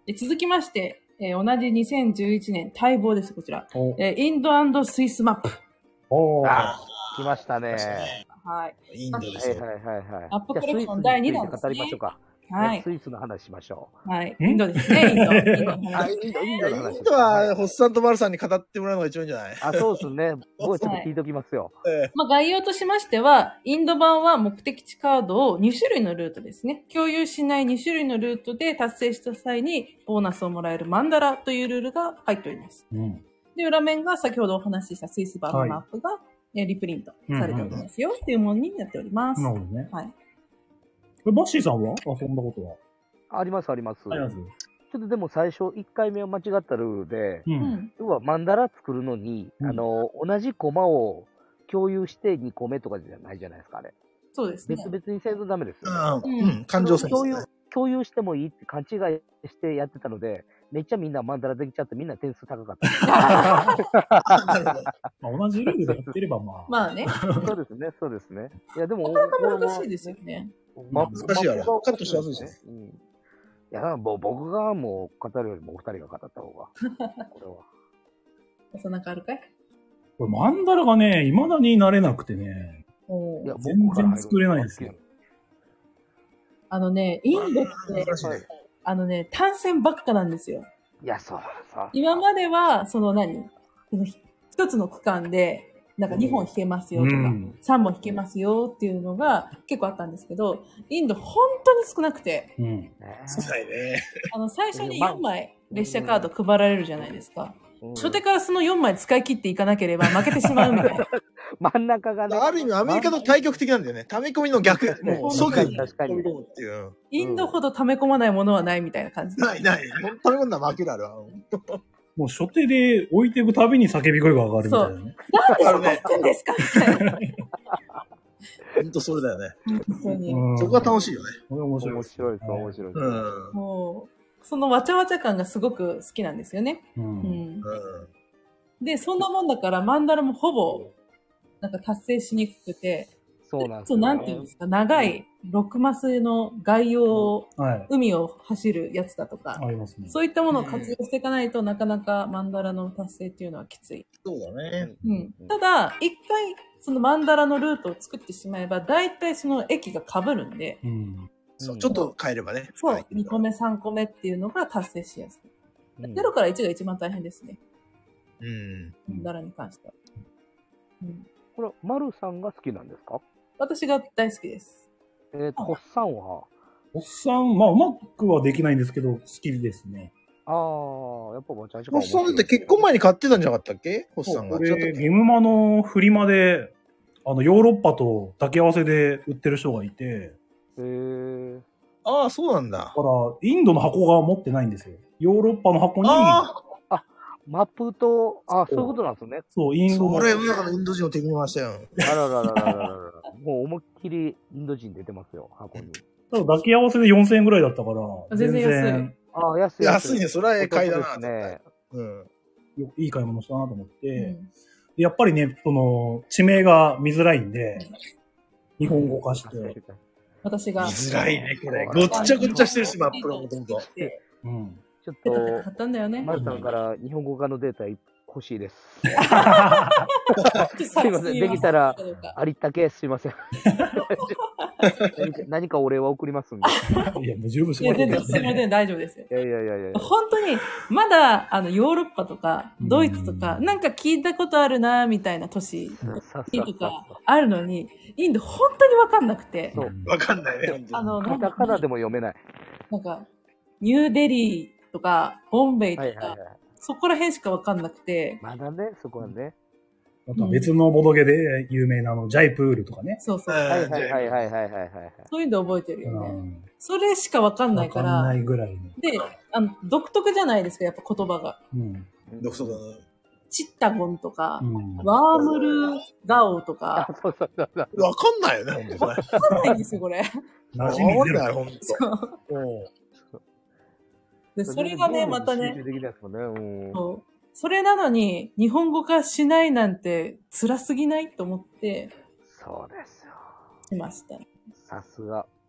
で続きまして、えー同じにせんじゅういちねん待望です、こちら。 おえーインドスイスマップ。 おー。 あ来ましたね。 はい。 インドですよ。 はいはいはいはい。 アップコレクションじゃあだいにだんですねスイスについて語りましょうか。 はいス。イスの話しましょはい。 んインドですね、インド。インドのう。あ、 話。 インド、インドの話。 インドは、ホッサンとマルさんに語ってもらうのが一番いいんじゃない？ あ、そうですね。僕はちょっと聞いときますよ。 えまあ、概要としましては、インド版は目的地カードをに種類のルートですね。共有しないに種類のルートで達成した際にボーナスをもらえるマンダラというルールが入っております。 うん。 で、裏面が先ほどお話ししたスイス版のマップが、えリプリントされておりますよっていうものになっております。 なるほどね。 はい。 これバッシーさんは遊んだことはありますあります。 ありますちょっとでも最初いっかいめは間違ったルールで、 う。 うんん。 要はマンダラ作るのに、 うんあの、同じコマを共有してにこめとかじゃないじゃないですか、あれ。 そうですね別。々にせんとダメですえよ、ね。 うん。うん。感情線です共有ね。、 共有してもいいって勘違いしてやってたので、めっちゃみんなマンダラできちゃってみんな点数高かった。 なるほど。 まあ、同じルールでやってればまあ。 まあね。 そうですね、そうですね。いや、でも、 なかなか難しいですよね。 ま難しいやろマップがカットしやすいしねうん。いや、もう僕がもう語るよりもお二人が語った方が、これは。 そんなんかあるかい？ これマンダラがね、未だになれなくてね。 おーいや全然作れないんですよ。 あのね、インドって、 難しいね。 あのね、単線ばっかなんですよ。 いや、そうそう。 今までは、その何その一つの区間で、なんかにほん弾けますよとか、 うんさんぼん弾けますよっていうのが結構あったんですけど、インド本当に少なくて、 うん。 ね少ないね。 あの、最初によんまい列車カード配られるじゃないですか。 うん初手からそのよんまい使い切っていかなければ負けてしまうみたいな。 真ん中がね。 ある意味アメリカと対極的なんだよね。溜め込みの逆。もう即確かにに確かに飛び込むっていう。 インドほど溜め込まないものはないみたいな感じ。 ないない。溜め込んだら負けるあるわ。 もう初手で置いていくたびに叫び声が上がるみたいなね。 なんでそこ行くんですかみたいな。 ほんとそれだよね。 本当に。 うんそこが楽しいよね。 これ面白い面白いです、面白いです。 うん。 もう、そのわちゃわちゃ感がすごく好きなんですよね。 う。 うんん。 うん。 で、そんなもんだから、マンダラもほぼ、なんか達成しにくくて、 そうなんですよ、 そう、なんていうんですか、長いろくマスの概要を、 はい。 海を走るやつだとか、 ありますね。 そういったものを活用していかないとなかなかマンダラの達成っていうのはきつい。 そうだね。 うん。ただ、一回、そのマンダラのルートを作ってしまえば、大体その駅が被るんで、 うん。 そう、ちょっと変えればね。 そう、 はいにこめ、さんこめっていうのが達成しやすい。 うんゼロからいちが一番大変ですね。 うん。 マンダラに関しては。うん、 これ、マルさんが好きなんですか？ 私が大好きです。 えっと、ホッサンは、 おっさん、まあ、うまくはできないんですけど、好きですね。 ああ、やっぱもうちゃんとホッサンだって結婚前に買ってたんじゃなかったっけホッサンが。 こちょっとれ、ゲムマのフリマで、あの、ヨーロッパと抱き合わせで売ってる人がいて、 へえ。 ああ、そうなんだだ。から、インドの箱が持ってないんですよ。ヨーロッパの箱に、 あマップと、あ、そういうことなんですね。 そう、イあ、 ンドのそれ世の中のインド人を敵に回したよ。 あらららららららら。もう思いっきりインド人出てますよ、箱に。 ただ抱き合わせでよんせんえんぐらいだったから、 全然安いああ、安い安いね、それは買いだな。 ですね。 うん。 よいい買い物したなと思って、 うんでやっぱりね、その、地名が見づらいんで、日本語化して、 私が。 見づらいね、これ。ごっちゃごっちゃしてるし、マップがもともと。 うん。 ちょっペタペタと貼、ったんだよね。 マルさんから日本語化のデータ欲しいです。 すすいませんできたらありったけ、すいません。何か何かお礼は送りますんで。 いや、もう十分しいや、 ません全然、すみません、大丈夫ですよ。 いやいやいやいや。 本当に、まだ、あの、ヨーロッパとか、ドイツとか、 うんなんか聞いたことあるな、みたいな都市さとかあるのに、インド本当にわかんなくて、 そうわかんないね、本当に。 あの、なんかカタカナでも読めない。 なんか、ニューデリーとか、ボンベイとか、 はいはいはい。 そこら辺しかわかんなくて、 まだね、そこはね。 あとは別のボドゲで有名なあの、ジャイプールとかね。 そうそう。 はいはいはいはいはいはいはい。 そういうの覚えてるうよね。 ん。 それしかわかんないかわかんなら、 いぐらいの。 で、あの、独特じゃないですか、やっぱ言葉が。 うん。 独特だな。 チッタゴンとか、 うん。 ワームルガオとあか、、 そうそうそうそう。 わかんないよね、本当に。 わかんないんですよ、これ。 馴染みゼロ。 わかんない、本そう当。うんで、それがね、また集ね中、できないですもんね。うん。 そうそれなのに、日本語化しないなんて辛すぎないと思って、 そうですよ。 しました。 さすが。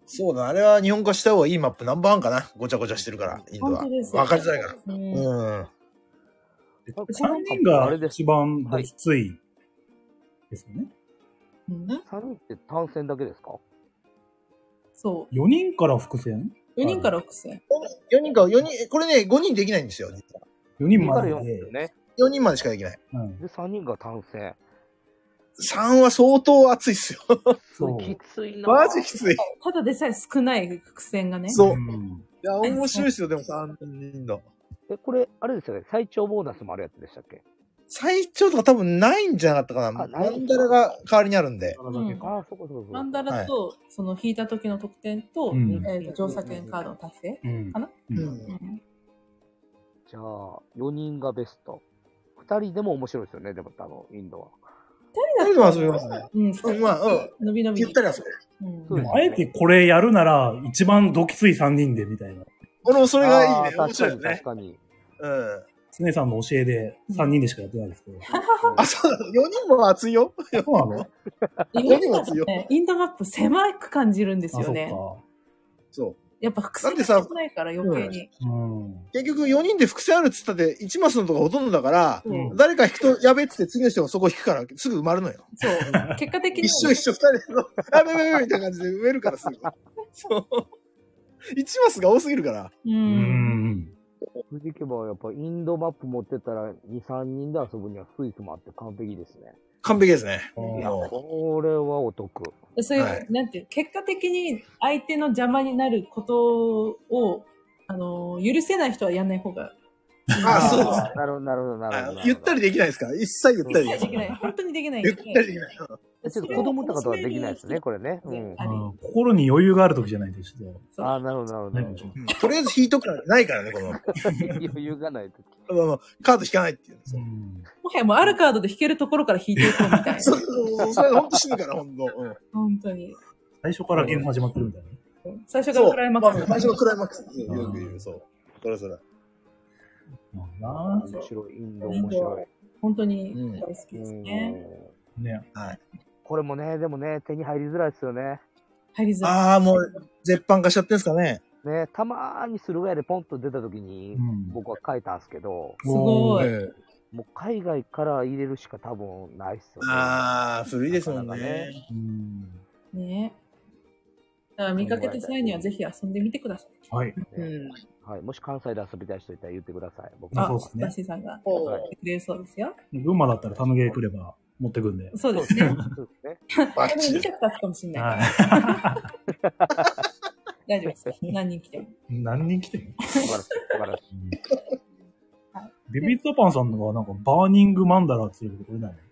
そうだ、あれは日本化した方がいいマップナンバーワンかな。ごちゃごちゃしてるから、インドは。 本当ですよわかりづらいから。 うんうん。 さんにんが一番きついですよね。 うんさんにんって単線だけですか？ そよにんから伏線う。よにんからろくせん。 よにんか、よにん、これね、ごにんできないんですよ、実は。 よにんまでにからよんですよね。 よにんまでしかできない。 うんで、さんにんが単線。 さんは相当熱いっすよ。 そう。 きついな。 マジきつい。 ただでさえ少ない伏線がね。 そう。いんや、面白いですよ、でもさんにんだ。 え、これ、あれですよね。最長ボーナスもあるやつでしたっけ？ 最長とか多分ないんじゃなかったかな。 あないマンダラが代わりにあるんで。 うんああ、そこそこそこ。 マンダラと、その引いた時の得点と、 うんえーと乗車券カードの達成。 うんかなうんうん。 うんじゃあ、よにんがベスト。ふたりでも面白いですよね、でも、あの、インドは。 二人でも遊びますね。 うん、 うん、まあ、うん。 伸び伸び。 ゆったり遊ぶ。 うんそうでもあえてこれやるなら、一番どきついさんにんでみたいな。 俺もそれがいいね。 あー面確かに、 白いよね確。かに。 うん。 常さんの教えでさんにんでしかやってないですけど。 あ、そうだ。よにんも熱いよ。 そうなのインドマップねインドマップ狭く感じるんですよね。 そやっぱ伏線がだってさ少ないから余計に。 う。うん。 う。結局よにんで伏線あるっつったっていちマスのとこほとんどだから、 そううん誰か引くとやべえっつって次の人がそこ引くからすぐ埋まるのよ。 そう。結果的に。 一緒一緒二人の、あ、べべべみたいな感じで埋めるからすぐ。そう。いちマスが多すぎるから。 う。 うんん。 正直言えば、やっぱインドマップ持ってたら、に、さんにんで遊ぶにはスイスもあって完璧ですね。 完璧ですね。 うんいや、これはお得。 そういう、 はいなんていう、結果的に相手の邪魔になることを、あの、許せない人はやんない方があ、そうです。 あーなるほど、なるほど、なるほど。 あゆったりできないですか？一切ゆったりできない。本当にできないんで。 ゆったりできない。うんちょっと子供とかとはできないですね、これね。うん。 ありうん心に余裕がある時じゃないとちょっそうああ、なるほど、なるほど。 と。 なるほうんとりあえず引いとくからないからね、この。 ど余裕がないとき。 あのカード引かないっていう。そううん。 もはやもうあるカードで引けるところから引いていこうみたいな。 そうそうそう。それ本当死ぬから、本当。うん。 本当に。 最初からゲーム始まってるみたいな。 最初からクライマックス。 まあ最初のクライマックス。うんよく言う、そう。それそれ。 まあな面白い、インド面白い。 本当に大好きですうね。 んね。 はい。 これもね、でもね、手に入りづらいですよね。 入りづらい。 ああ、もう、絶版化しちゃってんすかね。 ね、たまーに駿河屋でポンと出たときに、 うん僕は書いたんですけど、 すごい。 ええもう海外から入れるしか多分ないっすよね。 ああ、古いですもんなかなかね。 うん。 ねだから見かけた際にはぜひ遊んでみてください。 はい。 うん。 はい。もし関西で遊びたい人いたら言ってください。僕あ、 あそうですねバッシーさんがおやってくれるそうですよ。 群馬だったらタヌゲー来れば持ってくんで。 そうですね。 そうですね。 バッチリでもに着立つかもしれない。 は大丈夫です。何人来ても。 い。何人来てる素晴らしい。素晴らしい。 ビビットパンさんのがなんかバーニングマンダラっていうことこれなのい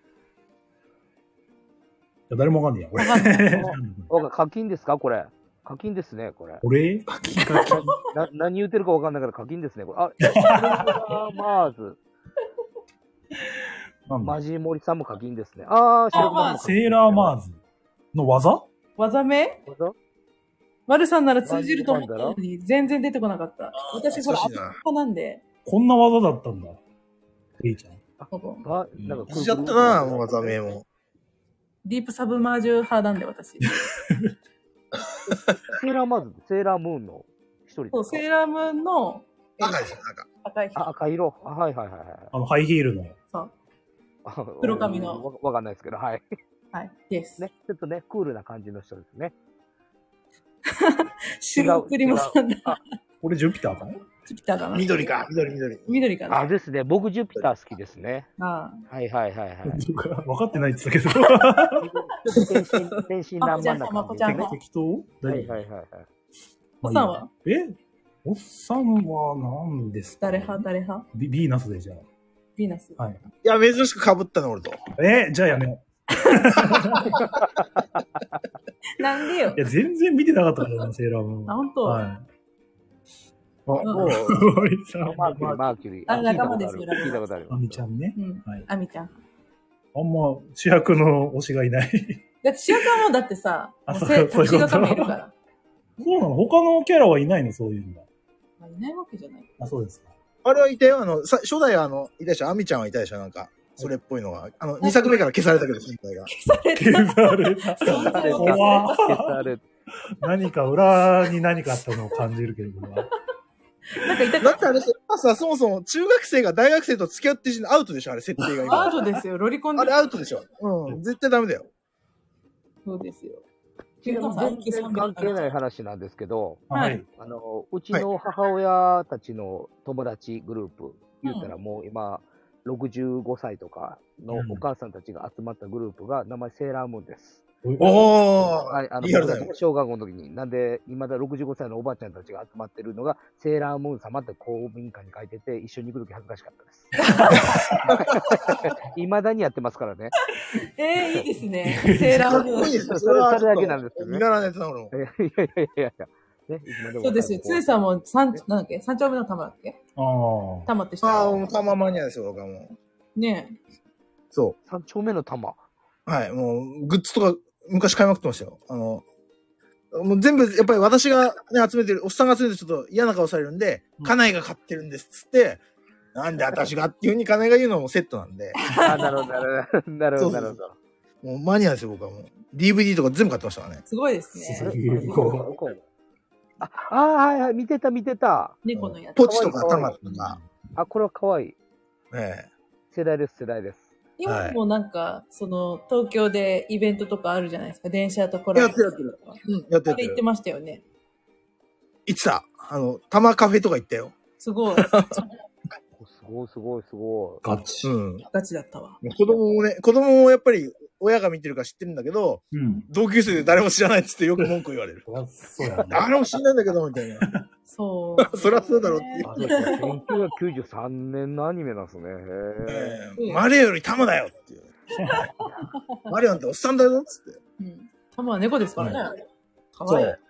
や、誰もわかんねえや、これ。 わかんない僕課金ですかこれ。課金ですね、これ。 これ課金課金。 な何言ってるかわかんないから課金ですね、これ。あ、セーラーマーズ。 なんだマジモリさんも課金ですね。あー、白熊さんも課金セーラーマーズの技技名技マルさんなら通じると思ったのに全然出てこなかった。私ほら、ア難しいなメリカなんで、 こんな技だったんだ。レイちゃん。 多分が、なんか、 しちゃったな、もう技名も。 ディープサブマージュ派なんで私。 セーラーマーズ、セーラームーンの一人ですかそう、セーラームーンの赤ですよ、赤。 赤い人。 あ、赤色。あはいはいはいはい。 あの、ハイヒールの。 そう。 あ黒髪のわわかんないですけど、はい。 はい。です。 ね、ちょっとね、クールな感じの人ですね。 白クリモさんだ。 これジュピターかなジュピターかな。 緑か、緑、緑。 緑かな。 あ、ですね。僕、ジュピター好きですね。 あはいはいはいはい。 分かってないって言ったけど。 ちょっと天真、天真爛漫なまこちゃん感じですね。 適当はい大丈はいはいはい。 おっさんは夫えおっさんは何ですか誰派誰派ビビーナスでじゃヴィーナス。 あ。はい。 いや、珍しく被ったの、俺と。 えじゃあやめよなんでよう。い。や、全然見てなかったからな、セーラームーン。 あ、本当。 はい。あ、 うんもう、 森さん。 マーキュリー、マーキュリー。 あ聞いた仲間ことある。 ですよ聞いたことあります。 あみちゃんね。 うん。 はい。 あみちゃん。 あんま主役の推しがいない。 だって主役はもうだってさ、 あそうもうせそういうことタクシーがいるから。 そうなの他のキャラはいないのそういうのが。 まあいないわけじゃない。 あ、そうですか。 あれはいたよ、あの、さ初代はあの、いたでしょ、アミちゃんはいたでしょ、なんか。それっぽいのが。あの、にさくめから消されたけど、心配が。 消された。 存在を怖っ消され何か裏に何かあったのを感じるけれども。 なんか痛だっかてあれさ、さそもそも中学生が大学生と付き合ってる時点でアウトでしょあれ、設定がアウ今。 トですよ。ロリコンであれアウトでしょ。うん。絶対ダメだよ。 そうですよ。 全然関係ない話なんですけど、 はい。 あの、うちの母親たちの友達グループ、言うたらもう今、ろくじゅうごさいとかのお母さんたちが集まったグループが名前セーラームーンです。 おーはい、あの、 リアルだよ。 小学校の時に。なんで、未だろくじゅうごさいのおばあちゃんたちが集まってるのが、セーラームーン様って公民館に書いてて、一緒に行く時恥ずかしかったです。未だにやってますからね。 えー、いいですね。セーラームーン。 いいですね。 それそれだけなんですけどね見習わないとな、俺も。 いやいやいやいやいや。ね、いつまでもそうですよ。つえさんも三、なんだっけ三丁目の玉だっけああ。 玉って知ってああ、 るもうタママニアですよ、僕はもう。 ねそ三丁目の玉。 う。はい、もう、グッズとか、昔買いまくってましたよ。あの、もう全部、やっぱり私がね、集めてる、おっさんが集めてるちょっと嫌な顔されるんで、 うん家内が買ってるんですっつって、なんで私がっていう風に家内が言うのもセットなんで、 あ、なるほど、なるほど、なるほど、なるほど。 もうマニアですよ、僕はもう。ディーブイディー とか全部買ってましたからね。 すごいですすね。 ごい。 あ、あーはいはい、見てた見てた。 猫のやつ。 ポチとかタマとか、 あ、これは可愛い。 え世代です、世代です。 今もなんか、その、東京でイベントとかあるじゃないですか。電車とコえ。 ラボやってるやってる。うん、やってるやってるあれ行って。ましたよね。 いつだあの、タマカフェとか行ったよ。 すごい。 すごい、すごい、すごい。 ガチ。 うん。 ガチだったわ。 子供もね、子供もやっぱり親が見てるから知ってるんだけど、 うん。 同級生で誰も知らないっつってよく文句言われる。 そうやね。 誰も知らないんだけど、みたいな。 そう。 そりゃそうだろうっていうあ、そうですね。せんきゅうひゃくきゅうじゅうさんねんのアニメなんですね。へええマリオよりタマだよっていう。マリオなんておっさんだよっつって。 うん。タマは猫ですからね。かわいいそう。。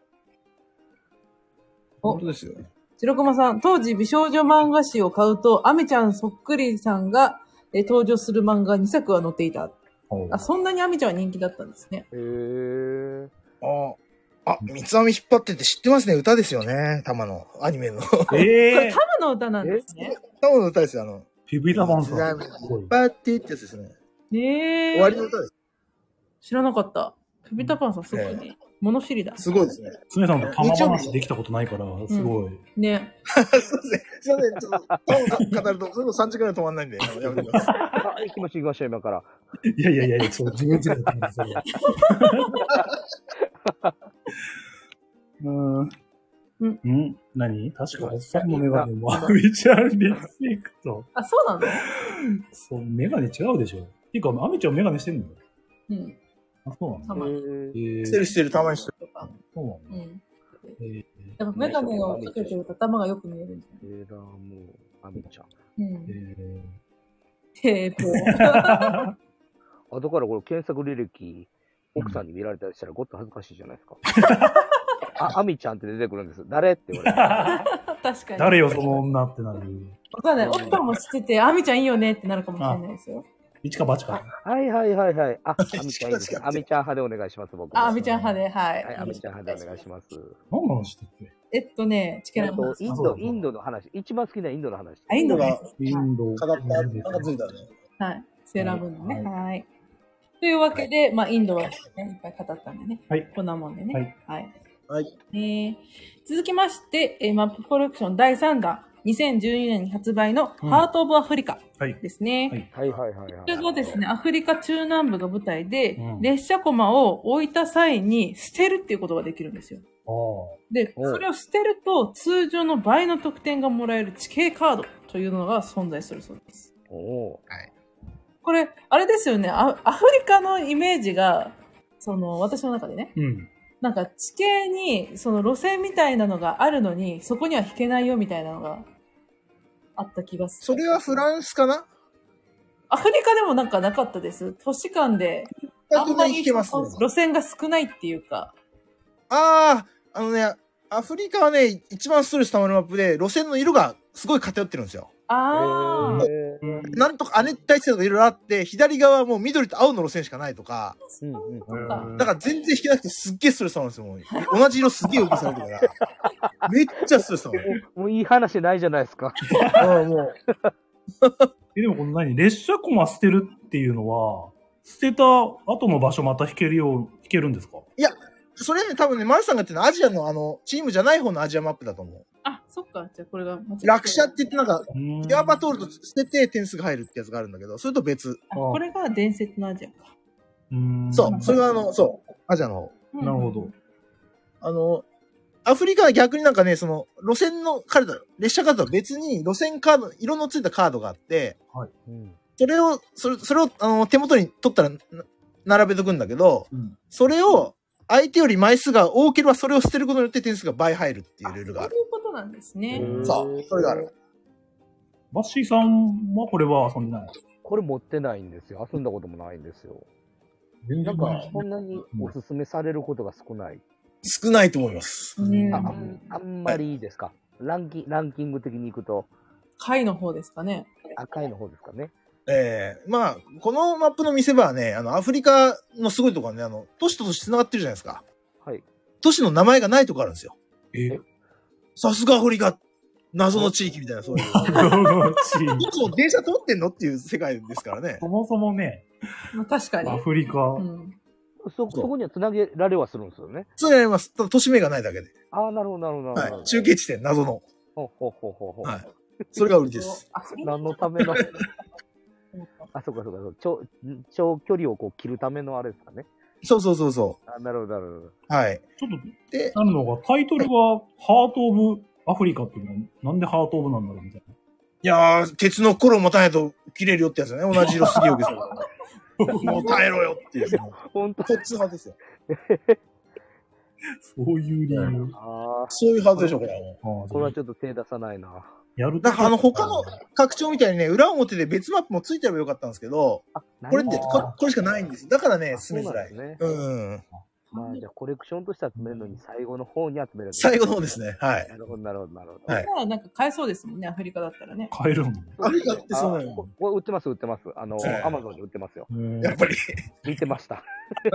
お本当ですよ。 白熊さん、当時美少女漫画誌を買うと、アメちゃんそっくりさんがえ登場する漫画にさくは載っていた。あ、そんなにアメちゃんは人気だったんですね。 え。へえ。 ああ、三つ編み引っ張ってて知ってますね。歌ですよね。タマの、アニメの。 これええタマの歌なんですね。 タマの歌ですよ。あの、 ピビタマンさん。 三つ編みすごい引っ張ってってやつですね。 ねえ。 終わりの歌です。 知らなかった。ピピタパンさんすごいね。物知りだ。 すごいですね。 つねさんと玉話できたことないから、すごい。 ね。 すいません。すいません。ちょっと、タマ語ると、それもさんじかんぐらい止まんないんで、あのやめてください。 あ、行きましょう、行きましょう、今から。 いやいやいやいや、そう、自分自分でそれは。うーん。 うんん何確か、おっさんのメガネも、アミちゃんリスペクト。 あ、そうなのそう、メガネ違うでしょ。ていうか、アミちゃんメガネしてんのうん。 あ、そうなのたまに。 へーえー、 してるしてる、たまにしてる。 とか。 そうなのうん。 えー、 やっぱメガネをかけてると頭がよく見えるんじゃセーラームーン、アミちゃん。 ないうん。 えテープを。 ー、 後からこれ検索履歴、奥さんに見られたりしたらごっと恥ずかしいじゃないですか。あ、アミちゃんって出てくるんです。誰って言われて。 確かに。 誰よ、その女ってなる。 わかんない。おっぱも知ってて、アミちゃんいいよねってなるかもしれないですよ。 一か八か。 はいはいはいはい。あ、アミちゃんいいですか。アミちゃん派でお願いします、僕。 あ、アミちゃん派で、はい。 はい、アミちゃん派でお願いします。 何の話だっけえっとね、チケえラのっと、インド、インドの話。一番好きなインドの話。 あ、インドが。 インド。 語った、なんかついたね。 はい。セーラームーンのね。 ははい。というわけで、まあ、インドはね、いっぱい語ったんでね。 はい。 こんなもんでね。 はい。 はい。 はい。 えー続きまして、えーマップコレクションだいさんだん、にせんじゅうにねんに発売のうんハート・オブ・アフリカはい。 ですね。 はいはいはいはいはい。 これがですね、アフリカ中南部が舞台で、 うん列車コマを置いた際に捨てるっていうことができるんですよ。 ああ。 で、 おそれを捨てると通常の倍の得点がもらえる地形カードというのが存在するそうです。 おおこれ、あれですよね、アアフリカのイメージが、その、私の中でね、 うん。 なんか地形にその路線みたいなのがあるのに、そこには引けないよみたいなのがあった気がする。 それはフランスかなアフリカでもなんかなかったです。都市間で、あんまり聞けますね。 路線が少ないっていうか。 ああ、あのね、アフリカはね、一番ストレス溜まるマップで、路線の色がすごい偏ってるんですよ。 ああ、 へーなんとか亜熱帯地帯とかいろいろあって、左側はもう緑と青の路線しかないとか、 うんうんそうかだから全然引けなくてすっげえストレス溜まるんですよ。もう同じ色すっげえ動きされてるから。めっちゃストレス溜まる。 もういい話ないじゃないですか。 うんもうえ、でもこの何列車コマ捨てるっていうのは、捨てた後の場所また引けるよう、引けるんですかそれね、多分ね、マルさんが言ってるのはアジアのあの、チームじゃない方のアジアマップだと思う。 あ、そっか。じゃあこれが間違って。 落車って言ってなんか、 うんエアパトールと捨てて点数が入るってやつがあるんだけど、それと別。 あ、これが伝説のアジアか。 うんそう、それがあの、そう、アジアの方。 うんなるほど。 あの、アフリカは逆になんかね、その、路線のカード、列車カードとは別に路線カード、色のついたカードがあって、 うん。 それを、それ、それを、あの、手元に取ったら、な並べとくんだけど、 うんそれを、相手より枚数が多ければそれを捨てることによって点数が倍入るっていうルールがある。 そういうことなんですね。 そう、それがある。 バッシーさんはこれは遊んでない？ これ持ってないんですよ。遊んだこともないんですよ。 全然なんか、そんなにおすすめされることが少ない。 少ないと思います。 うんあ、あんあんまりいいですか。ランキランキング的にいくと、 貝の方ですかね。 赤いの方ですかね。 ええまあ、このマップの見せ場はね、あの、アフリカのすごいところはね、あの、都市と都市繋がってるじゃないですか。 はい。 都市の名前がないとこあるんですよ。 えさすがアフリカ、謎の地域みたいな、そういう。いつも電車通ってんのっていう世界ですからね。 そもそもね、 まあ、確かに。 アフリカ、 うん。 そ、そこには繋げられはするんですよね。 そうやります。ただ都市名がないだけで。 ああ、なるほど、なるほど、なるほど。 はい。中継地点、謎の。 ほうほうほうほうほう。 はい。それが売りです。 あ、それ何のための、あ、そうかそうかそう、長、長距離をこう切るためのあれですかね。 そうそうそうそあ、なるほど、なるほど。 う。はい。 ちょっと、 で、 なるのが、タイトルが、ハート・オブ・アフリカっていうのは、なんでハート・オブなんだろうみたいな。 いやー、鉄の心を持たないと切れるよってやつね。同じ色すぎよけど。もう耐えろよっていう。 本当こっち派ですよ。 そういう理由。 ああ、 そういうはずでしょ、これ。 ああこれはちょっと手出さないな。 やるとだからあの、他の拡張みたいにね、裏表で別マップもついてればよかったんですけど、 あ、 これって、 ないんだここれしかないんです。だからね、進めづらい。 そうなんですね。 うん。 まあ、じゃあコレクションとして集めるのに最後の方に集める。 最後の方ですね。はい。 なるほど、なるほど、なるほど。 はいまあなんか買えそうですもんね、アフリカだったらね。 変えるのアフリカってそうなのあここれ売ってます、売ってます。あの、 はいアマゾンで売ってますよ。 やっぱり。 見てました。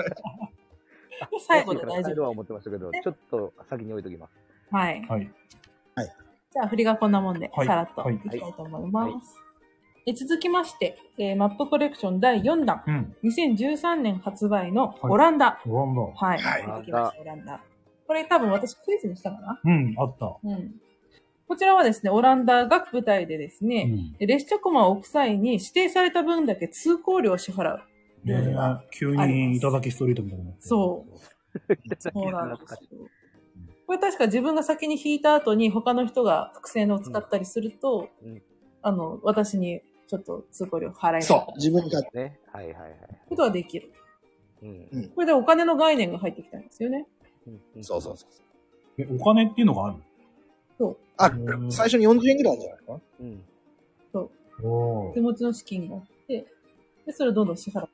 最後で大丈夫。 買えるは思ってましたけど、ちょっと先に置いときます。 はい。 はい。 じゃあ、アフリカこんなもんで、 はいさらっといきたいと思います。え続きまして、えーマップコレクションだいよんだん、 うん。 にせんじゅうさんねん発売のオランダ。 オランダ。 はい。 はい出てきました、オランダ。これ多分私クイズにしたかな。 うん、あった。 うん。こちらはですね、オランダが舞台でですうね、 ん。 列車コマを置く際に指定された分だけ通行料を支払う。 ねえ急にいただきストリートみたいな。 そう。そうなんです懐かしいよ。これ確か自分が先に引いた後に他の人が複製のを使ったりすると、 うんうんあの、私にちょっと通行料払います。 そう。自分に買って。 ね。はいはいはい。 ことはできる。 うん。 うんこれでお金の概念が入ってきたんですよね。 うんそうそうそう。 え、お金っていうのがあるあう、ん最初によんじゅうえんぐらいあるんじゃないかな。 うん。 お手持ちの資金があって、で、それをどんどん支払う。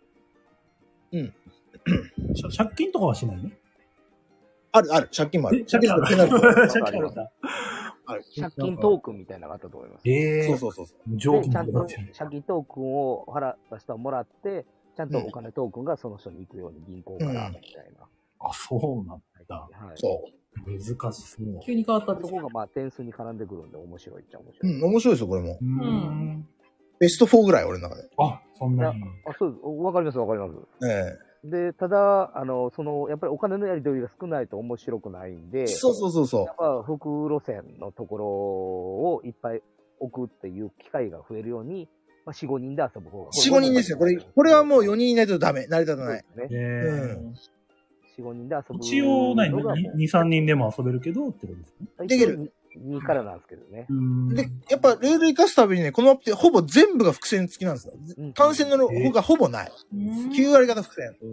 借金とかはしないね。 ある、ある。借金もある。 え借金ある借金もある。 借金あるんだ。 ある。 借金トークンみたいなのがあったと思います。 ええそうそうそうそう。 上で、ちゃんとってる。 借金トークンを払った人はもらって、ちゃんとお金トークンがその人に行くように銀行から、みたいな。 あ、そうなんだ。 はい。 そ難しそう。 急に変わったんですそこがまあ点数に絡んでくるんで面白いっちゃ面う。 白い。 うん、面白いですよ、これも。 うーん。 ベストフォーぐらい、俺の中で。 あ、そんなに。 あ、そうです。わかります、わかります。 えで、ただ、あの、その、やっぱりお金のやり取りが少ないと面白くないんで、 え。そうそうそうそやっぱ副路線のところをいっぱい置くっていう機会が増えるように、まあ、よん、ごにんで遊ぶ方が。 う。よん、ごにんですよ。これ、これはもうよにんいないとダメ。成り立たない。 そうですね。 ええうんよん、ごにんで遊ぶ。 一応何、 のがもうに、さんにんでも遊べるけどってことですね。 できる。 にからなんですけどね。 うーん。 で、やっぱ、ルール生かすたびにね、このマップってほぼ全部が伏線付きなんですよ。 うん単線の方がほぼない。 うんきゅう割方伏線。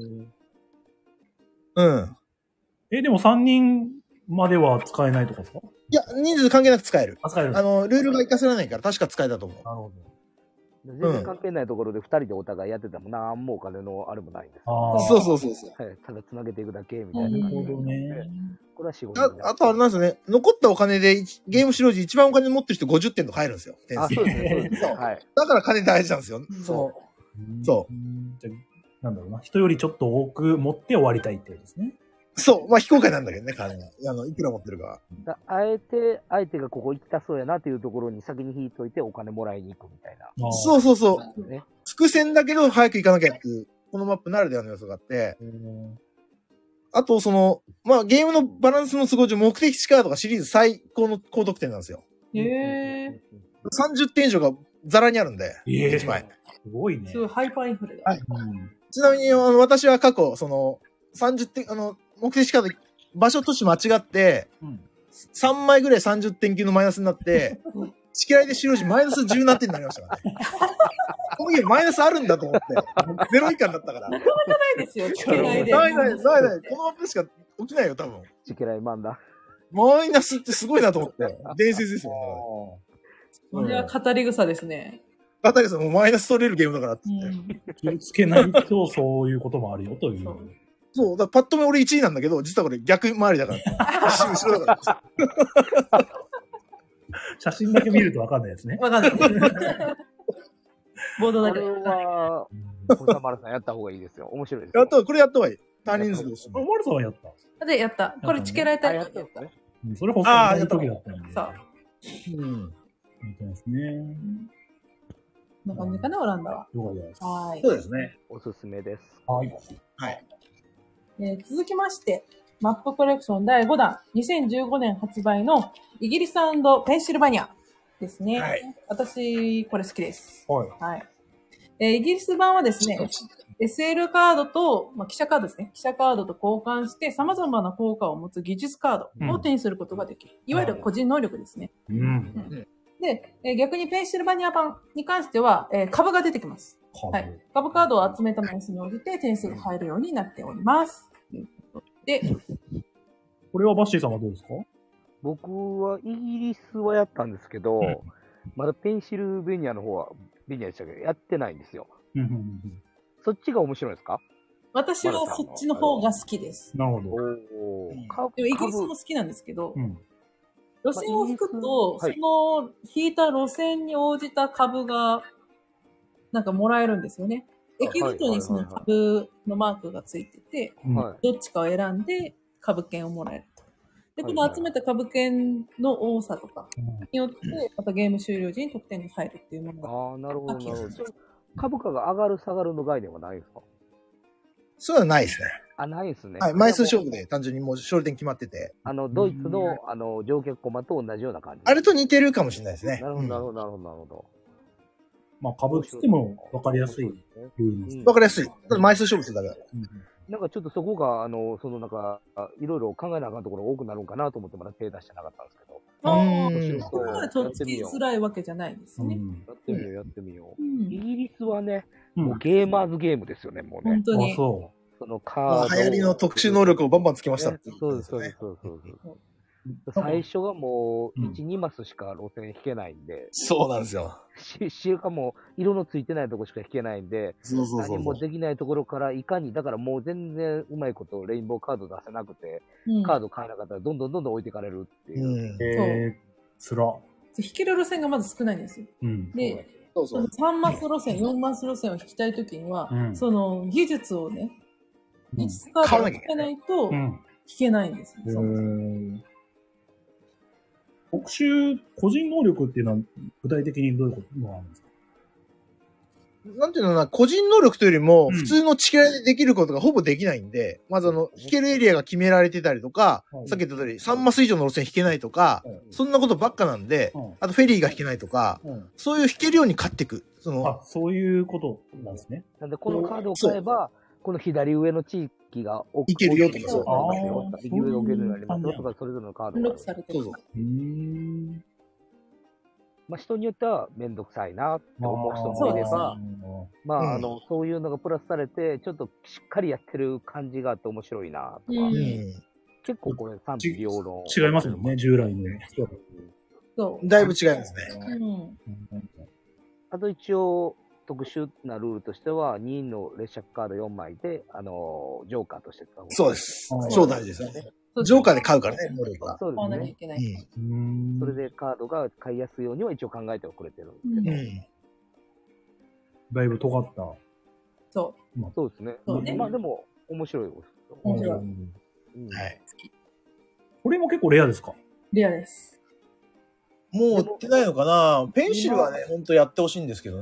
うん。 え、でもさんにんまでは使えないとかですか？ いや、人数関係なく使える。 あ、使える。 あの、ルールが活かせられないから、確か使えたと思う。 なるほ全然関係ないところでふたりでお互いやっててもなんもお金のあれもないんですど。 よ。 ああ。 そうそうそうそう。 はい、ただ繋げていくだけみたいななる感じほどね。 これは仕事ああとあれなんですよね。残ったお金で一ゲーム終了時一番お金持ってる人ごじゅってんとか入るんですよ。点あ、 数そうですね。そうですねそうはい。 だから金大事なんですよ。 うんその、 うんそううんじゃあなんだろうな。人よりちょっと多く持って終わりたいってことですね。 そう。まあ非公開なんだけどね、金は。あの、いくら持ってるかは。 だあえて、相手がここ行きたそうやなっていうところに先に引いといてお金もらいに行くみたいな。 そうそうそう。 ね。 伏線だけど早く行かなきゃっていう、このマップならではの要素があって、 うん。 あと、その、まあ、ゲームのバランスの都合上、目的地カードがシリーズ最高の高得点なんですよ。 へえ。 さんじゅってん以上がザラにあるんで、 ええいちまい。 すごいね。 すごいハイパーインフレだ。 はいうん。 ちなみに、あの、私は過去、その、さんじゅってん、あの、目的地カード、場所都市間違って、 うん。 さんまいぐらいさんじゅってん級のマイナスになって、チキライで終了時マイナスじゅう何点になりましたからね。このゲームマイナスあるんだと思って、ゼロ以下になったから。ないないですよ、チケライで。 ない、ない、ない。このマップしか起きないよ、多分。 チケライマンだ。 マイナスってすごいなと思って。伝説ですよ。 これは語り草ですね。 だから、もうマイナス取れるゲームだからってう言って。 ん。 気をつけないとそういうこともあるよという。 そうそう、だからパッと目俺いちいなんだけど、実はこれ逆回りだから。一瞬後ろだから。 写真だけ見るとわかんないですね。 わかんない。ボードだこれけで。 は、小田丸さんやった方がいいですよ。面白いですよ。 やった、これやった方がいい。ターニングスでしあ、マルさんはやった。 で、やった。これチケライタあ、 イやプやったた。 っんですね。 うん、それほっそりの時だったんで。 さあ、 うん。 本当ですね。 こんな感じかな、オランダは。 よかったです。 はい。 そうですね。 おすすめです。 はい。 はい。 えー続きまして、マップコレクションだいごだん、にせんじゅうごねん発売のイギリス&ペンシルバニアですね。 はい私、これ好きです。 はい。 はい。えーイギリス版はですね、エスエル カードと、まあ、記者カードですね。記者カードと交換して様々な効果を持つ技術カードを手にすることができる。いわゆる個人能力ですね。 うん。 で、えー逆にペンシルバニア版に関しては、えー株が出てきます。はい。株カードを集めた枚数に応じて点数が入るようになっております。で、 これはバッシーさんはどうですか？ 僕はイギリスはやったんですけど、 うんまだペンシルベニアの方は、ベニアでしたけど、やってないんですよ。 うんうんうんそっちが面白いですか？ 私はそっちの方が好きです。 なるほど。 おー。かでもイギリスも好きなんですけど、 うん。 路線を引くと、 まあイギリスはいその引いた路線に応じた株が、なんかもらえるんですよね。駅ごとにその株のマークがついてて、 うんはい。 どっちかを選んで株券をもらえると。で、こはいはいの集めた株券の多さとかうんによって、またゲーム終了時に得点が入るっていうものが。 ああ、なるほど、なるほどあ気がす。 株価が上がる下がるの概念はないですか？ そういうのはないですね。 あ、ないですね。 はい。枚数勝負で単純にもう勝利点決まってて。 あの、ドイツの、あの、乗客コマと同じような感じ。 あれと似てるかもしれないですね。 なるほど、なるうほど、なるほど、なるほど。 まあ、株つっても分かりやすいルールなんですうんんわかりやすい。ただ枚数勝負するだけだ。 なんかちょっとそこが、あの、そのなんか、あいろいろ考えなあかんところが多くなるんかなと思ってまだ手出してなかったんですけど。 あうんあ、そこまでとっつきづらいわけじゃないですね。 うん。 やってみよう、やってみよう。 うんイギリスはね、 うん。 もうゲーマーズゲームですよね、もうね本。当にあ、。そそのカもうード。 流行りの特殊能力をバンバンつけましたっていねそうです、そうねです、そうですそうです。 う。 最初がもう、 うんいち、にマスしか路線引けないんで、 そうなんですよ。 し、しかも、色のついてないとこしか引けないんで、 そうそうそう何もできないところからいかに、だからもう全然うまいことレインボーカード出せなくて、 うんカード買えなかったらどんどんどんどん置いていかれるっていうう。 ん。 えー、つら。 引ける路線がまず少ないんですよ。 うん。 で、 そうそうその。さんマス路線、よんマス路線を引きたいときには、 うんその技術をね、 うん技術カードを引けないとうん。 引けないんですよ。 えそのー、特殊、個人能力っていうのは具体的にどういうことがあるんですか？ なんていうのかな、個人能力というよりも、 うん普通のチキライでできることがほぼできないんで、まずあの、引けるエリアが決められてたりとか、 はいさっき言った通り、さんマス以上の路線引けないとか、 うんそんなことばっかなんで、 うんあとフェリーが引けないとか、 うん。 そういう引けるように勝っていく。その、 あ、そういうことなんですね。 なんで、このカードを買えば、この左上の地域がいけるよとかそうそうなりますよあー右上が置けるようになりますよそういう感じとか、それぞれのカード登が。 録されてるそうそう。 うーん。 まあ、人によってはめんどくさいなって思う人そうですもいれば、まあ、 うんあの、そういうのがプラスされて、ちょっとしっかりやってる感じがあって面白いなとか、 うんうん。 結構これ賛否両論。 違いますよね、従来の。 そう。 だいぶ違いますね。 うん。 あと一応、特殊なルールとしては、にの列車カードよんまいで、あの、ジョーカーとして使う。 そうですあー。 超大事ですよね。 そうジョーカーで買うからね、能力は。 そう買わなですね。 きゃいけない。 うん。 うーん。 それでカードが買いやすいようには一応考えてはくれてるんうんですけど、 うん。 だいぶ尖った。 そそうですね。 そうねまあでも、面白いですよ。 面白いうんうんはい。 これも結構レアですか？ う。レアです。 もう売ってないのかなペンシルはね、ほんとやってほしいんですけどね。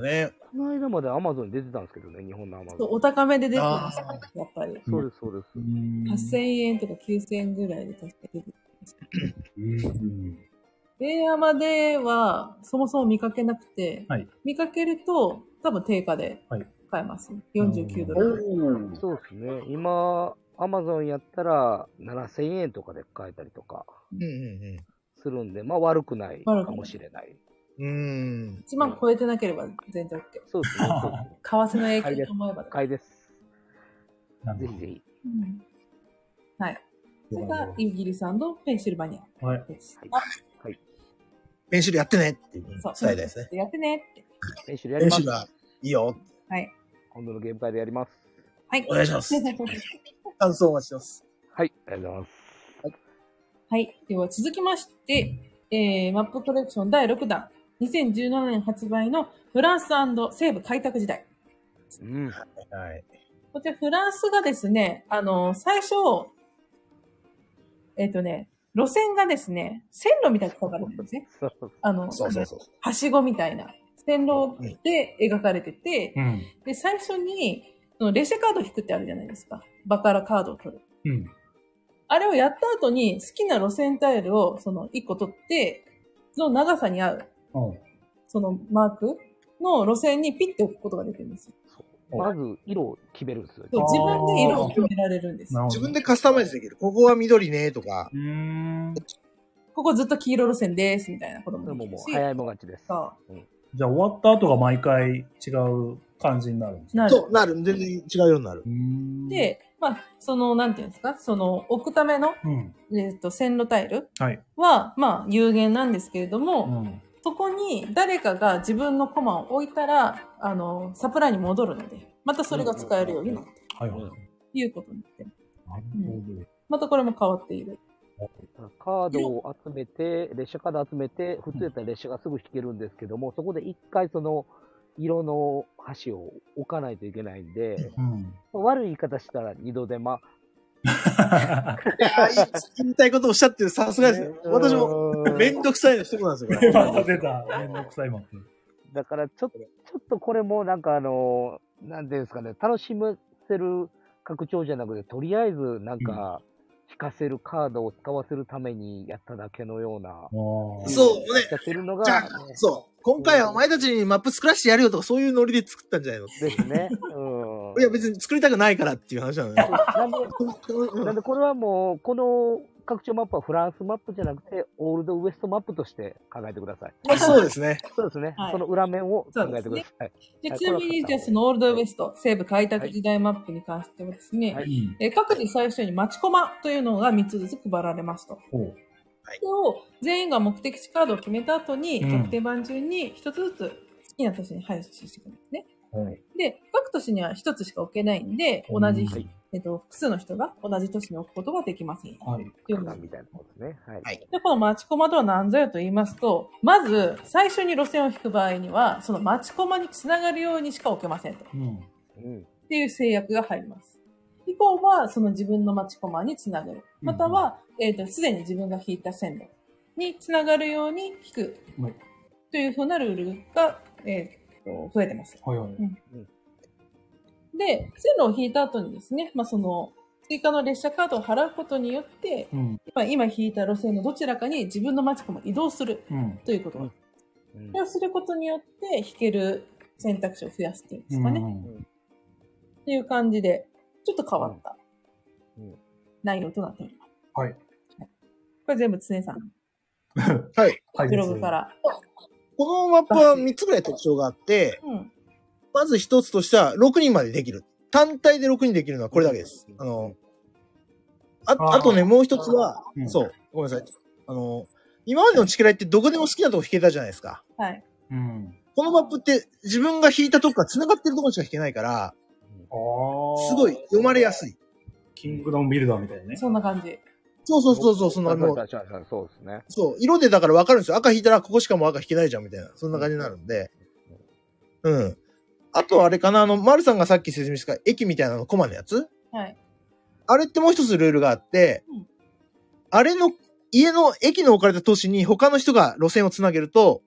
この間までアマゾンに出てたんですけどね、日本のアマゾン。 そうお高めで出てましたね、やっぱり。 そうです、そうです。 はっせんえんとかきゅうせんえんぐらいで確か出てました。 うんベアマでは、そもそも見かけなくて、 はい見かけると、多分定価ではい買えます。よんじゅうきゅうドル。 そうですね。今、アマゾンやったらななせんえんとかで買えたりとかうんうんするんで、まあ悪くないか悪くないもしれない。 うん。うーん。 いちまん超えてなければ全然 OK。 そうですね。そうですね。 為替の影響と思えば。 買いです。 なるほぜひぜひ。 うんはい。そどれがイギリスペンシルバニアはい。 です。 はいあペンシルやってねっていうそう。 伝えたいですね。 やってねって。 練習やりますペンシル。はいいよ。 はい。 今度のゲーム会でやります。 はい。 お願いします。感想お待ちしてます。 はい、ありがとうございます。 はい。では続きまして、えー、マップコレクションだいろくだん、にせんじゅうななねん発売のフランス西部開拓時代。 うん。 はい。 こちらフランスがですね、あの、最初、えっ、とね、路線がですね、線路みたいに書かれてるんですね。 そうそうあの、 そうそうそう。 はしごみたいな線路で描かれてて、 うん。 で、最初に、その列車カードを引くってあるじゃないですか。バカラカードを取る。 うん。 あれをやった後に好きな路線タイルをそのいっこ取って、その長さに合う、 うんそのマークの路線にピッて置くことができるんですよ。 まず、色を決めるんですよ。 そう自分で色を決められるんですよ。 なるほど自分でカスタマイズできる。ここは緑ねとか。 うーん。 ここずっと黄色路線です、みたいなことそれももできるし。 もう早いも勝ちです。 そじゃあ終わった後が毎回違う感じになるんですかうなる。 そう、なる。全然違うようになる。 うーん、 で、まあ、その、なんていうんですか、その、置くための、 うん。 えっと、線路タイルはい。 は、まあ、有限なんですけれども、 うん。 そこに誰かが自分のコマを置いたら、あの、サプライに戻るので、またそれが使えるようになるはいはい。 ということになってます。 なるほど。 またこれも変わっている。 カードを集めて、列車カード集めて、普通やったら列車がすぐ引けるんですけども、そこで一回その色の端を置かないといけないんで、 うん。 悪い言い方したら二度手間。 いやー言いたいことをおっしゃってる、さすがですね。私も、めんどくさいの一言なんですよ、これ。 また出た。めんどくさいマップ。 だからちょっと、ちょっとこれもなんかあの、なんていうんですかね、楽しませる拡張じゃなくて、とりあえずなんか、引かせるカードを使わせるためにやっただけのような、 そうねやってるのが、 じゃあ、そう。今回はお前たちにマップ作らせてやるよとか、そういうノリで作ったんじゃないのですね。うん。 いや、別に作りたくないからっていう話なのよ。 なんで、 うんなんでこれはもう、この拡張マップはフランスマップじゃなくて、オールドウエストマップとして考えてください。 そうですね。 そうですね。 はいその裏面を考えてください。 ではいちなみに、じゃあそのオールドウエスト、西部開拓時代マップに関してはですね、 はいうん。 えー各自最初に町コマというのがみっつずつ配られますと。 ほう。 それを全員が目的地カードを決めた後に、 うん得点番順に一つずつ好きな都市に配置していくんですね。 ほう。 で、各都市には一つしか置けないんで、同じ、 はいえっと、複数の人が同じ都市に置くことができません。 はい。 というのみたいなことですね。はい。 はいで、この町コマとは何ぞやと言いますと、まず、最初に路線を引く場合には、その町コマにつながるようにしか置けませんと。っうん。 うん。 ていう制約が入ります。以降は、その自分の町コマにつなげる。または、えっと、すでに自分が引いた線路につながるように引く。 はいというふうなルールが、えっと、増えてます。 はいはい。 で、線路を引いた後にですね、まあ、その、追加の列車カードを払うことによって、 うん。 まあ、今引いた路線のどちらかに自分の町コマを移動するうん。 ということがうんそれをすることによって引ける選択肢を増やすっていうんですかね。 うんっていう感じで、ちょっと変わったうん内容となっております。 はい。 これ全部常さん、 はい。 はい。 ブログから。 このマップはみっつぐらい特徴があって、 うん。 まず一つとしてはろくにんまでできる。単体でろくにんできるのはこれだけです。あの、ああーあとね、もう一つは、 うんそう、ごめんなさい。あの、今までのチケライってどこでも好きなとこ引けたじゃないですか。 はい。 うん。 このマップって自分が引いたとこから繋がってるところしか引けないから、 ああ。 すごい読まれやすい。 キングダムビルダーみたいなね。 そんな感じ。 そうそうそうそう、そのもう、 そうそうそうそうですね。 そう、色でだから分かるんですよ。赤引いたらここしかもう赤引けないじゃんみたいな。そんな感じになるんで。うん。あとあれかな、あの、丸さんがさっき説明した駅みたいなのコマのやつはい。 あれってもう一つルールがあって、 うんあれの、家の駅の置かれた都市に他の人が路線をつなげると、 うん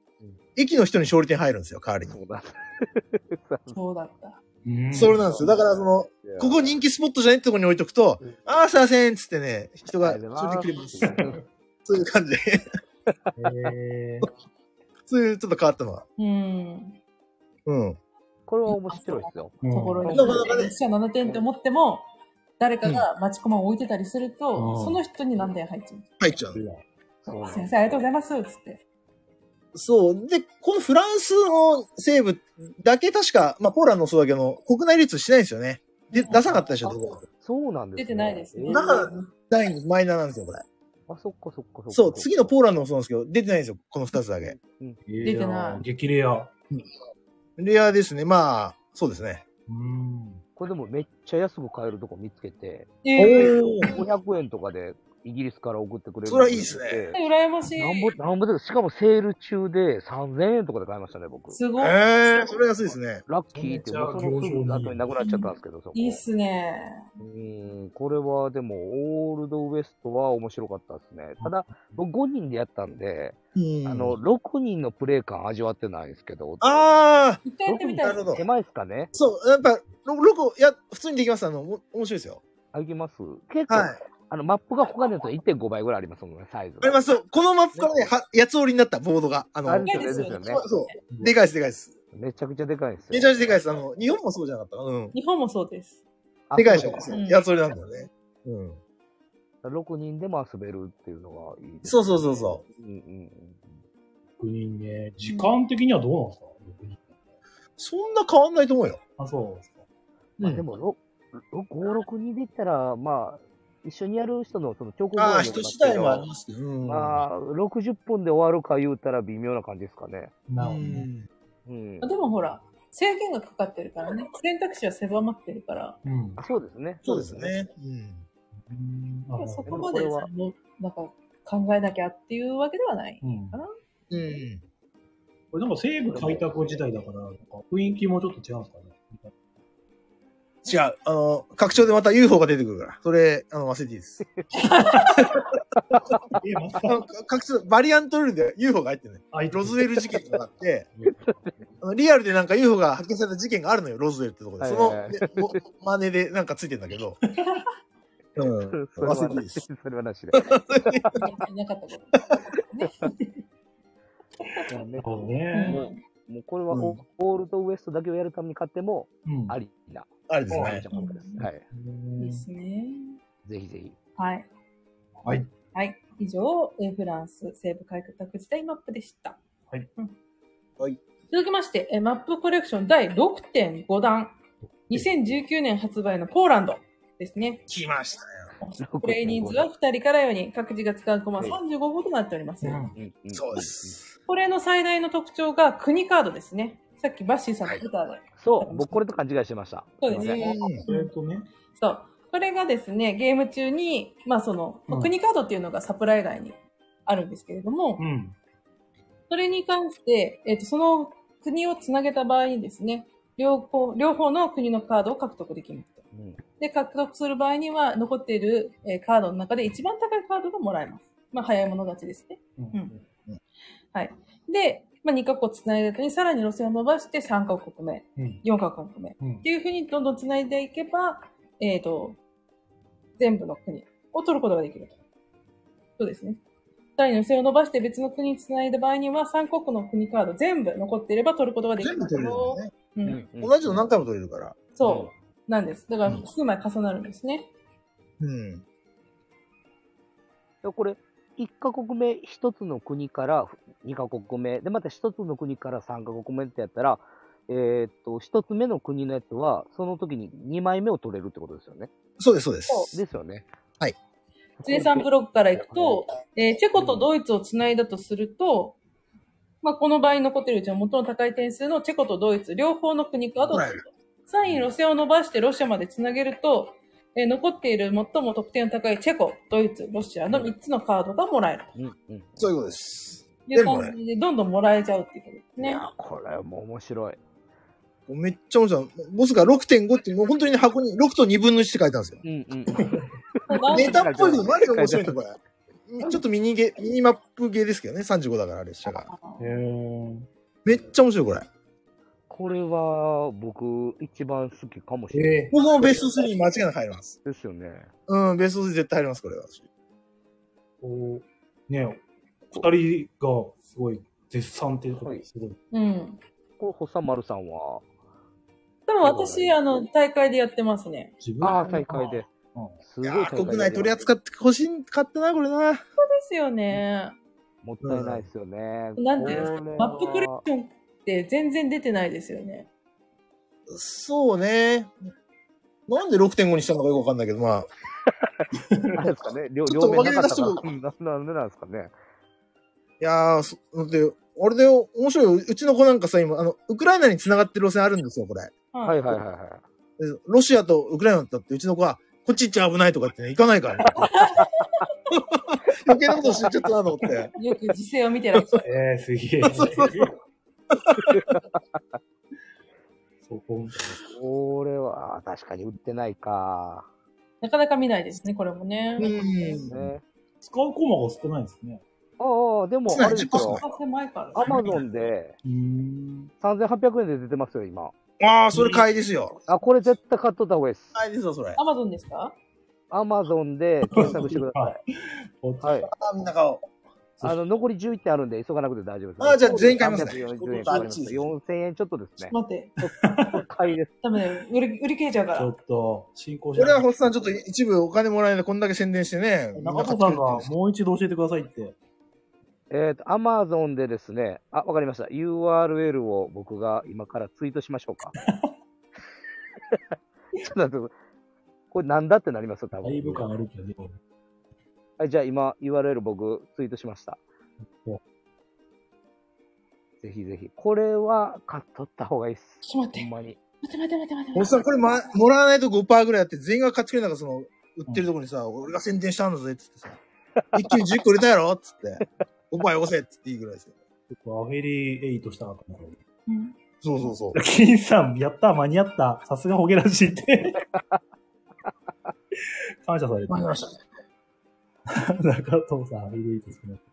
駅の人に勝利点入るんですよ、代わりに。 そうだ。 そうだった。 うんそれなんですよ。だから、その、ここ人気スポットじゃねってとこに置いとくと、あーすいませんっつってね、人が勝利点くれます。そういう感じで。 へーそういうちょっと変わったのは。 うん。 うん。 これは面白いですよ。 うんところに、 なかなかねろくしゃななてんって思っても、誰かが待ちコマを置いてたりすると、 うんその人に何点入っちゃう。 入っちゃう。 そうなん先生、ありがとうございますつって。 そう。で、このフランスの西部だけ確か、まあ、ポーランドもそうだけど、国内流通しないんですよね。で、出さなかったでしょ、どこそうなんですね。 出てないですね。 だから第マイナーなんですよ、これ。 あ、そっかそっかそっか。 そう、次のポーランドもそうなんですけど、出てないんですよ、この二つだけ。 出てない激レア。 レアですね。まあ、そうですね。 うん。 これでもめっちゃ安く買えるとこ見つけて、 えー、 おごひゃくえんとかでイギリスから送ってくれる。 それはいいっすね。 羨ましい。 なんぼ、なんぼで、しかもセール中でさんぜんえんとかで買いましたね、僕。 すごい。 ええー、それ安いですね。 ラッキーって、 めっちゃもうそのすぐ後になくなっちゃったんですけど、そこ。 いいっすね。 うーん、これはでも、オールドウエストは面白かったですね。ただ、僕ごにんでやったんで、 うんあの、ろくにんのプレイ感味わってないんですけど、 ああ、 一回やってみたいなるほど。 狭いですかねそう、やっぱ、ろろく、いや、普通にできます。あの、も面白いですよ。 あ、いきます結構、 はい。 あの、マップが他のやつのいってんごばいぐらいありますもんね、サイズが。 ありますよ。このマップからね、は、八つ折りになったボードが。あの、 あるでかいですよね。 ですよねそう。でかいです、でかいです。 めちゃくちゃでかいんですよ。 めちゃめちゃでかいです。あの、日本もそうじゃなかったかな。うん。 日本もそうです。 あでかいでしょ。 そうそううん八つ折りなんだよね。うん。 ろくにんでも遊べるっていうのがいいです、。 そうそうそうそううんうんうん。 ろくにんね。時間的にはどうなんですか ?ろく 人。 そんな変わんないと思うよ。 あ、そうですか。 まあでも、ろご、ろくにんで言ったら、まあ、一緒にやる人のその彫刻具合ああ、 により人次第ますけどもありますけど。うん。 まあ、ろくじゅっぷんで終わるか言うたら微妙な感じですかね。 なるほどね。 うん。 うん。 でもほら、制限がかかってるからね。選択肢は狭まってるから。 うん。 あそうですね。 そうです。ね。うん。 うんなるほどそこまでこれはもうなんか考えなきゃっていうわけではない。 うん。 かなうん。 これなんか西部開拓時代だから、なんか雰囲気もちょっと違うんですかね。 違う。あの、拡張でまた ユーフォー が出てくるから。それ、あの、忘れていいです。 え、まあの拡張、バリアントルールで ユーフォー が入ってるね。 あ、 ロズウェル事件があって、あのリアルでなんか ユーフォー が発見された事件があるのよ、ロズウェルってとこで。その、 はいはいはいねも真似でなんかついてんだけど。うん。 それは忘れていいです。 それはなしで。 いなかったこと。ね。 もうねなるほどうね。 んもうこれはうんオオールドウエストだけをやるために買っても、 うん。 ありな。 あれですねもうあり。ちゃうことです。はい。 いいですね。 ぜひぜひ。 はい。 はい。 はい。以上、えーフランス西部開拓時代マップでした。 はい。 うんはい。 続きまして、えーマップコレクションだいろくてんごだん。にせんじゅうきゅうねん発売のポーランドですね。 来ましたよ。 プレイ人数はふたりからよにん、各自が使うコマさんじゅうごことなっております。 うんうんうんそうで。す。 これの最大の特徴が国カードですね。さっきバッシーさんの歌で。 そう、僕これと勘違いしてました。 そうですねそれとね。 そう。これがですね、ゲーム中に、まあその、まあうん国カードっていうのがサプライ外にあるんですけれども、 うん。 それに関して、えっ、と、その国をつなげた場合にですね、両方、両方の国のカードを獲得できますと。 うんで、獲得する場合には、残っている、えーカードの中で一番高いカードがもらえます。まあ、早い者勝ちですね。 ううんん。はい。で、まあ、にカ国つないだ後にさらに路線を伸ばしてさんカ国目、 うん。 よんカ国目。 うんっていうふうにどんどんつないでいけば、えっ、と、全部の国を取ることができると。そうですね。さらに路線を伸ばして別の国につないだ場合には、さん国の国カード全部残っていれば取ることができる全部取れるよね。 うん。 うん同じの何回も取れるから。 そう。なんです。だからうん数枚重なるんですね。 うん。 これ、いっカ国目、ひとつの国からにカ国目、で、またひとつの国からさんカ国目ってやったら、えーっと、ひとつめの国のやつは、その時ににまいめを取れるってことですよね。 そうです、そうです。 ですよね。 生産ブロックから行くと、えーチェコとドイツをつないだとすると、まあ、この場合残っているうちの最も高い点数のチェコとドイツ、両方の国カードを取ると。さらに路線を伸ばしてロシアまでつなげると、えー残っている最も得点の高いチェコ、ドイツ、ロシアのみっつのカードがもらえるうんうん。 そういうことです。 という感じで、どんどんもらえちゃうっていうことですね。 いや、これもう面白い。 めっちゃ面白い。ボスが ろくてんご って、もう本当にね、箱にろくとにぶんのいちって書いてあるんですよ。 うんうん。 なんネタっぽいけど、マジで面白いとこれ。ちょっとミニゲ、ミニマップゲーですけどね、さんじゅうごだから、列車が。 へー。 めっちゃ面白い、これ。 これは、僕、一番好きかもしれない。 え僕もベストスリー間違いなく入ります。 ですよね。 うん、ベストスリー絶対入ります、これは。 ー、こう、ね、二人がすごい絶賛っていうことですごい。 うん。 これ、ホッサンマルさんは、 多分私、あの、大会でやってますね。 自分ああ、大会で。 うん。 すごいいやー、 大会で国内取り扱ってほしかったな、これな。 ですよね。 もったいないですよね。 なんていうんですか、 これはマップコレクションって全然出てないですよね。 そうね。なんで ろくてんご にしたのかよくわかんないけど、まあ。 なんですかね。両ちょっと両面なかった分け出してもか。ななんでなんですかね。 いやー、そだって、あれで面白いよ。うちの子なんかさ、今、あの、ウクライナに繋がってる路線あるんですよ、これ。 は。 はいいはいはいはい。 でロシアとウクライナだって、うちの子は、こっち行っちゃ危ないとかってね、行かないからね。余計なことしてちょっとなと思って。 よく時勢を見てらっしゃる。 えー、すげえ。そこ。 これは、あ確かに売ってないか。 なかなか見ないですね、これもね。 うん。 ね。 使うコマが少ないんですね。 ああ、でも、 少ないあれですよ。 あ、狭いから。 アマゾンでうーん。 さんぜんはっぴゃくえんで出てますよ、今。 ああ、それ買いですよ。 あ、これ絶対買っとった方がいいです。 買いですよ、それ。 アマゾンですか？ アマゾンで検索してください。 こっちはい。 ああ、みんな買おう。 あの、残りじゅういってんあるんで、急がなくて大丈夫です。 あじゃあ全員買いますねさんびゃくよんじゅうえんかかります。よんせんえんちょっとですね。 待って。 買いです。 ダメだよ。売り、売り切れちゃうからちょっ。と、進行し俺はホッさんちょっと一部お金もらえないでこんだけ宣伝してね。 中田さんがもう一度教えてくださいって。 えっと、アマゾンでですね、あ、わかりました。ユーアールエル を僕が今からツイートしましょうか。ちょっと待って、これなんだってなりますよ、多分。 だいぶ感あるけど。 はい、じゃあ今 ユーアールエル 僕ツイートしました。ぜひぜひ。これは買っとった方がいいです。 ちょっと待ってほんまに。 待って待って待って待ってホッさんこれ、ま、もらわないと ごパーセント ぐらいやって全員が買ってくれるのがその、売ってるところにさ、俺が宣伝したんだぜっつってさ、一気にじゅっこ売れたやろっつって、ごパーセントよこせっつっていいぐらいですよ。 ちょっとアフェリーエイトしたかったな。 うんそうそうそう。 金さん、やった間に合ったさすがホゲラジって。感謝されてわかりましたね。 中藤さん、アフェリーエイトですね。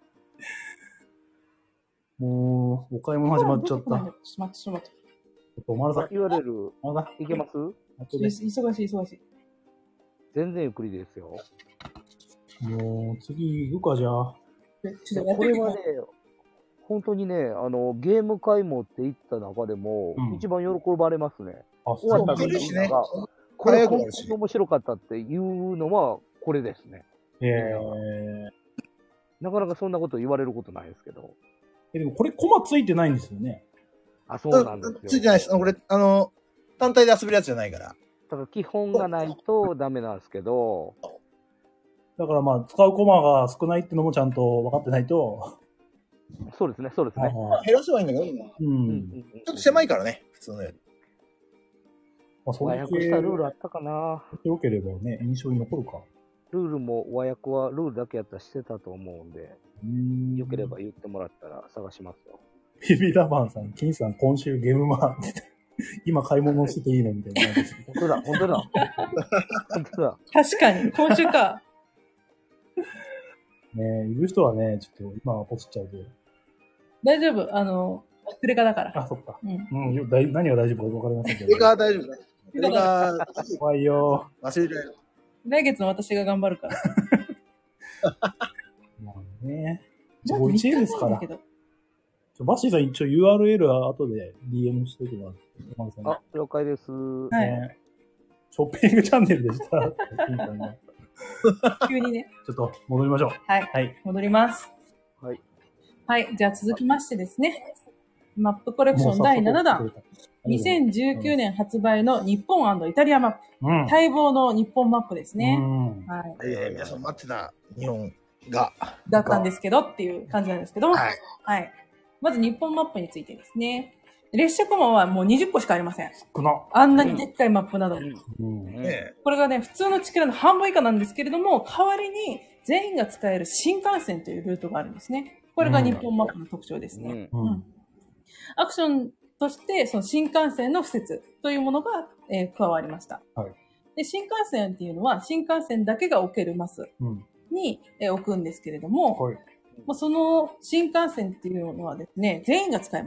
もう、お買い物始まっちゃった。 ちょっと待って、ちょっと待って。 ちょっと、おまるさん。 ユーアールエルおまるさん。 いけます後で忙しい忙しい。 全然ゆっくりですよ。 もう、次行くか、じゃあ。 えちょっとやってみてこれはね、本当にね、あの、ゲーム会持って行った中でも、 うん一番喜ばれますね。 あ、 終わったそう時ですねみんなが、これ早くなるし本当に面白かったっていうのは、これですね。 えー、 なかなかそんなこと言われることないですけど。 え、でもこれコマついてないんですよね。 あ、そうなんですよ。 ついてないです。これ、あの、単体で遊べるやつじゃないから。 だから基本がないとダメなんですけど、 だからまあ、使うコマが少ないってのもちゃんと分かってないと。 そうですね、そうですね。 は減らせばいいんだけど、ちい。ううんん。 ょっと狭いからね、普通のより。 まあ、そう和いう訳したルールあったかな。 良ければね、印象に残るか。 ルールも和訳はルールだけやったらしてたと思うんで、 うんよければ言ってもらったら探しますよ。 ビビラバンさん、金さん、今週ゲームマンって。今買い物してていいのみたいな感じです。 本当だ、本当だ。本当だ。 確かに。今週か。 ねえ、いる人はね、ちょっと今はポチっちゃうけど。 大丈夫。あの、クレカだから。 あ、そっか。 うん。 うん、よだい何が大丈夫か分かりませんけど。 それが大丈夫ね。それが怖いよ。 忘れられる。 来月の私が頑張るから。 まあね。 まだごいちえんですからみっかなんだけ。どちょバッシーさん一応 ユーアールエル は後で ディーエム しといてもらって。山田さんにあ、了解です。 はいねショッピングチャンネルでした。金さんが急にね。 ちょっと戻りましょう。 はい。 はい。 戻ります。 はい。 はい。じゃあ続きましてですね。マップコレクションだいななだん。にせんじゅうきゅうねん発売の日本&イタリアマップ。 うん。 待望の日本マップですうね。 ん。 はい。 えー、皆さん待ってた日本が。 だったんですけどっていう感じなんですけども。 はい。 はい。まず日本マップについてですね。列車コマはもうにじゅっこしかありません。 少な。 あんなにでっかいマップなのに。 うん。 ねこれがね、普通のチケラの半分以下なんですけれども、代わりに全員が使える新幹線というルートがあるんですね。これが日本マップの特徴ですね。 うん。 う。 うんんアクションとして、その新幹線の敷設というものが、えー加わりました。 はいで。新幹線っていうのは、新幹線だけが置けるマスうん。 に、えー置くんですけれども、 はい。 まあ、その新幹線っていうのはですね、全員が使えますと。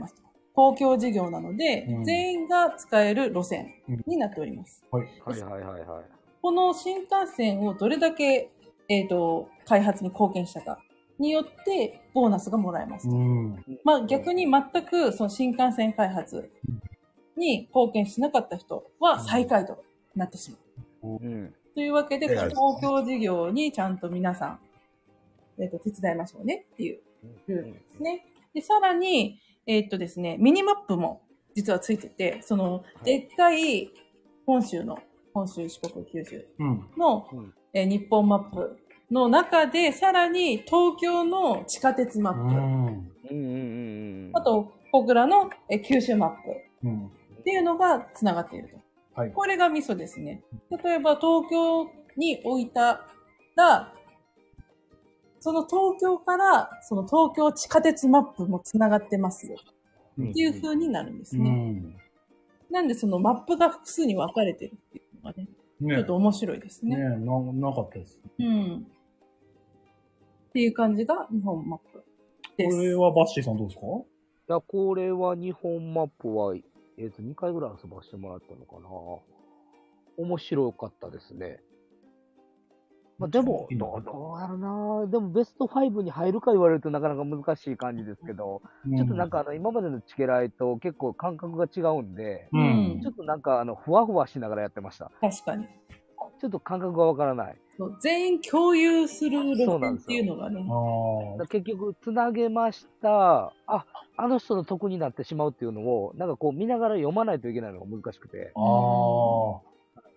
公共事業なので、 うん全員が使える路線になっております。 はい。 はいはいはいはい。 この新幹線をどれだけ、えっ、と、開発に貢献したかによって、ボーナスがもらえます。 うん。 まあ逆に全くその新幹線開発に貢献しなかった人は最下位となってしまう。 うん。 というわけで、 ええ公共事業にちゃんと皆さん、えっ、と、手伝いましょうねっていうルールですね。で、さらに、えっ、とですね、ミニマップも実はついてて、その、でっかい本州の、本州、四国、九州うん。 の、 うんえー日本マップの中で、さらに東京の地下鉄マップ、 うん。 うんうんうん。 あ、と、小倉の、えー九州マップうん。 っていうのが繋がっていると。 はい。 これがミソですね。例えば東京に置いたら、その東京から、その東京地下鉄マップも繋がってますよ。 うんっていう風になるんですうね。 ん。 なんでそのマップが複数に分かれてるっていうのがね、 ねちょっと面白いですねね。 な、なかったです。 うん。っていう感じが日本マップです。 これはバッシーさんどうですか？ いや、これは日本マップは、えっ、と、にかいぐらい遊ばせてもらったのかな。面白かったですね。まあ、でも、どう、どうやろな。でも、ベストごに入るか言われるとなかなか難しい感じですけど、ちょっとなんかあの、今までのチケライと結構感覚が違うんで、 ううんん。 ちょっとなんかあの、ふわふわしながらやってました。 確かに。 ちょっと感覚がわからない。 そう全員共有する路そうなんですよ線っていうのがね。 あだから結局、つなげました。あ、あの人の得になってしまうっていうのを、なんかこう見ながら読まないといけないのが難しくて。 あ。ああ。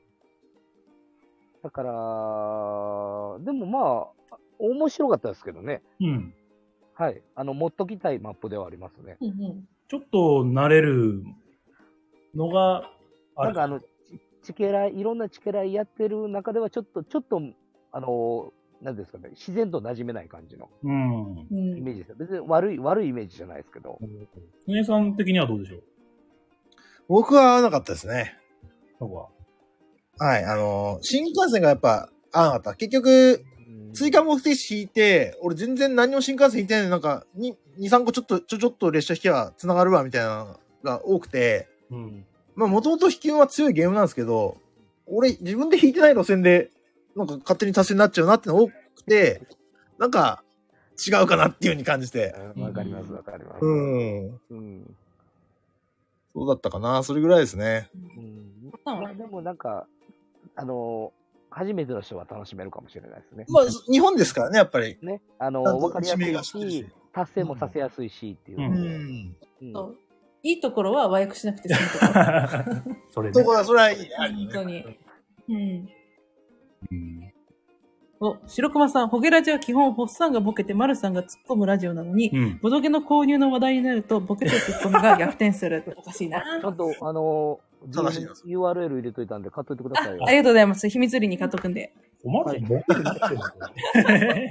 だから、でもまあ、面白かったですけどね。 うん。 はい。あの、持っときたいマップではありますね。 うんうんちょっと慣れるのがある。 なんかあの、チチケライ、いろんなチケライやってる中では、ちょっと、ちょっと、あの、なんですかね、自然と馴染めない感じのうん。 うイん。 メージです。別に悪い、悪いイメージじゃないですけど。 お姉さん的にはどうでしょう？ 僕は合わなかったですね。 そこは。 はい。あのー新幹線がやっぱ合わなかった。結局、追加目的地引いて、俺全然何も新幹線引いてないのになんか、に、に、さんこちょっと、ちょちょっと列車引けば繋がるわ、みたいなのが多くて、 うん。 まあ、もともと引き運は強いゲームなんですけど、俺、自分で引いてない路線で、なんか勝手に達成になっちゃうなってのが多くて、なんか、違うかなっていう風に感じて。 うんわかります、わかります。 うん。 うん。 そうだったかな。それぐらいですね。 うん。まあでもなんか、あの、初めての人は楽しめるかもしれないですね。 まあ、日本ですからね、やっぱり。 ね。あの、 ちゃんとわかりやす地名がい知ってるしし、達成もさせやすいしっていううので。 ん。 うんそういいところは和訳しなくて済むところ。 それねそ。こは、それはいい。 本当に。うん。 うん。 お、白熊さん、ホゲラジは基本、ホッサンがボケて、マルさんが突っ込むラジオなのに、 うん。 ボドゲの購入の話題になると、ボケとツッコミが逆転する。おかしいな。 ちゃんと、あの、 正しいですユーアールエル 入れといたんで買っといてくだあさいよ。 ありがとうございます。秘密裏に買っとくんで。 お前らボケになってるのこれ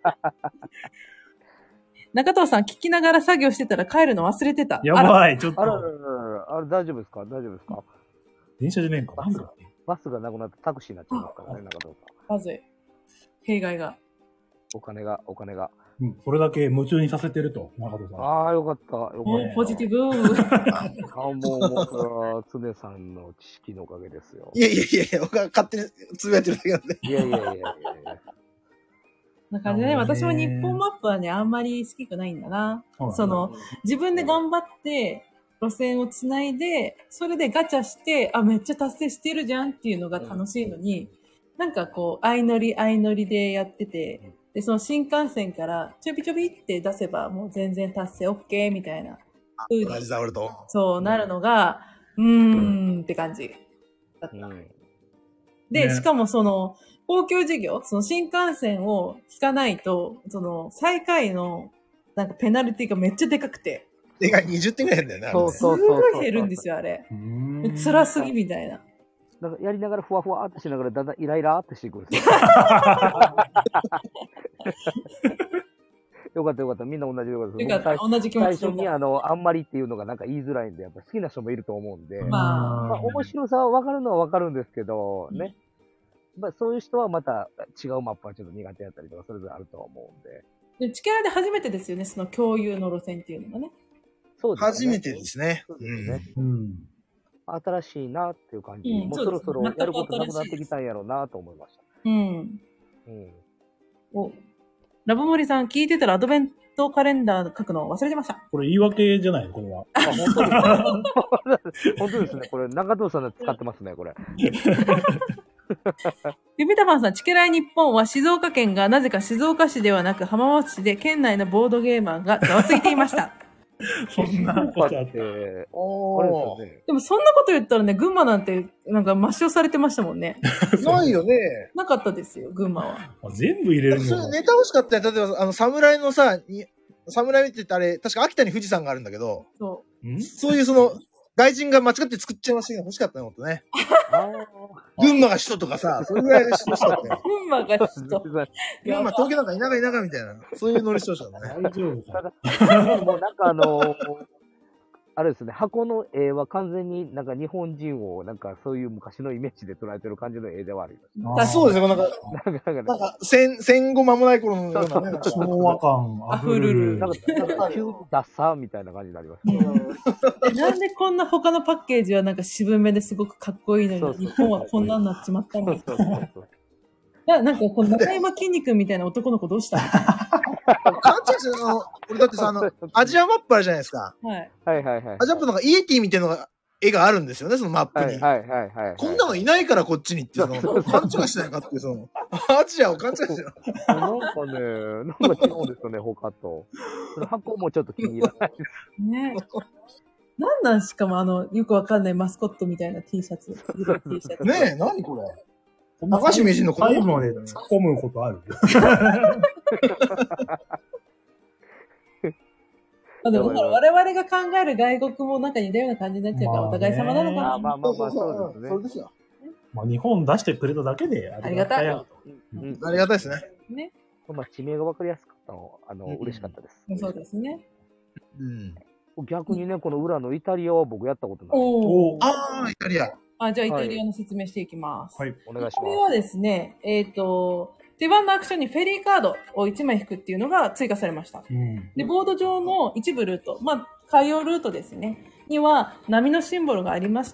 中藤さん、聞きながら作業してたら帰るの忘れてた。あらやばい、ちょっあららと。 ららら、あれ大丈夫ですか大丈夫ですか電車じゃねえんか。 バスが、バスがなくなってタクシーになっちゃいますからね、中藤さん。 まずい。弊害が。 お金が、お金が。 うん。それだけ夢中にさせてると、中戸さん。 ああ、よかった。よかった。 おポジティブ。 あ、もう、もう、それは、常さんの知識のおかげですよ。 いやいやいやいや、僕は勝手につぶやいてるだけなんで。 いやいやいやいやいや。 な感じでね、 なるほどね私も日本マップはね、あんまり好きくないんだな。 そうなんだその、自分で頑張って、路線をつないで、それでガチャして、あ、めっちゃ達成してるじゃんっていうのが楽しいのに、なんかこう、相乗り相乗りでやってて、で、その新幹線からちょびちょびって出せばもう全然達成 OK みたいな風に同じだ、俺と。 そうなるのが、うーんって感じだった。 うん。 で、 ねしかもその、公共事業、その新幹線を引かないと、その、最下位の、なんかペナルティがめっちゃでかくて、 でかい、にじゅってんぐらい変だよね。あれそうねすそうそうそう。 ごい減るんですよ、あれ。 うーん。 辛すぎみたいな。 なんかやりながらふわふわってしながらだんだんイライラってしてくるんですよ。よかったよかった。みんな同じよかった。 よかった、 僕同じ気持最ちでよかっ最初にあの、あんまりっていうのがなんか言いづらいんで、やっぱ好きな人もいると思うんで。 た。まあ、 まあ、面白さは分かるのは分かるんですけど、ね。まあ、そういう人はまた違うマップはちょっと苦手だったりとか、それぞれあるとは思うんで。 でチケラで初めてですよね、その共有の路線っていうのがね。 そうですね。 初めてですね。 そうですね。 うん。 新しいなっていう感じ。 うんもうそろそろそうですやることなくなってきたんやろうなと思いました。 うん。 うん。 お、ラブモリさん聞いてたらアドベントカレンダー書くの忘れてました。 これ言い訳じゃないこれは。 あ、本当です本当ですね。これ、中藤さんが使ってますね、これ。 ゆびたばんさん、チケライ日本は静岡県がなぜか静岡市ではなく浜松市で県内のボードゲーマーがざわついていました。 そんなだことあっ。 ってて、 おあれですよね。 でもそんなこと言ったらね、群馬なんてなんか抹消されてましたもんね。 ないよね。 なかったですよ、群馬は。 あ全部入れるのそれネタ欲しかったよ。例えば、あの、侍のさ、に侍って言ってあれ、確か秋田に富士山があるんだけど、 そんそういうその、外人が間違って作っちゃいましたけど欲しかったね、ほんとね。 あ群馬が首都とかさ、それぐらいが欲しかったよ。 う。群馬があ。 首都。 群馬、東京なんか田舎田舎みたいな、そういうノリしてほしかったね。 大丈夫か。 ただ、もうなんかあのーあれですね、箱の絵は完全になんか日本人をなんかそういう昔のイメージで捉えてる感じの絵ではありまあーそうですね、なんか、 す。なんか、なんか、 なんか戦、戦後間もない頃のようなね。なんか昭和感あふれる。 なんか、なんか急にダッサーみたいな感じになります。 えなんでこんな他のパッケージはなんか渋めですごくかっこいいのそうそうに、日本はこんなになっちまったのそうそうそうそう。 ななんかこの中山筋肉みたいな男の子どうした勘違いしてるあの、俺だってさ、あの、アジアマップあるじゃないですか。 のはい。 はいはいはい。 アジアマップなんかイエティみたいなのが、絵があるんですよね、そのマップに。 はいはいはいはい。 こんなのいないからこっちにって、その、勘違いしないかっていう、その、アジアを勘違いしてる。 なんかね、なんか違うんですよね、他と。その箱もちょっと気に入らないです。 ねなんなんしかもあの、よくわかんないマスコットみたいな T シャツ。T シャツ。 ねえ、何これ。高橋名人の子供最後まで突っ込むことある。 あでもほら我々が考える外国もなんか似たような感じになっちゃうから、 まあねお互い様なのかな。 まあまあまあまあ、そうですね。 そうですよ。 まあ日本出してくれただけでありがたいよ。 うんありがたいですね。 ね。 まあ、地名が分かりやすかったの、あの、 うん嬉しかったです。 そうですね。 うん。 逆にね、この裏のイタリアは僕やったことない。 おお。 ああ、イタリア。 あ、じゃあイタリアの説明していきます。 はい。 お願いしこれはます。 ですね、えっ、と、手番のアクションにフェリーカードをいちまい引くっていうのが追加されました。 うん。 で、ボード上の一部ルート、まあ、海洋ルートですね、には波のシンボルがありまして、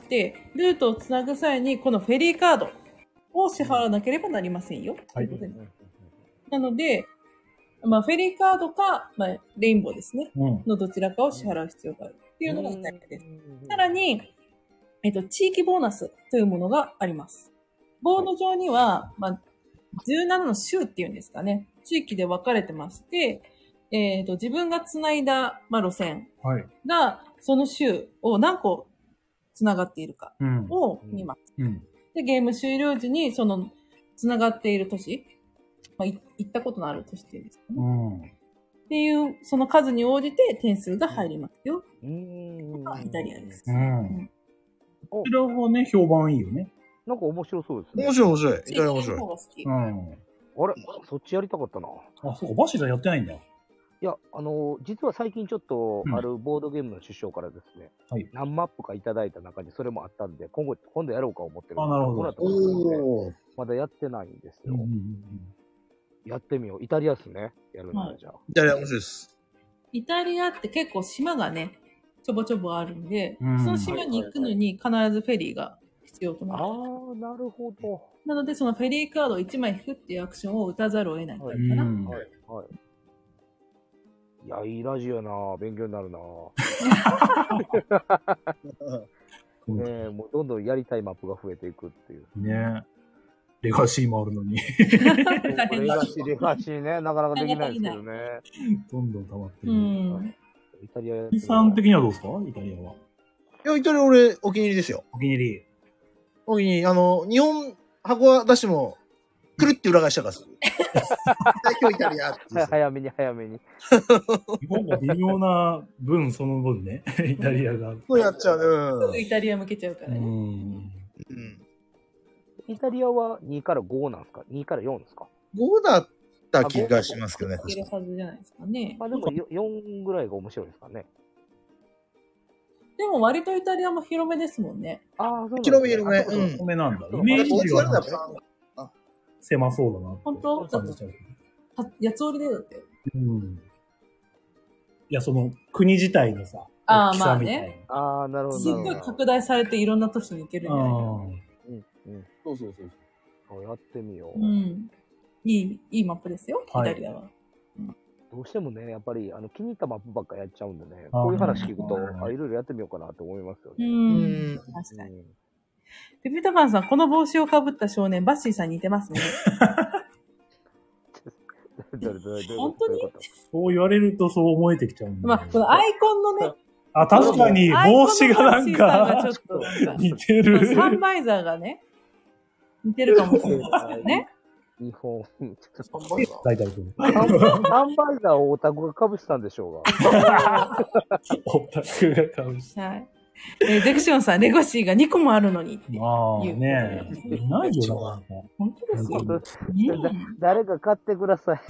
ルートをつなぐ際にこのフェリーカードを支払わなければなりませんよ。 はいということですなので、まあ、フェリーカードか、まあ、レインボーですね、 うん。 のどちらかを支払う必要があるっていうのがイタリアです。 うんさらに、えっと、地域ボーナスというものがあります。ボード上には、まあ、じゅうななの州っていうんですかね、地域で分かれてまして、えっと、自分が繋いだ、まあ、路線はい。 が、その州を何個繋がっているかうん。 を見ます。 うん。 で、ゲーム終了時に、その、繋がっている都市、まあ、い行ったことのある都市っていうんですかね。 うん。 っていう、その数に応じて点数が入りますよ。 うんイタリアです。 うん。こちらはね、評判いいよね。 なんか面白そうですね。 面白い面白い。イタリア面白い。 方が好き。 うん。 あれそっちやりたかったな。 あ、そうか、バシさんやってないんだ。 いや、あのー実は最近ちょっとうんあるボードゲームの首相からですね、 はい何マップかいただいた中にそれもあったんで、今後、今度やろうか思ってるんですあなるほどこの後ですのでおー。 まだやってないんですよ。 うんうんやってみよう。イタリアっすね。やるならじゃあ。 イタリア面白いです。 イタリアって結構島がね、ちょぼちょぼあるんで、 うんその島に行くのに必ずフェリーが必要となる。 あー、なるほど。 なので、そのフェリーカードをいちまい引くっていうアクションを打たざるを得ないかな。 うんはい、はい。いや、いいラジオやな勉強になるなうんねえ、もうどんどんやりたいマップが増えていくっていう。 ねレガシーもあるのに、 大変だレガシー、レガシーね、なかなかできないですけどね。 どんどん溜まってうる。 ん。 イタリアやってイみようさん的にはどうですかイタリアは。 いや、イタリア俺、お気に入りですよ。 お気に入り。 お気に入り。あの、日本箱は出しても、くるって裏返したからする。今日イタリアって言う。 早めに早めに。 日本が微妙な分、その分ね、イタリアが。 そうやっちゃうね。 イタリア向けちゃうからね。 うん。 うん。 イタリアはにからごなんですか ?に からよんですかごだった気がしますけどね。 いけるはずじゃないですかね。 まあでもよよんぐらいが面白いですかね。 でも割とイタリアも広めですもんね。 ああ、そうなん広め広めあそううんごめんなんだ。 うんイメージはなんあれか狭そうだなって。 本当感じちゃう。 は八つ折りでだって。 うん。いや、その、国自体のさ、 ああ、 大きまあさみたいな。 ね。 ああ、なるほど。 すっごい拡大されていろんな都市に行けるんじゃないかな。 うん。 うん、うん。 そうそうそう。 そうやってみよう。 うん。いい、いいマップですよ、イはいタリアは。 どうしてもね、やっぱり、あの、気に入ったマップばっかやっちゃうんでね、 あーこういう話聞くと、 うんあ、いろいろやってみようかなと思いますようね。 ん。 ん確かに。 うんペピタパンさん、この帽子をかぶった少年、バッシーさんに似てますね。 どれどれどれ本当にどういうことそう言われるとそう思えてきちゃうんだまあ、このアイコンのね、 あ、確かに帽子がなんアイコンのバッシーさんがかちょっとなんか、 似てる。 サンバイザーがね、似てるかもしれないですけどね。 日本、 大体そう。 サンバイザーをオタクが被ってたんでしょうが。 オタクが買うし。 はい。えーゼクションさん、レゴシーがにこもあるのに。 まあねえ、いないよな、なんか。 本当ですよ。 本当うん誰か買ってください。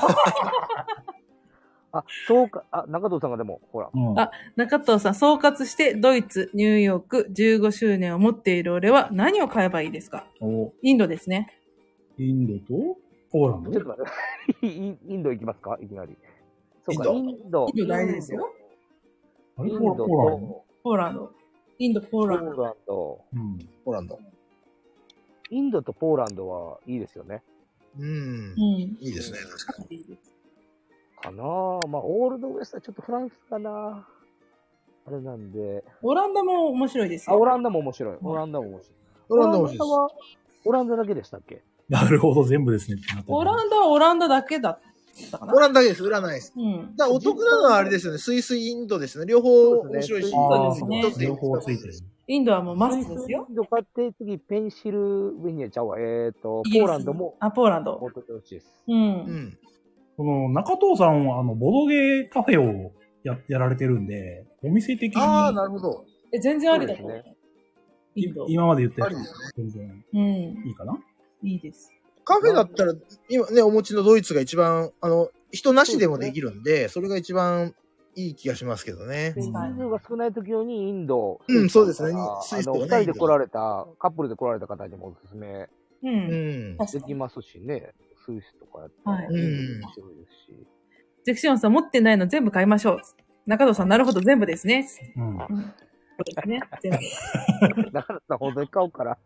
あ、そうか、あ、中藤さんがでも、ほら。 うん。 あ中藤さん、総括して、ドイツ、ニューヨーク、じゅうごしゅうねんを持っている俺は何を買えばいいですか？ お、 インドですね。 インドとポーランドちょっと待って。インインド行きますかいきなり。そうか、 イインド。 インド大事ですよ。 あれインドとポーランドポーランド。インド、ポーポーランランド。 ド。 うん。 ポーランド。 インドとポーランドはいいですよね。 うん。 うん。 いいですね。確かに。 いいですかなぁ。まあ、オールドウエストはちょっとフランスかなあれなんで。 オランダも面白いですあ、 よ。 オランダも面白い。オランダも面白い。 オランダ欲しいです。 は、オランダだけでしたっけ？ なるほど、全部ですね。 オランダはオランダだけだったかな。 オランダです。売らないです。 うん。 だからお得なのはあれですよね。スイス、インドですね。両方面白いし。 そうですね一つで両方ついてる。 インドはもうマストですよイ。ンド買って、次、ペンシルベニアちゃうわ。えっ、と、 イギリスポーランドもあ、ポーランド。 持っててほしいです。 う。 うんん。 この中藤さんは、あの、ボドゲカフェをや、やられてるんで、お店的に、 ああ、なるほど。 え、全然ありだと思う。 そうでインド。 今まで言ったやつありですね。 全然うん。 いいかな。 いいです。 カフェだったら、今ね、お持ちのドイツが一番、あの、人なしでもできるんで、それが一番いい気がしますけどね。 人数が少ない時用にインド。 うんそうですねあスイスとかねの、二人で来られた、カップルで来られた方にもおすすめう。 うんん。 で確かに。 きますしね。スイスとかやったら、 はいうん面白いですし。 ゼクシオンさん持ってないの全部買いましょう。中藤さん、なるほど、全部ですね。 うん。 うん。そうですね。全部。 だからさ、本当に買おうから。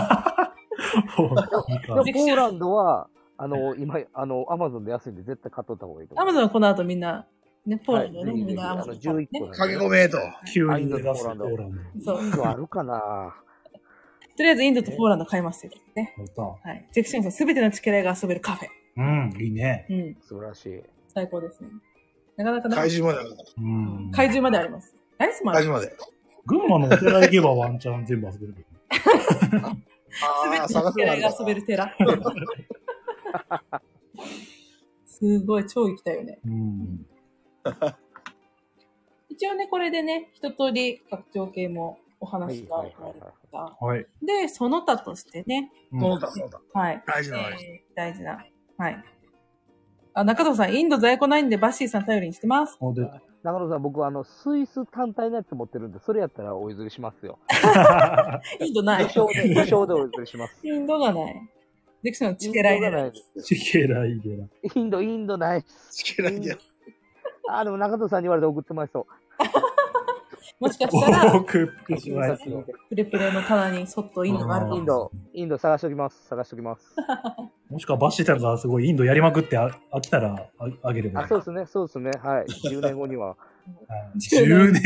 いいかでも、ポーランドは、あの、今、あの、アマゾンで安いんで絶対買っとった方がいいと思う。 アマゾンはこの後みんな、ね、ポーランドね、 はいみんなアマゾンあの、じゅういっこなんで駆け込めと。 急に出だすポーランドポーランド。 そう。 インドあるかなとりあえずインドとポーランド買いますよ。ね。 やった。 はい。ゼクシオンさん、すべてのチケラが遊べるカフェ。 うん、いいね。 うん。 素晴らしい。 最高ですね。なかなかな怪獣まである。 うん。 怪獣まであります。アイスもある。 怪獣まで。 群馬のお寺行けばワンチャン全部遊べるけど。 あすべあ、 てのチケラ探せばあるが遊べる寺。すごい、超行きたいよね。 うん。 一応ね、これでね、一通り拡張系もお話が終わりました。 はい。 で、その他としてね、 うんそうだ、そうだ。 はい。 大事な話。 えー大事な。はい。あ、中藤さん、インド在庫ないんでバッシーさん頼りにしてます。 おで、 中野さん、僕、あの、スイス単体のやつ持ってるんで、それやったらお譲りしますよ。 インドない。 無償で、無償でお譲りします。 インドがない。デクションのチケライでない。 チケライデラ。 インド、インドないっす。 チケライデラ。 あ、でも中藤さんに言われて送ってまいそう。 もしかしたら、 送ってしまいそう。 プレプレの棚にそっとインドがあるかもインド、インド探しておきます。探しておきます。 もしくはバッシーさんがすごいインドやりまくってあ飽きたらああげればいい。 あ、そうですね、そうですね。はい。じゅうねんごには。 はいじゅうねん。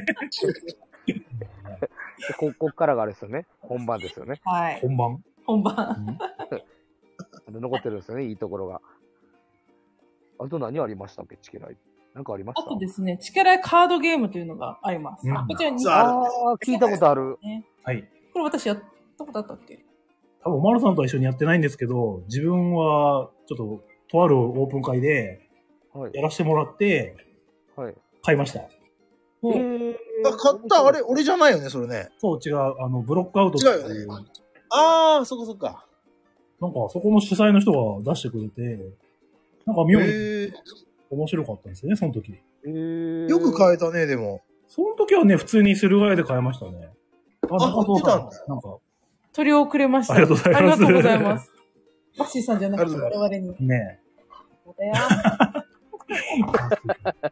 こ、こっからがあれですよね。本番ですよね。 はい。 本番。 本番。 あの残ってるんですよね、いいところが。あと何ありましたっけ、チケライ。なんかありましたあとですね、チケライカードゲームというのがあります。 うんこちらに、 そうああ、聞いたことある。 ね。 はい。 これ私やったことあったっけ？ 多分、おまるさんとは一緒にやってないんですけど、自分は、ちょっと、とあるオープン会で、 はい。 やらせてもらって、 はい。 買いました。 おえーあ、買ったあれ、俺じゃないよね、それね。 そう、違う、あの、ブロックアウトっていう、 違うよああ、そっかそっか。 なんか、そこの主催の人が出してくれて、なんか妙にへえ。 面白かったんですよね、その時。 えーよく買えたね、でも。 その時はね、普通にスルガヤで買いましたね。あ中藤さ売ってたんなんか、 取り遅れました。 ありがとうございますありがとうございます。バッシーさんじゃなくてありがとう我々に。 ねそうだよ。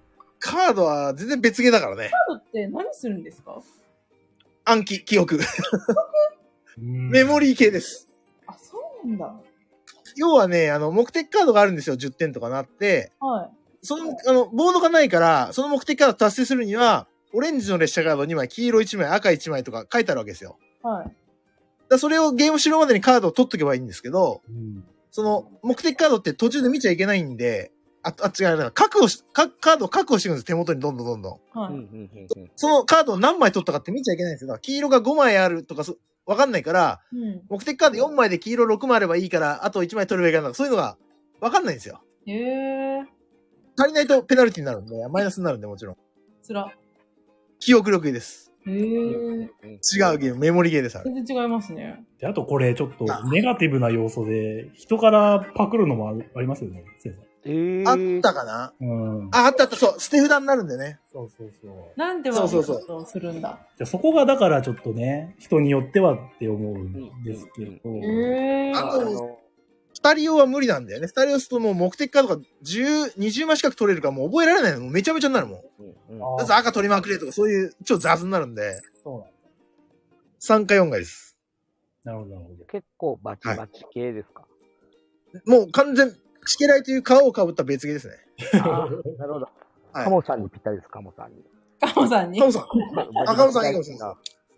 カードは全然別ゲーだからね。 カードって何するんですか？ 暗記、記憶。 うんメモリー系です。 あ、そうなんだ。 要はね、あの、目的カードがあるんですよ。じゅってんとかなって。 はい。 その、あの、ボードがないから、その目的カード達成するには、オレンジの列車カードにまい、黄色いちまい、赤いちまいとか書いてあるわけですよ。 はい。 だそれをゲーム終了までにカードを取っとけばいいんですけど、 うんその目的カードって途中で見ちゃいけないんで、あ、あ、違う、確保し、かカードを確保していくんです。手元にどんどんどんどん。 はい。 うんうんうんうんそのカードを何枚取ったかって見ちゃいけないんですよ。だから黄色がごまいあるとかそ、わかんないから、 うん。 目的カードよんまいで黄色ろくまいあればいいから、あといちまい取ればいいからとか、そういうのがわかんないんですよ。 へえー。 足りないとペナルティになるんで、マイナスになるんでもちろん。 つら。 記憶力です。 へえー。 うん違うゲーム、メモリゲーです。あれ全然違いますね。 であとこれちょっとネガティブな要素で、人からパクるのもあるありますよね、先生。 えー、 あったかなうん。 あ、あったあった、そう。捨て札になるんでね。 そうそうそう。 なんで悪いことをするんだ。 じゃあそこがだからちょっとね、人によってはって思うんですけど。 へえー。 ああのと、二人用は無理なんだよね。二人用するともう目的カードがじゅう、にじゅうまい近く取れるからもう覚えられないの。もうめちゃめちゃになるもん。 うんうんあだって赤取りまくれとかそういう超雑になるんで、 そうなんだ。 さんかよんかです。 なるほど、なるほど。 結構バチバチ系ですか、 もう完全、チケライという皮をかぶった別ゲーですね。 あーなるほど。 はいカモさんにぴったりです、カモさんに。 カモさんにカモさん。あカモさんいいかもしれな。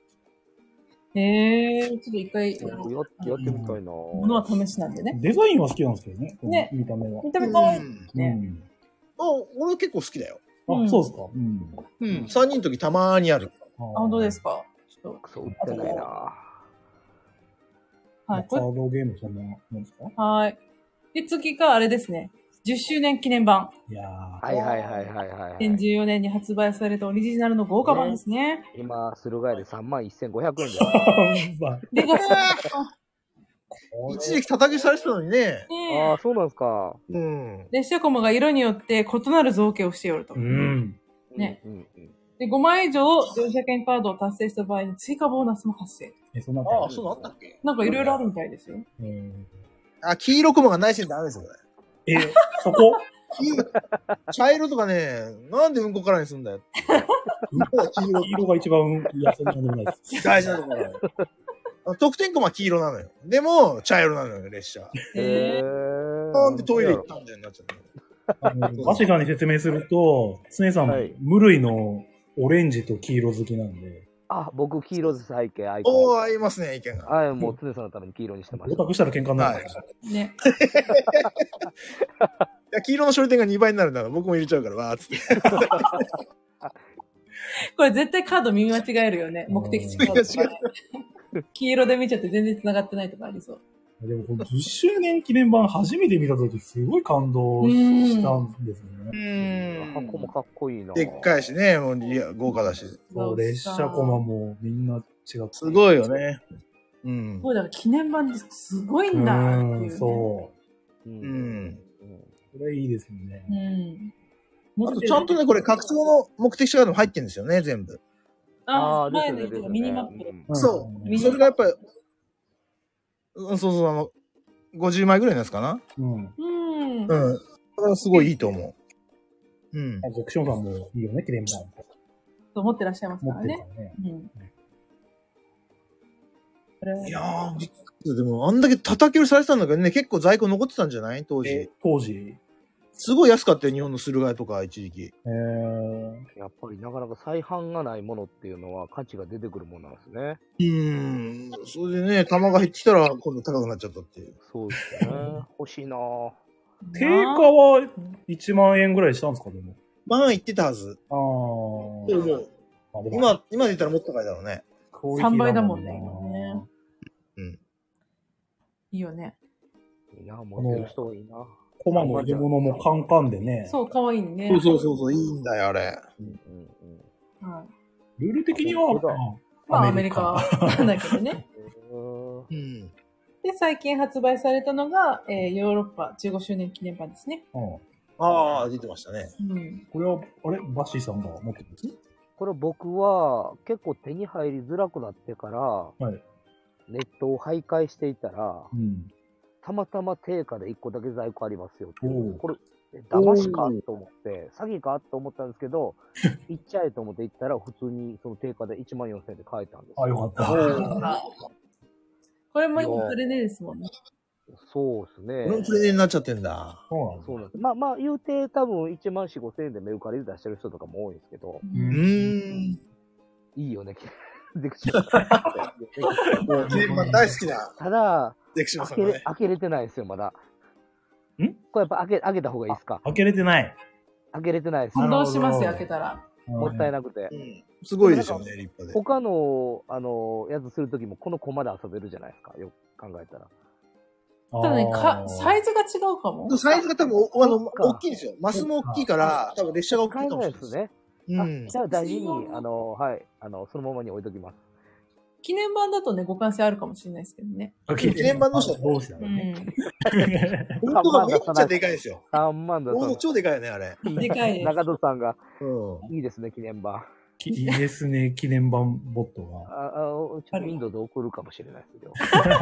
へえー。ちょっと一回、 よやってやってみたいな。 ものは試しなんでね。 デザインは好きなんですけどね。 ね見た目は。 見た目可愛い。 うんねあ、俺結構好きだよ。 あ、 うんそうですか。うん。 うん。さんにんの時たまーにある。 ああ、本当ですか。ちょっクソ売ってないな。 と、はい。これカードゲームそんなもんですか？ はい。で、次があれですね。じゅっしゅうねん記念版。 いやはいはいはいはいはい、はい。 にせんじゅうよねんに発売されたオリジナルの豪華版ですね。 今、駿河屋でさんまんせんごひゃくえんで。 ー。まあで、が、 一時期叩きされてたのにね。 ああ、そうなんですか。 うん。 列車コマが色によって異なる造形をしておると。 うん。 ねうんうんで、ごまい以上乗車券カードを達成した場合に追加ボーナスも発生。 え、そんなああ、そうなのあったっけなんかいろいろあるみたいですよ。 うん。 あ、黄色コマがないしダメですよ、これ。 え、そこ黄茶色とかね、なんでうんこからにすんだよ。うんこは黄色黄色が一番、いや、そんなでもないです。 大事なところだよ。得点コマは黄色なのよ。でも、茶色なのよ、列車。 へへーー。 なんでトイレ行ったんだよ、なっちゃったあのバシさんに説明すると、スネさん、 はい無類のオレンジと黄色好きなんで、 あ、僕、黄色です、背景、アイおコー、合いますね、意見が。 ン。はい、もう、常さんのために黄色にしてました。 合格したら喧嘩になるから。 ね。 いや、黄色の処理点がにばいになるんだから、僕も入れちゃうから、わーっつって。 これ絶対カード見間違えるよね。目的地カードとか違黄色で見ちゃって全然繋がってないとかありそう。 でも、このじゅっしゅうねん記念版初めて見たとき、すごい感動したんですようね。 ーん。 箱もかっこいいな。 でっかいしね、もうリア豪華だし。 そう列車コマもみんな違って。 すごいよね。うんす。ごい、だから記念版ですごいんだっていう、ね。 ん、そう。 う。 うんん。 これいいですよね。 うん。 あと、ちゃんとね、これ、拡張の目的地カードも入ってるんですよね、全部。 ああ、 あー前のですよね人がミニマップ。 うんそううんそれがやっぱり、うん、そうそう、あの、ごじゅうまいぐらいのやつかな。 うん。 うん。 うん。これはすごいいいと思う。うん。 あ、極小さんもいいよね、記念版。 と思ってらっしゃいますか持らね。 ってるからね。 うん。これいやー、びっくりでも、あんだけ叩き売りされてたんだけどね、結構在庫残ってたんじゃない当え時。、 当時。 すごい安かったよ、日本の駿河屋とか、一時期。 えー、 やっぱりなかなか再販がないものっていうのは価値が出てくるものなんですね。 うーん。それでね、玉が入ってきたら、今度高くなっちゃったっていう。 そうですね。欲しいなぁ。 定価はいちまんえんぐらいしたんですか、でも。 まあ、言ってたはず。 あー。 でももう、 あでも今、今で言ったらもっと高いだろうね。 クオリティさんばいだもんなね、今ね。 うん。 いいよね。 いいなぁ、持ってる人がいいなぁ。 コマの入れ物もカンカンでね。 そう、かわいいね。 そうそうそうそう、いいんだよ、あれ。 うんうんうん。 はい。 ルール的には、 本当だまあ、アメリカなんだけどね。 うーんうん。 で、最近発売されたのが、えー、ヨーロッパじゅうごしゅうねん記念版ですね。 うん。 ああ、出てましたね。 うん。 これは、あれバッシーさんが持ってるんですこれ僕は結構手に入りづらくなってから、 はい。 ネットを徘徊していたら、 うん。 たまたま定価でいっこだけ在庫ありますよっておいうーこれ、え騙しかと思って、詐欺かと思ったんですけど、行っちゃえと思って行ったら、普通にその定価でいちまんよんせんえんで買えたんですあ、よかった。 これも今プレネですもんね。 そうですね。 これもプレゼンになっちゃってんだ。 そうなんですそうなんです。まあまあ、言うて多分いちまんよんせんごせんえんでメルカリで出してる人とかも多いんですけど、 うーん。 いいよね、ゼクション。 もう、ゲーム大好きなただ、 ゼクションさん開けれがね。 開けれてないですよ、まだ。 んこれやっぱ開け、開けた方がいいですか？ 開けれてない。 開けれてないです。 どうしますよ、開けたら。 もったいななくて。 うん。すごいですよね、立派で。 他の、あの、やつするときもこのコマで遊べるじゃないですか。よく考えたら。 ただね、か、サイズが違うかも。 サイズが多分、おあの、 そっか大きいんですよ。マスも大きいから、多分列車が大き使えいかもしれないないですね。 うんあ、。じゃあ大事に、あの、はい、あの、そのままに置いときます。 記念版だとね、互換性あるかもしれないですけどね。 記記念版の人はどうしたうのね。 ん。 本当だ、めっちゃでかいですよ。 さんまんだほんとと。 超でかいよね、あれ。 でかいです。 中戸さんが、 うん。 いいですね、記念版。 きいいですね、記念版ボットが。 あ、あ、ちょっとウィンドウで送るかもしれないですけど。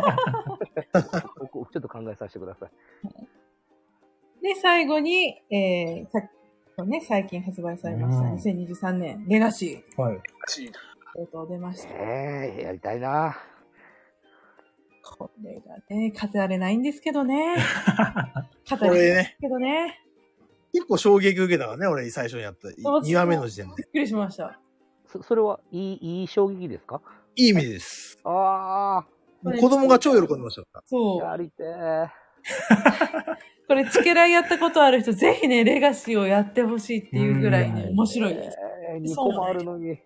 ちょっと考えさせてください。 で、最後に、えー、さっきね、最近発売されました、 うんにせんにじゅうさんねん、レガシー。 はい。 とうとう出ました。 ええやりたいな。 これがね、語られないんですけどね。語これね、 れないけどね。 結構衝撃受けたからね、俺最初にやった。 そうにわめの時点で。 びっくりしました。 そ、それはいい、いい衝撃ですか？ いい意味です。 あもう子供が超喜んでましたかそあ、やう。 りてー。 これ、チケライやったことある人、ぜひね、レガシーをやってほしいっていうぐらいね、 うん面白いです。 えー、にこもあるのに。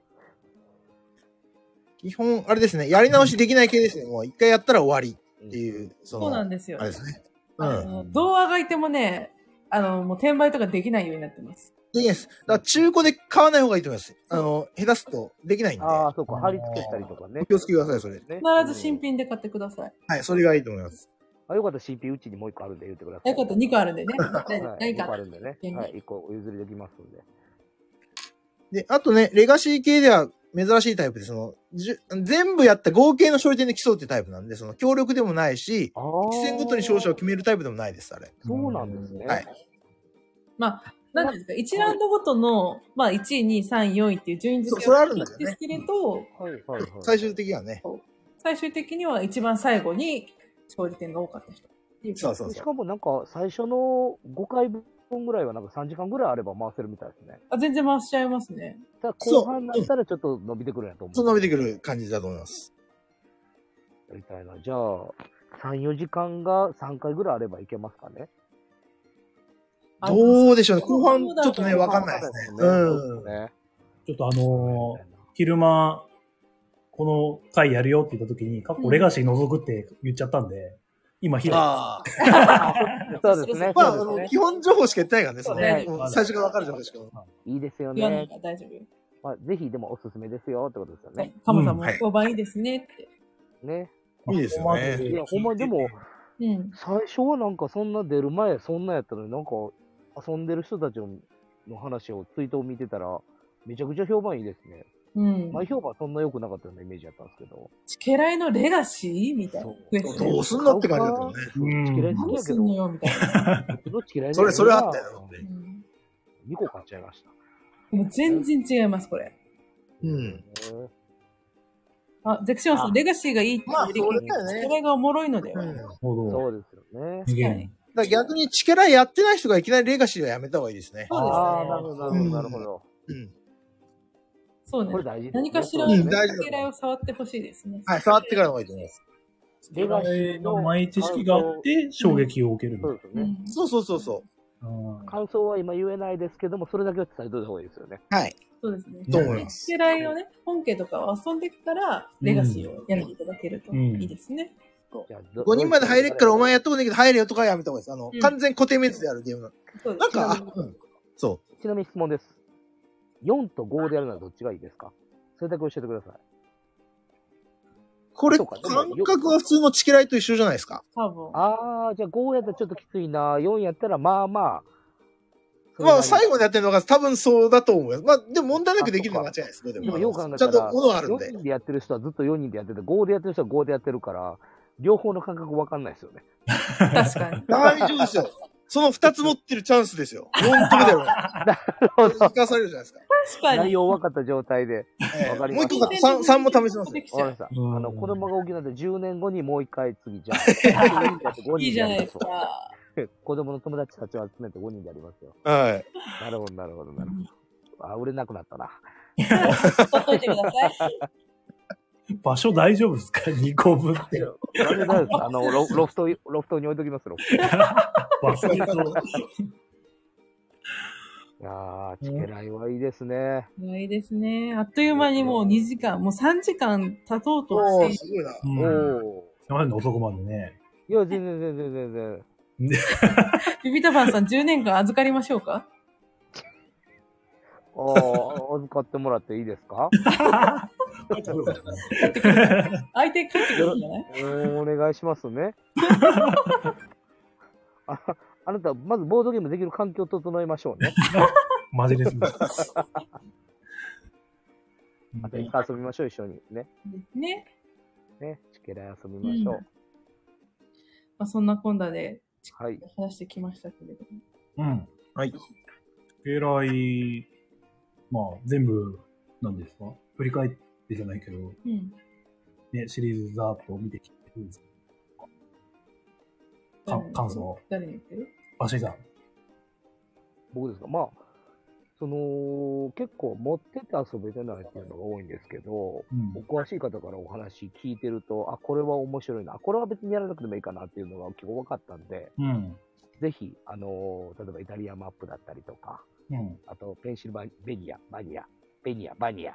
基本、あれですね、やり直しできない系ですね。もう一回やったら終わりっていう、そそうなの、 んですよ。 あれですね。うん。 あの動画がいてもね、あの、もう転売とかできないようになってます。 できないです。だから中古で買わない方がいいと思います。あの、下手すとできないんで。 ああ、そうか、貼り付けたりとかねお。気をつけください、それ。 ね必ず新品で買ってください。 はい、それがいいと思います。 あ、よかった、新品うちにもう一個あるんで言ってください。 よかった、にこあるんでね。 はい、 何かにこあるんでね。 便利はい、いっこお譲りできますんで。 で、あとね、レガシー系では珍しいタイプで、その、じゅ全部やった合計の勝利点で競うっていうタイプなんで、その、協力でもないし、 あ一戦ごとに勝者を決めるタイプでもないです、あれ。 そうなんですね。 はい。 まあ、なんていうんですか、いちラウンドごとの、まあ、いちい、にい、さんい、よんいっていう順位付けそうそれあるんだけどねですけれど、 はい、はい、はい。 最終的にはね。 最終的には一番最後に勝利点が多かった人っていう。 そうそうそう。 しかもなんか、最初のごかいぶんぐらいはなんかさんじかんぐらいあれば回せるみたいですね。 あ、全然回しちゃいますね。 ただ後半になったらちょっと伸びてくるんやと思う。 そう伸びてくる感じだと思います。 やりたいな。じゃあ、さん、よじかんがさんかいぐらいあればいけますかね。 あどうでしょうね。後半ちょっとね、わかんないですね。 そううん。 ですね。 ちょっとあのー昼間、この回やるよって言った時に、過去レガシー覗くって言っちゃったんで、今開いた。 ああ。 そうですね。 まあ、あの、 そうですね基本情報しか言ってないからね、その、 ねもう最初からわかる情報しか。 いいですよね言わないか。ら大丈夫よ。 まあ、ぜひでもおすすめですよってことですよはいね。。 カモさんもうんはい評判いいですねって。 ね。 いいですよねいや、ほんまでも、 うん。 最初はなんかそんな出る前、そんなやったのになんか遊んでる人たちの話をツイートを見てたら、めちゃくちゃ評判いいですね。 うん。 前評判そんな良くなかったようなイメージだったんですけど。 チケライのレガシーみたいなそう。 クエスチョンどうすんのって感じだったもんね。 うんチキレン何すんのよみたいな。 それ、それあったよ、本当に。 うんにこ買っちゃいました。 でも全然違います、これ。 うん。 あ、ゼクシオンさん、 あレガシーがいいってまあ言うそうだよねそれがおもろいのでは。 うん。だかなるほど。 そうですよね。 次元。 はいら逆にチケラやってない人がいきなりレガシーはやめた方がいいですね。 そうですねああ、なるほど、なるほど、なるほど。 うん。 そうねこれ。大事ですね。 何かしらうんチ大事だケライを触ってほしいですね。 はい、触ってからの方がいいと思います。 レガシーの前知識があって、衝撃を受ける。 そうですよね。 うん。 そうそうそうそうん感想は今言えないですけども、それだけは伝えといた方がいいですよね。 う。はい。 そうですね。 と思います。 チケライをね、本家とかを遊んでから、レガシーをやっていただけるといいですね。 じゃあどごにんまで入れっからお前やったことないけど入れよとかはやめた方がいいです。あの、 うん完全固定メンツでやるゲームなそうですなんか、あうん。そちなみに質問です。よんとごでやるのはどっちがいいですか？それだけ教えてください。 う。これ、 そうかでも感覚は普通のチケライと一緒じゃないですか。 多分。 あー、じゃあごやったらちょっときついな。よんやったらまあまあ。 まあ、最後後にやってるのが多分そうだと思うよ。まあ、でも問題なくできるのは間違いないです。どうでもでもよく考えたら、 ちゃんと物はあるんよで。 にんでやってる人はずっとよにんでやってて、ごでやってる人はごでやってるから、 両方の感覚わかんないですよね。 確かに。 大丈夫ですよ。その二つ持ってるチャンスですよ。よんこめだよ。 なるほど。 聞かされるじゃないですか。 確かに。 内容分かった状態で。 ええわかりましたもう一個買って三、三も試せますよ。 わかりました。 うんあの、子供が大きくなってじゅうねんごにもう一回次、じゃあ、ごいいにんでじゃないですやりますわ。 か。 子供の友達たちを集めてごにんでやりますよ。 はい。 なるほど、なるほど、なるほど。あ、売れなくなったな。 取っといてください。 場所大丈夫ですか？ に 個分って。 あれだよ、あの、ロロフト、ロフトに置いときます、ロフト。い忘れそう。 やー、チケライはいいですね。 いやいいですね。あっという間にもうにじかん、もうさんじかん経とうとおー、 しすごいな。 うん。 おー。 すいませんね、遅くまでね。 いや、全然、全然、全然。 ビビタパンさんじゅうねんかん預かりましょうか？ ああ、預かってもらっていいですか？ 相手帰ってくるんじゃない？ お願いしますね。ああなた、まずボードゲームできる環境を整えましょうね。 マジですね。 また一回遊びましょう、一緒に。ね。 ですね。 ね。チケライ遊びましょう。 うんまあ、そんなこんなではい。 話してきましたけれども。 うん。 はい。 えらい、まあ、全部、なんですか振り返ってじゃないけど、 うん。 ね、シリーズざーっと見てきてるんですか感想。 誰に言ってる？ バシーさん。 僕ですか。まあ、その、結構持ってて遊べてないっていうのが多いんですけど、 うん。 お詳しい方からお話聞いてると、あ、これは面白いな。これは別にやらなくてもいいかなっていうのが結構分かったんで、 うん。 ぜひ、あのー例えばイタリアマップだったりとか、 うん。 あとペンシルバニア、バニア、ベニア、バニア。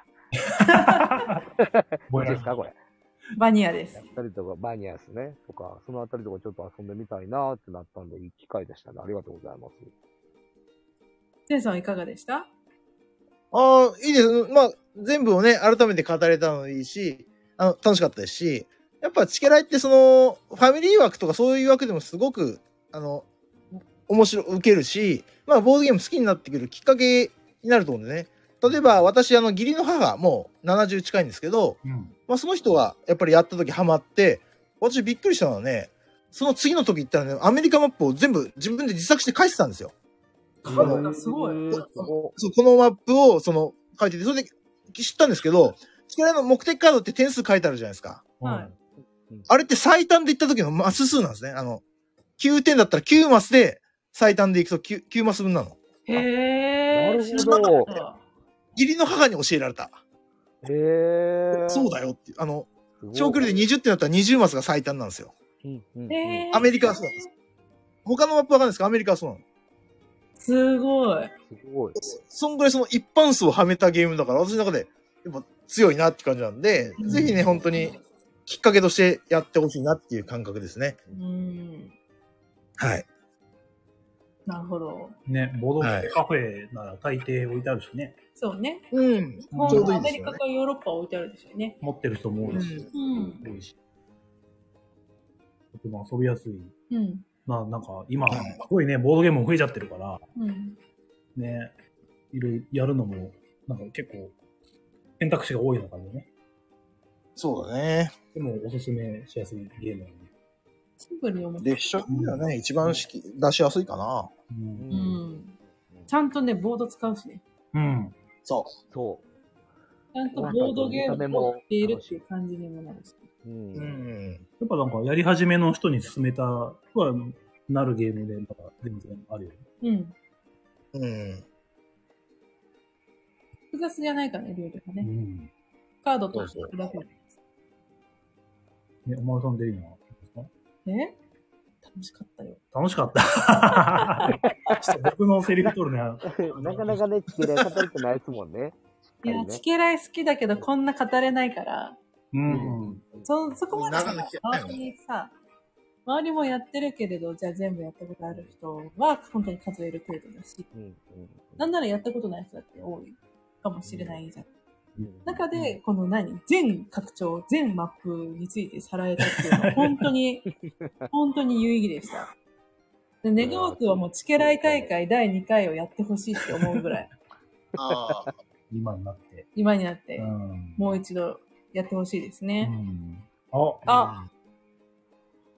どっちですか、これ。 バニアですや。ったりとか、バニアスね。とか、そのあたりとかちょっと遊んでみたいなってなったんで、いい機会でしたね。ありがとうございます。 センさんはいかがでした？ ああ、いいです。まあ、全部をね、改めて語れたのいいし、あの、楽しかったですし、やっぱチケライってその、ファミリー枠とかそういう枠でもすごく、あの、面白、受けるし、まあ、ボードゲーム好きになってくるきっかけになると思うんでね。例えば、私、あの、義理の母、もうななじゅう近いんですけど、 うん。 まあ、その人は、やっぱりやった時ハマって、私びっくりしたのはね、その次の時行ったらね、アメリカマップを全部自分で自作して返してたんですよ。 カードがすごい。 えーすごそう、このマップを、その、書いてて、それで知ったんですけど、チケライの目的カードって点数書いてあるじゃないですか。 はいあれって最短で行った時のマス数なんですね。あの、きゅうてんだったらきゅうマスで最短で行くと 9, きゅうマス分なの。 へえ。 なるほど知らなかった義理の母に教えられた。 へえ。 そうだよっていう。あの、 すごい長距離でにじゅってんだったらにじゅうマスが最短なんですよ。 うんうんうんへーアメリカはそうなんです。他のマップわかんないですか？アメリカはそうなの。 すごい。 すごい。 そんぐらいその一般数をはめたゲームだから、私の中でやっぱ強いなって感じなんで、 うんぜひね、本当にきっかけとしてやってほしいなっていう感覚ですね。 うん。 はい。 なるほど。 ね、ボードゲームカフェなら大抵置いてあるしね。 そうね。 うん。 ちもちょううアメリどいいですよね。 カかヨーロッパ置いてあるでしょうね。 持ってる人も多いし、 うん。 多いし。とても遊びやすい。 うん。 な、なんか今、すごいね、ボードゲームも増えちゃってるから、 うん。 ね、いろいろやるのも、なんか結構、選択肢が多いのかね。 そうだね。 でもおすすめしやすいゲームなんで。 シンプルに思う。 列車ではね、一番式出しやすいかな。 う。 うんん。ちゃんとね、ボード使うしね。 うん。 そそう。 ちゃんとボードゲームをしているっていう感じにもなるし。 うんう。うん。 やっぱなんかやり始めの人に勧めたはなるゲームで、なんか全然あるよね。 うん。 うん。 複雑じゃないからね、ルールがうね。 ん。 カードとしていくだけで。 ね、お前さん出るのはえ楽しかったよ。 楽しかった。ちょっと僕のセリフ取るのは、 なかなかね、チケライ語れてないですもんね。 いや、 しっかりねチケライ好きだけど、こんな語れないから、 うん。 そ、そこまでさ長野来たよ周りにさ、周りもやってるけれど、じゃあ全部やったことある人は、本当に数える程度だし、 うんうんなんならやったことない人だって多いかもしれないじゃん。 うん中で、この何全拡張、全マップについてさらえたっていうのは、本当に、本当に有意義でした。で願わくはもうチケライ大会だいにかいをやってほしいって思うぐらい、 ああ。 今になって。 今になってう、ん。 もう一度やってほしいですうね。 ん。あ、 あ、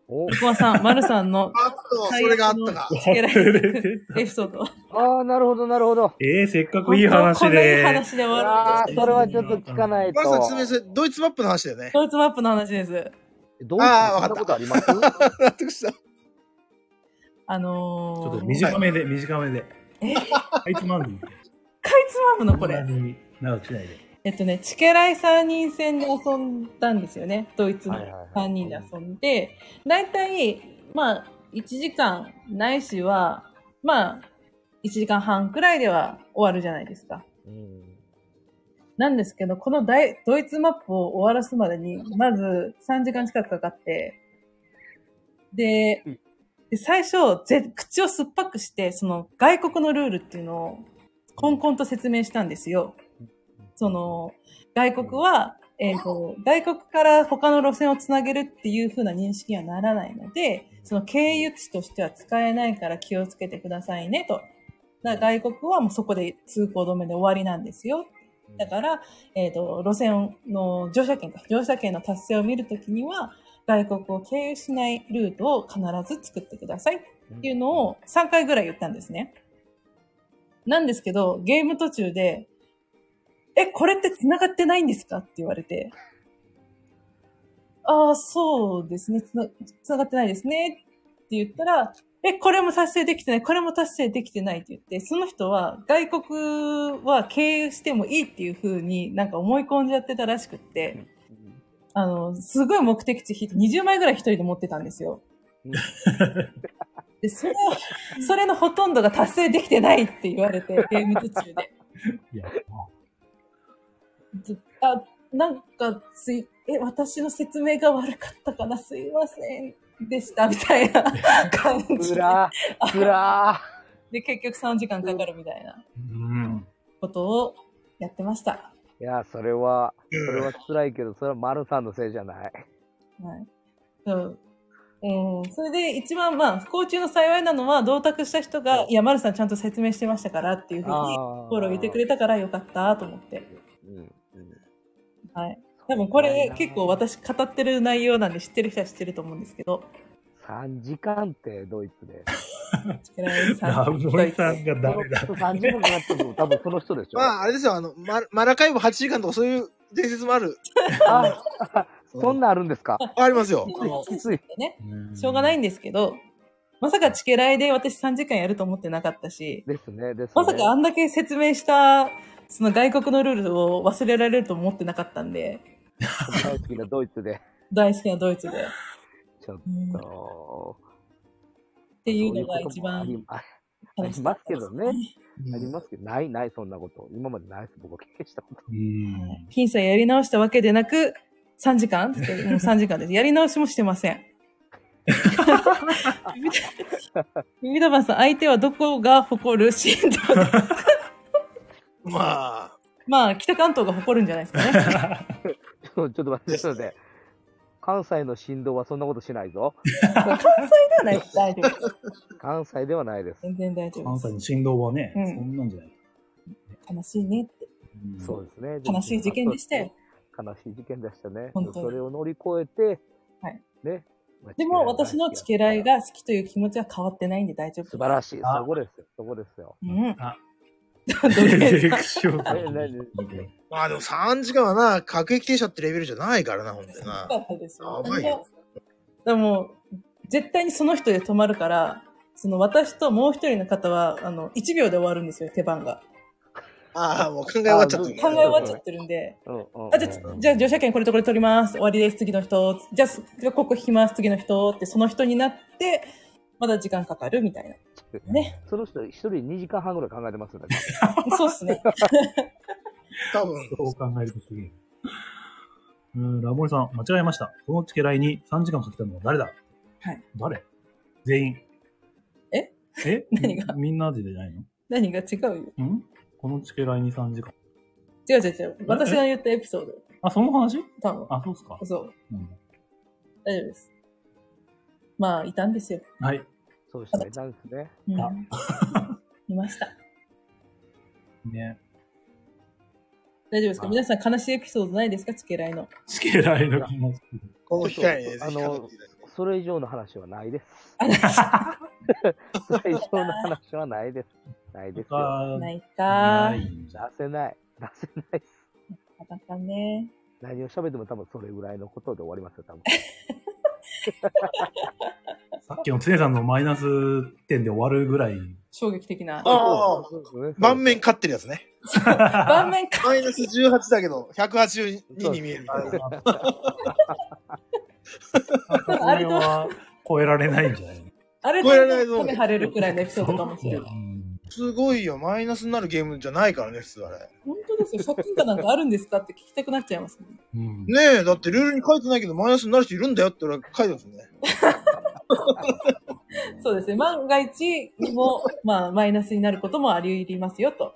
お小松さん、丸さんのあっと、それがあったか。 チケライ忘れてエピソード。 ああ、なるほど、なるほど。 えー、せっかくいい話こんないいで。 話で終わああ、 る。 それはちょっと聞かないと。 まず説明する、ドイツマップの話だよね。 ドイツマップの話です。 どうあーわかったそんなことあります納得した。 あのー、 ちょっと短めで、短めで。 えあいつまんでいいかいつまむのこれ。 そんなに長くしないで。 えっとね、チケライさんにん戦で遊んだんですよね。ドイツのはいはいはいさんにんで遊んで、だいたい、まあ、いちじかんないしは、まあ、いちじかんはんくらいでは終わるじゃないですか。 うん。 なんですけど、この大ドイツマップを終わらすまでに、まずさんじかん近くかかって、で、 うんで最初ぜ、口を酸っぱくして、その外国のルールっていうのを、コンコンと説明したんですよ。その、外国は、えっと、外国から他の路線をつなげるっていう風な認識にはならないので、その経由地としては使えないから気をつけてくださいねと。だから外国はもうそこで通行止めで終わりなんですよ。だから、えっと、路線の乗車券か、乗車券の達成を見るときには、外国を経由しないルートを必ず作ってくださいっていうのをさんかいぐらい言ったんですね。なんですけど、ゲーム途中で、え、これって繋がってないんですかって言われて、ああ、そうですね、つな、繋がってないですねって言ったら、え、これも達成できてない、これも達成できてないって言って、その人は外国は経由してもいいっていう風になんか思い込んじゃってたらしくって、あの、すごい目的地にじゅうまいぐらい一人で持ってたんですよ。で、それ、それのほとんどが達成できてないって言われて、ゲーム途中で。 いや、 あ、なんかつい、え、私の説明が悪かったかな、すいませんでした、みたいな感じで。 つらー、つらで、結局さんじかんかかるみたいなうん。 ことをやってました。 ー。いや、それは、それは辛いけど、それは丸さんのせいじゃない。 はい。そうえー、それで一番まあ不幸中の幸いなのは同卓した人が、いや、丸さんちゃんと説明してましたからっていうふうにあーフォロー言ってくれたからよかったと思って。 うんうんはい。多分これ結構私語ってる内容なんで知ってる人は知ってると思うんですけど。 さんじかんってドイツで。 ラブモリさんがダメだ。 さんじかんかかっても多分その人でしょ。 まあ、あれですよ、あの、ママラカイブはちじかんとかそういう伝説もある。 あ、そんなんあるんですか。 ありますよ。 きつい。 ね、しょうがないんですけど、まさかチケライで私さんじかんやると思ってなかったし、 ですね、ですね。 まさかあんだけ説明したその外国のルールを忘れられると思ってなかったんで、 大好きなドイツで。 大好きなドイツで。 ちょっうんっと。 ていうのが一番そういうこともありあ楽しりかったですますけどね。ありますけど、ない、ない、そんなこと。今までないです、僕は経験したこと。 うん。 審査やり直したわけでなく、さんじかんってもうさんじかんです。やり直しもしてません。ビビダバンさん、相手はどこが誇る振動ですか？ まあ、 まあ、北関東が誇るんじゃないですかね。 ちょっと待って、ちょっと待って。関西の振動はそんなことしないぞ。 関西ではないです。大丈夫です。 関西ではないです。 全然大丈夫です。 関西の振動はね、 うんそんなんじゃない。 悲しいねって。 うんそうですね。 悲しい事件でしたよ。 悲しい事件でしたね。 本当にそれを乗り越えて、 はい。 ね。 でも、私のチケライが好きという気持ちは変わってないんで大丈夫です。 素晴らしい。 あそこですよ。そこですよ。 うん。 あ、 どれですか？ レクションえ、なにまあでもさんじかんはな、各駅停車ってレベルじゃないからな、ほんとにな。 そうなんですよ。 やばいよ。 でも、絶対にその人で止まるから、その私ともう一人の方は、あの、いちびょうで終わるんですよ、手番が。 ああ、もう考え終わっちゃった。 考え終わっちゃってるんで。 うんうん。 あ、じゃあ、じゃあ乗車券これとこれ取ります。終わりです。次の人。じゃあ、じゃあここ引きます。次の人。って、その人になって、まだ時間かかるみたいな。ね。 その人一人にじかんはんぐらい考えてますよね。 そうっすね。 多分。 そう考えるとすげえ。うん、ラモリさん、間違えました。このチケライにさんじかんかけたのは誰だ？ はい。 誰？全員。 ええ何がみんなでじゃないの？ 何が違うよ。 んこのチケライにさんじかん。 違う違う違う。私が言ったエピソード。 あ、その話？ 多分。 あ、そうっすか。 そう。 うん、 大丈夫です。まあ、いたんですよ。 はい。 そうでしたね。なんですね。 うんあいました。 ね。 大丈夫ですか？ あ皆さん悲しいエピソードないですか？チケライの。 チケライの話。 この機会にね、ぜひあの語っていただきたいそれ以上の話はないです。 あなそれ以上の話はないです。ないですよ。 他ないかなー。 出いんじゃせない。出せないです。 なかなかね。 何を喋っても多分それぐらいのことで終わりますよ、多分。 さっきの常さんのマイナス点で終わるぐらい。 衝撃的な。 ああ、盤面勝ってるやつね。 盤面か。 マイナスじゅうはちだけど、ひゃくはちじゅうにに見えるみたいな。 これは超えられないんじゃないの？ あれ超えられないぞで目腫れるくらいのエピソードかもしれない。 うんすごいよ。マイナスになるゲームじゃないからね、普通あれ。 本当ですよ。借金かなんかあるんですかって聞きたくなっちゃいますね。 うんねえ、だってルールに書いてないけど、マイナスになる人いるんだよって俺は書いてますね。 そうですね。万が一にも、まあ、マイナスになることもあり得りますよと。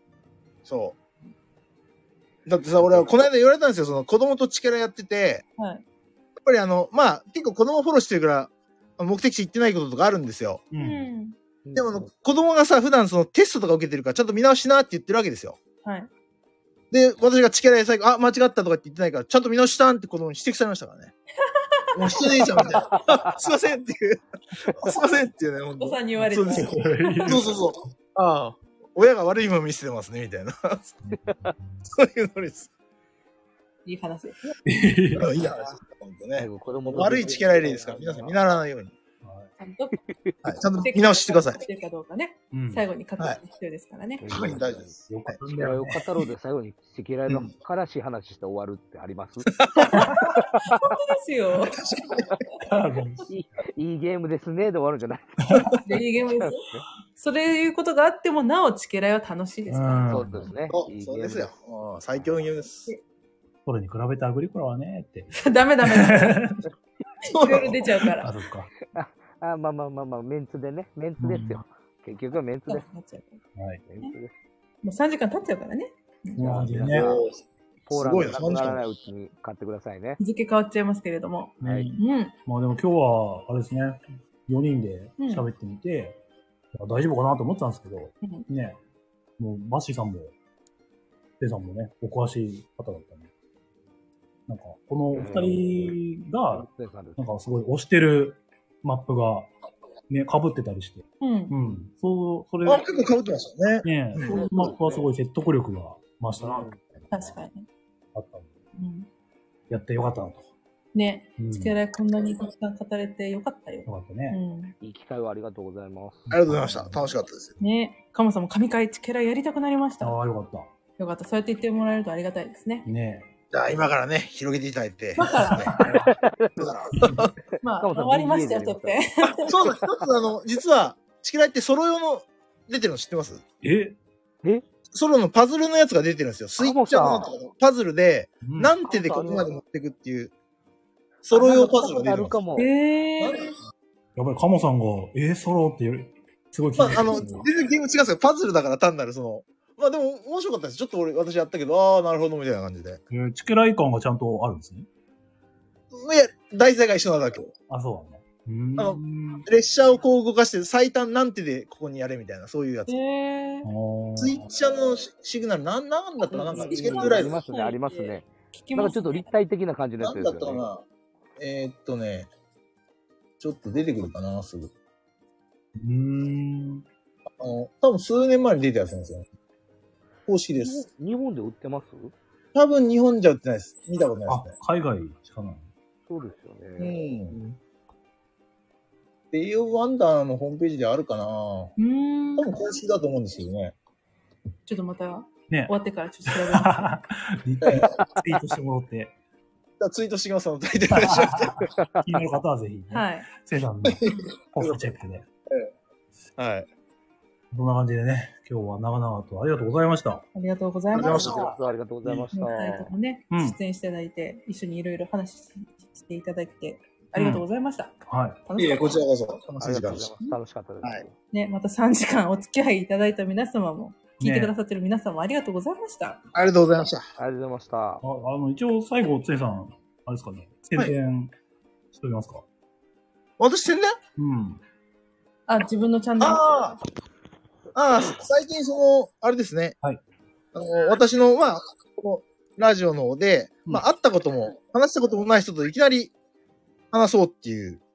そう。だってさ、俺はこの間言われたんですよ。その子供とチケラやってて、 はい。 やっぱりあの、まあ、結構子供フォローしてるから、目的地行ってないこととかあるんですよ。 ううんん。 でもあの、子供がさ、普段そのテストとか受けてるから、ちゃんと見直しなって言ってるわけですよ。 はい。 で、私がチケラで最後、あ、間違ったとかって言ってないから、ちゃんと見直したんって子供に指摘されましたからね。もうしてねえじゃん、みたいな。すいませんっていう。すいませんっていうね、ほんと。 お子さんに言われてそうですよ。そうそうそう。ああ、親が悪いもの見せてますね、みたいな。そういうのです。 いい話ですね。 いい話です。本当ね。 最後子供と悪いチケラ例ですから、皆さん見習わないように。 ちゃんと、 はい、ちゃんと見直してください。 してるかどうかね。 うん最後に確認必要ですからね。 はい、大丈夫です。 よかったんチケラをだよね。 語ろうで最後にチケラの悲しい話して終わるってあります本当ですよ。 いいいいゲームですねで終わるんじゃないでいいゲームですよ。それいうことがあっても、なおチケライは楽しいですから。 うんそうですね。 そういいゲームそうですよ。うん最強のゲームです。 それに比べてアグリコラはねって。 ダメダメダメ。いそうろいろ出ちゃうかあ、 ら。 そっか。 あまあまあまあまあ、メンツでね。メンツですよ。結局はメンツです。 なっちゃうはい。 メンツです。 もうさんじかん経っちゃうからね。 もうね。 おーポーランドなすごいなくならないうちに買ってくださいね。 日付変わっちゃいますけれども。 ねうん。 まあでも今日は、あれですね、よにんで喋ってみて、いや大丈夫かなと思ってたんですけど、 うんね、もうバッシーさんも、テイさんもね、お詳しい方だったんで、なんか、このお二人が、なんかすごい推してるマップが、ね、被ってたりして、 うん。 うん、そう、それ、 あ、結構被ってましたよね。 ね、 うんそういうマップはすごい説得力が増したな、 確かに。 あったんで、 うん。 やってよかったなと。 ね、 うんチケライこんなにたくさん語れてよかったよ。 よかったうね。 ん。 いい機会をありがとうございます。 ありがとうございました。楽しかったですよ。 ね、カモさんも神回チケライやりたくなりました。 ああ、よかっよかった。そうやって言ってもらえるとありがたいですね。 た。ねじゃあ今からね、広げていただいて。 だからねだからまあ、 カモさん終わりましたよ、 ビーとジーエムって。 そうだ、一つあの、実は、チキライってソロ用の出てるの知ってますえ。 えソロのパズルのやつが出てるんですよ。スイッチャーのなんとかのパズルで、 うんなんてでここまで持っていくっていう、ソロ用パズルが出てるんですよ。 あるかも。 えー。 やっぱりカモさんが、えー、ソロってより、すごい気にまあ、あの、全然ゲーム違うんですよ。パズルだから単なるその、まあでも面白かったです。ちょっと俺、私やったけど、ああ、なるほど、みたいな感じで。 えーチケライ感がちゃんとあるんですね。 いや、題材が一緒なだけ。 あ、そうなんだ。 あうーん。 列車をこう動かして、最短なんてでここにやれみたいな、そういうやつ。 えー。 あスイッチャーのシシグナル、なん、なんだったかな、なんかチケットぐらいでありますね、ありますね。 聞きますなんかちょっと立体的な感じのやなんだつですよね。 ったかな。えー、っとね、ちょっと出てくるかな、すぐ。 うーん。 あの、多分数年前に出たやつなんですよね。公式です。 日本で売ってます多分日本じゃ売ってないです。見たことないあですね。、 海外しかない。 そうですようね。 ん。デイオブワンダーのホームページであるかな。多うーん。 分公式だと思うんですけどね。 ちょっとまた、 ね終わってからちょっと調べま立体ツイートしてもらって、 じゃあツイートしてきます、そのタイトルで。 気になる方はぜひ、ね、 す。はい。 セイさんのポストチェックで。 はい。 こんな感じでね、今日は長々とありがとうございました。 ありがとうございまありがとうございした。 ありがとうございました。 二人ともね、 うん出演していただいて、一緒にいろいろ話ししていただいて、ありがとうございました。 はい。 いえ、 楽しかったこちらこそ楽しあいりがとうござい時間でします。楽しかったです。 はいね、またさんじかんお付き合いいただいた皆様も、聞いてくださってる皆様もありがとうございました。 た。ありがとうございました。 ありがとうございました。 ああの、一応最後、つえさん、あれですかね、宣伝しておきますか、 私宣伝うん。 あ、自分のチャンネル。 ああ、ああ、最近その、あれですね。 はい。 あの、私の、まあ、このラジオの方で、 うんまあ、会ったことも、話したこともない人といきなり話そうっていう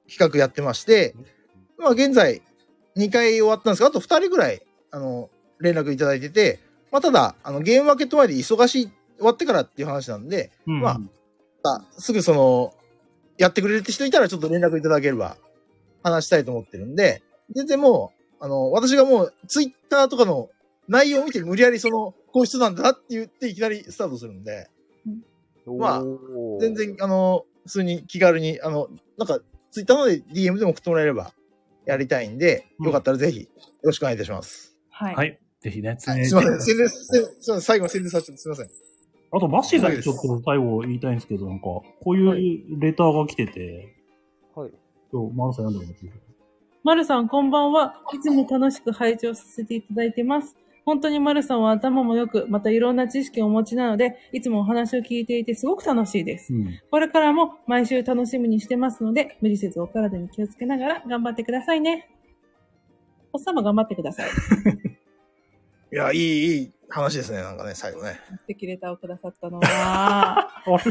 企画やってまして、まあ現在にかい終わったんですが、あとふたりぐらい、あの、連絡いただいてて、まあただ、あの、ゲームマーケット前で忙しい、終わってからっていう話なんで、 うん、 まあ、すぐその、やってくれるって人いたらちょっと連絡いただければ話したいと思ってるんで、全然もう、あの、私がもうツイッターとかの内容を見て無理やりその、こういう人なんだなって言っていきなりスタートするんで、まあ、全然、あの、普通に気軽に、あの、なんか、ツイッターので ディーエム でも送ってもらえればやりたいんで、よかったらぜひよろしくお願いいたします。 はい。 はい。ぜひね、 はい、すいません。宣伝、すいません。最後に宣伝させて、すいません。 あと、バッシーさんにちょっと最後言いたいんですけど、なんか、こういうレターが来てて、 はい。 今日、マルさん読んでもらっていいですか？ マルさん、こんばんは。いつも楽しく拝聴させていただいてます。本当にマルさんは頭も良く、またいろんな知識をお持ちなので、いつもお話を聞いていてすごく楽しいです。うん、これからも毎週楽しみにしてますので、無理せずお体に気をつけながら頑張ってくださいね。おっさんも頑張ってください。 いや、いい、いい話ですね、なんかね、最後ね。 素敵レターをくださったのは、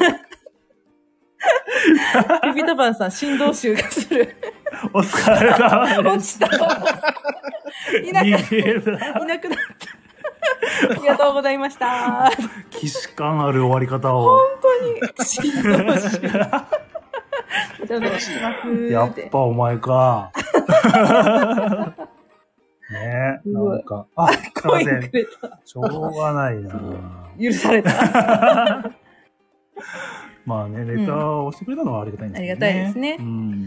ビビタパンさん、振動臭がする。 お疲れ様落ちた。いなくなった。いなくなった。ありがとうございました。 既視感ある終わり方を。 本当に。振動臭。 やっぱお前か。ねえ、なんか、あ、すいません。しょうがないな。 許された。 まあね、レターをしてくれたのはありがたいんですね。 ありがたいですね。うん、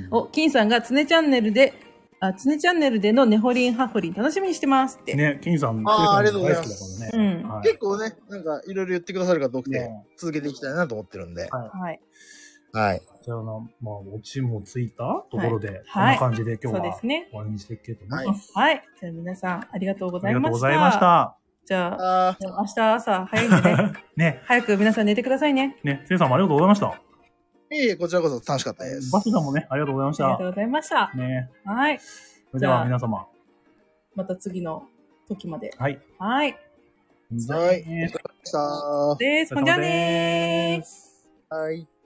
お、金さんがつねチャンネルで、あ、つねチャンネルでのネホリンハフリン楽しみにしてますって。 ね、金さん、 ああ、ありがとうございます。 ね、 うんはい、結構ね、なんかいろいろ言ってくださる方多くて、ね、続けていきたいなと思ってるんで。 はい。 はい。 じゃあな、まあ、オチもついたところで、こんな感じで今日は終わりにしていけると思います。 はい。じゃあ皆さん、ありがとうございました。 ありがとうございました。 じゃあ、明日朝早いんでね。 ね。 早く皆さん寝てくださいね。 ね。せいさんもありがとうございました。 いえいえ、こちらこそ楽しかったです。 バシさんもね、ありがとうございました。 ありがとうございました。 ね。 はい。 それでは皆様。 また次の時まで。 はい。 はい。 はい。お疲れ様でした。 です。ほんじゃねー。 はい。